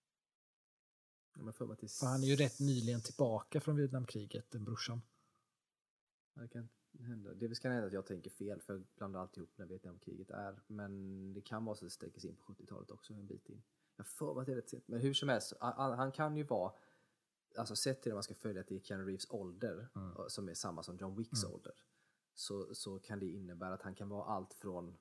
A: Ja, men för, mig att det är...
B: För han är ju rätt nyligen tillbaka från Vietnamkriget, den brorsan.
A: Ja, det kan hända. Det kan hända att jag tänker fel för bland alltihop när Vietnamkriget är. Men det kan vara så att det sträcker sig in på sjuttiotalet också en bit in. Jag får mig att det är rätt sent. Men hur som helst, han, han kan ju vara, alltså sett till att man ska följa till Keanu Reeves ålder, mm. som är samma som John Wicks mm. ålder. Så, så kan det innebära att han kan vara allt från,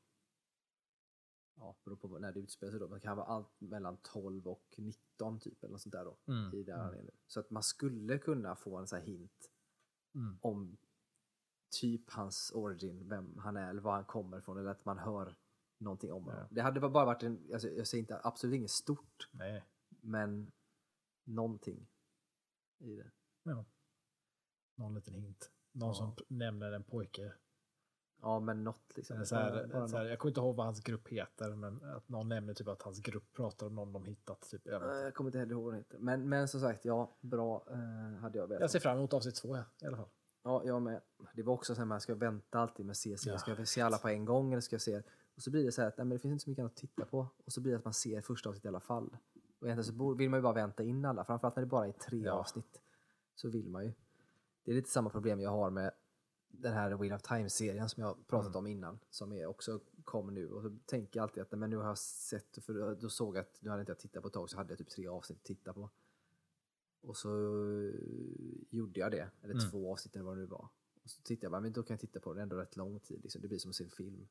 A: ja, beror på när det utspelar sig då, men det kan vara allt mellan tolv och nitton typ eller något sånt där då. Mm. I där mm. han är nu. Så att man skulle kunna få en sån här hint mm. om typ hans origin, vem han är eller var han kommer ifrån, eller att man hör någonting om honom. Ja. Det hade bara varit en, alltså, jag säger inte absolut inget stort,
B: nej. Men
A: någonting i det.
B: Ja. Någon liten hint. Någon ja. Som nämner en pojke.
A: Ja, men något liksom.
B: Så här, bara, bara så här, jag kommer inte ihåg vad hans grupp heter, men att någon nämner typ att hans grupp pratar om någon de hittat. Typ, jag,
A: jag kommer inte heller ihåg vad det heter. Men, men som sagt, ja, bra eh, hade jag vetat.
B: Jag ser fram emot avsnitt två ja, i alla fall.
A: Ja, jag med. Det var också så att man ska vänta alltid med C C. Ja, ska jag se alla på en gång eller ska jag se? Och så blir det så här att nej, men det finns inte så mycket att titta på. Och så blir det att man ser första avsnitt i alla fall. Och egentligen så vill man ju bara vänta in alla. Framförallt när det bara är tre ja. avsnitt. Så vill man ju. Det är lite samma problem jag har med den här Wheel of Time-serien som jag pratat mm. om innan. Som är också kommer nu. Och så tänker jag alltid att men nu har jag sett, för då såg jag att nu hade inte jag tittat på ett tag så hade jag typ tre avsnitt att titta på. Och så gjorde jag det. Eller mm. två avsnitt eller vad det nu var. Och så tittade jag bara, men då kan jag titta på det ändå rätt lång tid. Liksom. Det blir som att se en film.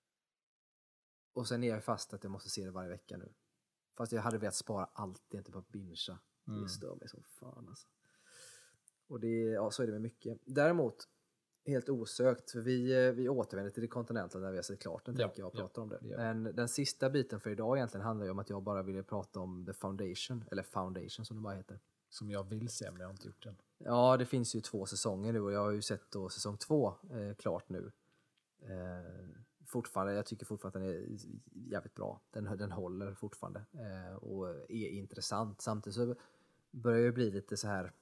A: Och sen är jag fast att jag måste se det varje vecka nu. Fast jag hade velat spara allt, inte bara bingea. Mm. Det stör mig som fan alltså. Och det, ja, så är det med mycket. Däremot, helt osökt, för vi, vi återvänder till det kontinentala när vi har sett klart den, ja, tänker jag, och pratar ja, om det. Ja. Men den sista biten för idag egentligen handlar ju om att jag bara ville prata om The Foundation, eller Foundation som det bara heter.
B: Som jag vill se, men jag har inte gjort den.
A: Ja, det finns ju två säsonger nu och jag har ju sett då säsong två eh, klart nu. Eh, fortfarande, jag tycker fortfarande att den är jävligt bra. Den, den håller fortfarande eh, och är intressant. Samtidigt så börjar det bli lite så här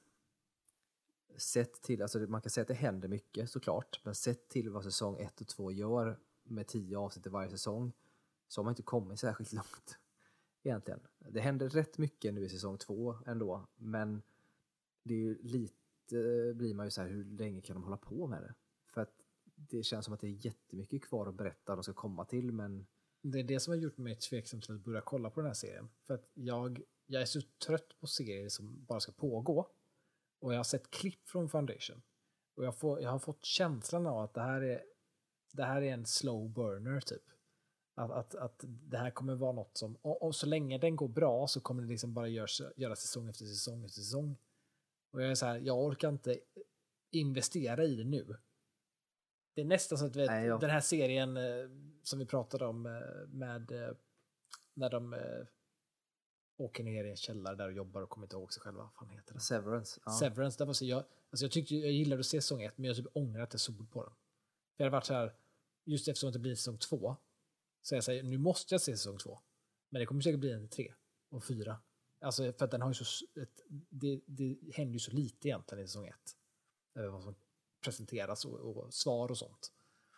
A: sett till, alltså man kan säga att det händer mycket såklart, men sett till vad säsong ett och två gör med tio avsnitt i varje säsong så har man inte kommit särskilt långt egentligen. Det händer rätt mycket nu i säsong två ändå, men det är ju lite, blir man ju så här, hur länge kan de hålla på med det? För att det känns som att det är jättemycket kvar att berätta de ska komma till, men
B: det är det som har gjort mig tveksam till att börja kolla på den här serien. För att jag, jag är så trött på serier som bara ska pågå. Och jag har sett klipp från Foundation. Och jag, får, jag har fått känslan av att det här är, det här är en slow burner typ. Att, att, att det här kommer vara något som, och, och så länge den går bra så kommer det liksom bara görs, göra säsong efter säsong efter säsong. Och jag är så här, jag orkar inte investera i det nu. Det är nästan så att vet, Nej, jag... den här serien eh, som vi pratade om eh, med eh, när de eh, åker ner i en källare där och jobbar och kommer inte ihåg sig själva. Vad fan heter det?
A: Severance. Ja.
B: Severance, där var så jag, alltså jag tyckte jag gillade att se säsong ett, men jag typ ångrar att jag såg på den. För jag hade varit så här, just eftersom det blir säsong två, så jag säger, nu måste jag se säsong två. Men det kommer säkert bli en tre och fyra. Alltså för att den har ju så, ett, det, det händer ju så lite egentligen i säsong ett. Vad som presenteras och, och svar och sånt.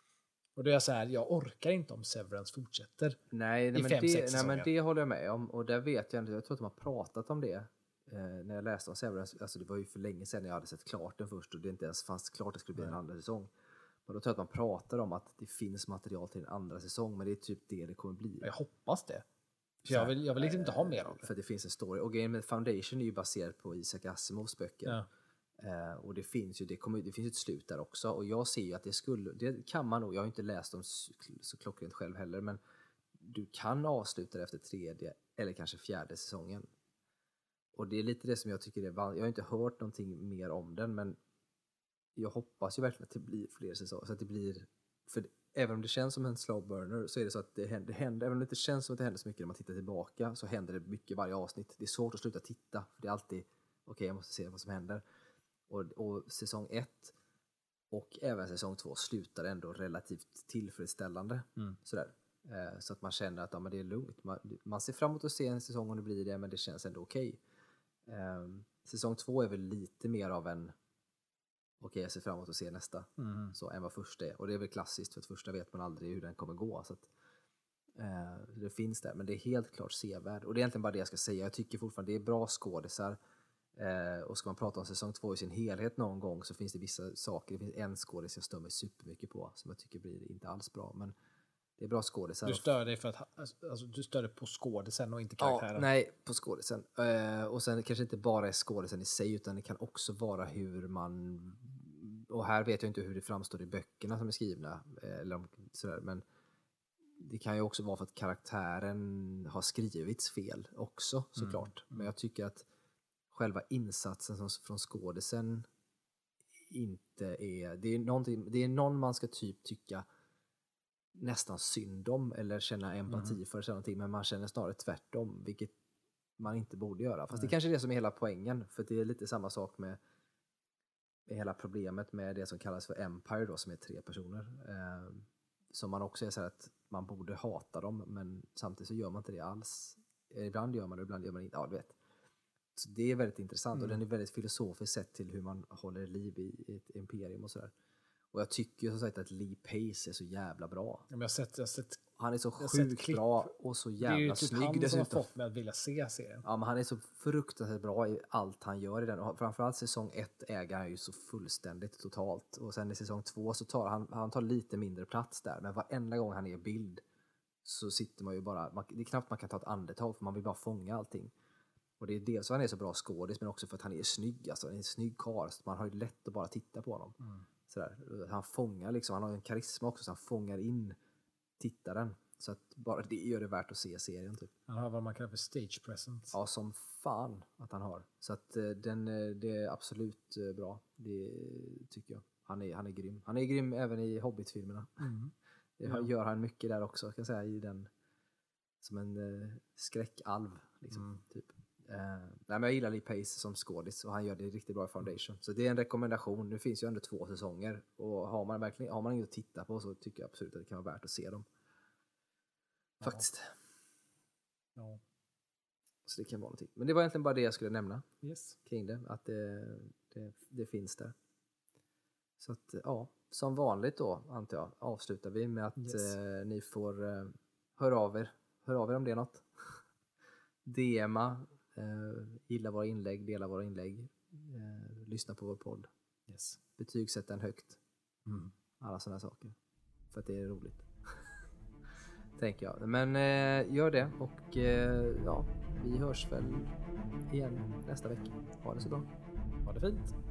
B: Och då är jag så här, jag orkar inte om Severance fortsätter.
A: Nej, nej,
B: I
A: men,
B: fem,
A: det,
B: sex
A: nej men
B: säsonger.
A: det håller jag med om. Och där vet jag inte, jag tror att de har pratat om det. Eh, när jag läste om Severance, alltså det var ju för länge sedan jag hade sett klart den först. Och det inte ens fanns klart att det skulle bli en andra säsong. Och då tror jag att man pratar om att det finns material till en andra säsong. Men det är typ det det kommer bli.
B: Jag hoppas det. För jag vill, jag vill liksom inte ha mer av det.
A: För att det finns en story. Och Game of Foundation är ju baserad på Isaac Asimovs böcker.
B: Ja.
A: Eh, och det finns ju det, kommer, det finns ett slut där också. Och jag ser ju att det skulle, det kan man nog, jag har inte läst dem så, så klockrent själv heller, men du kan avsluta det efter tredje eller kanske fjärde säsongen. Och det är lite det som jag tycker är van- jag har inte hört någonting mer om den, men jag hoppas ju verkligen att det blir fler säsonger, så att det blir, för även om det känns som en slow burner så är det så att det händer, det händer, även om det inte känns som att det händer så mycket när man tittar tillbaka, så händer det mycket varje avsnitt. Det är svårt att sluta titta, för det är alltid okej, okay, jag måste se vad som händer. Och, och säsong ett och även säsong två slutar ändå relativt tillfredsställande.
B: Mm.
A: Sådär. Eh, så att man känner att ja, men det är lugnt. Man, man ser fram emot att se en säsong om det blir det, men det känns ändå okej. Okay. Eh, säsong två är väl lite mer av en okej, okay, jag ser fram emot att se nästa.
B: Mm.
A: Så än vad första är. Och det är väl klassiskt, för att första vet man aldrig hur den kommer gå. Så att, eh, det finns där, men det är helt klart sevärd. Och det är egentligen bara det jag ska säga. Jag tycker fortfarande det är bra skådisar. Eh, och ska man prata om säsong två i sin helhet någon gång, så finns det vissa saker. Det finns en skådis jag stör mig supermycket på som jag tycker blir inte alls bra, men det är bra skådisar.
B: Du stör dig för att alltså, du stör dig på skådisen och inte karaktären.
A: Ja, nej, på skådisen. Eh, och sen kanske inte bara är skådisen i sig, utan det kan också vara hur man, och här vet jag inte hur det framstår i böckerna som är skrivna, eh, eller om, sådär, men det kan ju också vara för att karaktären har skrivits fel också, såklart. Mm. Men jag tycker att själva insatsen som, från skådisen inte är, det är någonting, det är någon man ska typ tycka nästan synd om eller känna empati mm. för någonting, men man känner snarare tvärtom, vilket man inte borde göra. Fast Nej. Det kanske är det som är hela poängen, för det är lite samma sak med, med hela problemet med det som kallas för Empire då, som är tre personer. Eh, som man också är så här att man borde hata dem, men samtidigt så gör man inte det alls. Ibland gör man det, ibland gör man inte. Ja, du vet. Så det är väldigt intressant mm. och den är väldigt filosofiskt sett till hur man håller liv i ett imperium och sådär. Och jag tycker ju som sagt att Lee Pace är så jävla bra.
B: Ja, men jag har sett, jag har sett,
A: han är så sjukt bra och så jävla snygg dessutom. Det är ju typ
B: han som har fått mig att vilja se serien.
A: Ja, men han är så fruktansvärt bra i allt han gör i den. Och framförallt säsong ett äger han ju så fullständigt totalt. Och sen i säsong två så tar han, han tar lite mindre plats där. Men varenda gång han är i bild så sitter man ju bara, man, det är knappt man kan ta ett andetag för man vill bara fånga allting. Och det är dels för att han är så bra skådis, men också för att han är snygg. Alltså, han är en snygg karl, så man har ju lätt att bara titta på honom. Mm. Sådär. Han fångar liksom, han har en karisma också, så han fångar in tittaren. Så att bara det gör det värt att se serien typ.
B: Han har vad man kallar för stage presence.
A: Ja, som fan att han har. Så att den, det är absolut bra. Det tycker jag. Han är, han är grym. Han är grym även i Hobbit-filmerna. Mm. Det ja. Gör han mycket där också, kan jag säga, i den som en eh, skräckalv liksom, mm. typ. Uh, nej, men jag gillar Lee Pace som skådis och han gör det riktigt bra i Foundation. Så det är en rekommendation. Nu finns ju ändå två säsonger och har man verkligen har man inget att titta på så tycker jag absolut att det kan vara värt att se dem. Faktiskt.
B: Ja. Ja.
A: Så det kan vara någonting. Men det var egentligen bara det jag skulle nämna
B: yes.
A: kring det. Att det, det, det finns där. Så att ja, som vanligt då antar jag avslutar vi med att yes. eh, ni får eh, höra av er. Hör av er om det är något. D Ma. Uh, gilla våra inlägg, dela våra inlägg, uh, lyssna på vår podd,
B: yes.
A: betygsätta den högt,
B: mm.
A: alla sådana saker, för att det är roligt. Tänker jag, men uh, gör det och uh, ja, vi hörs väl igen nästa vecka. Ha det så bra.
B: Ha det fint.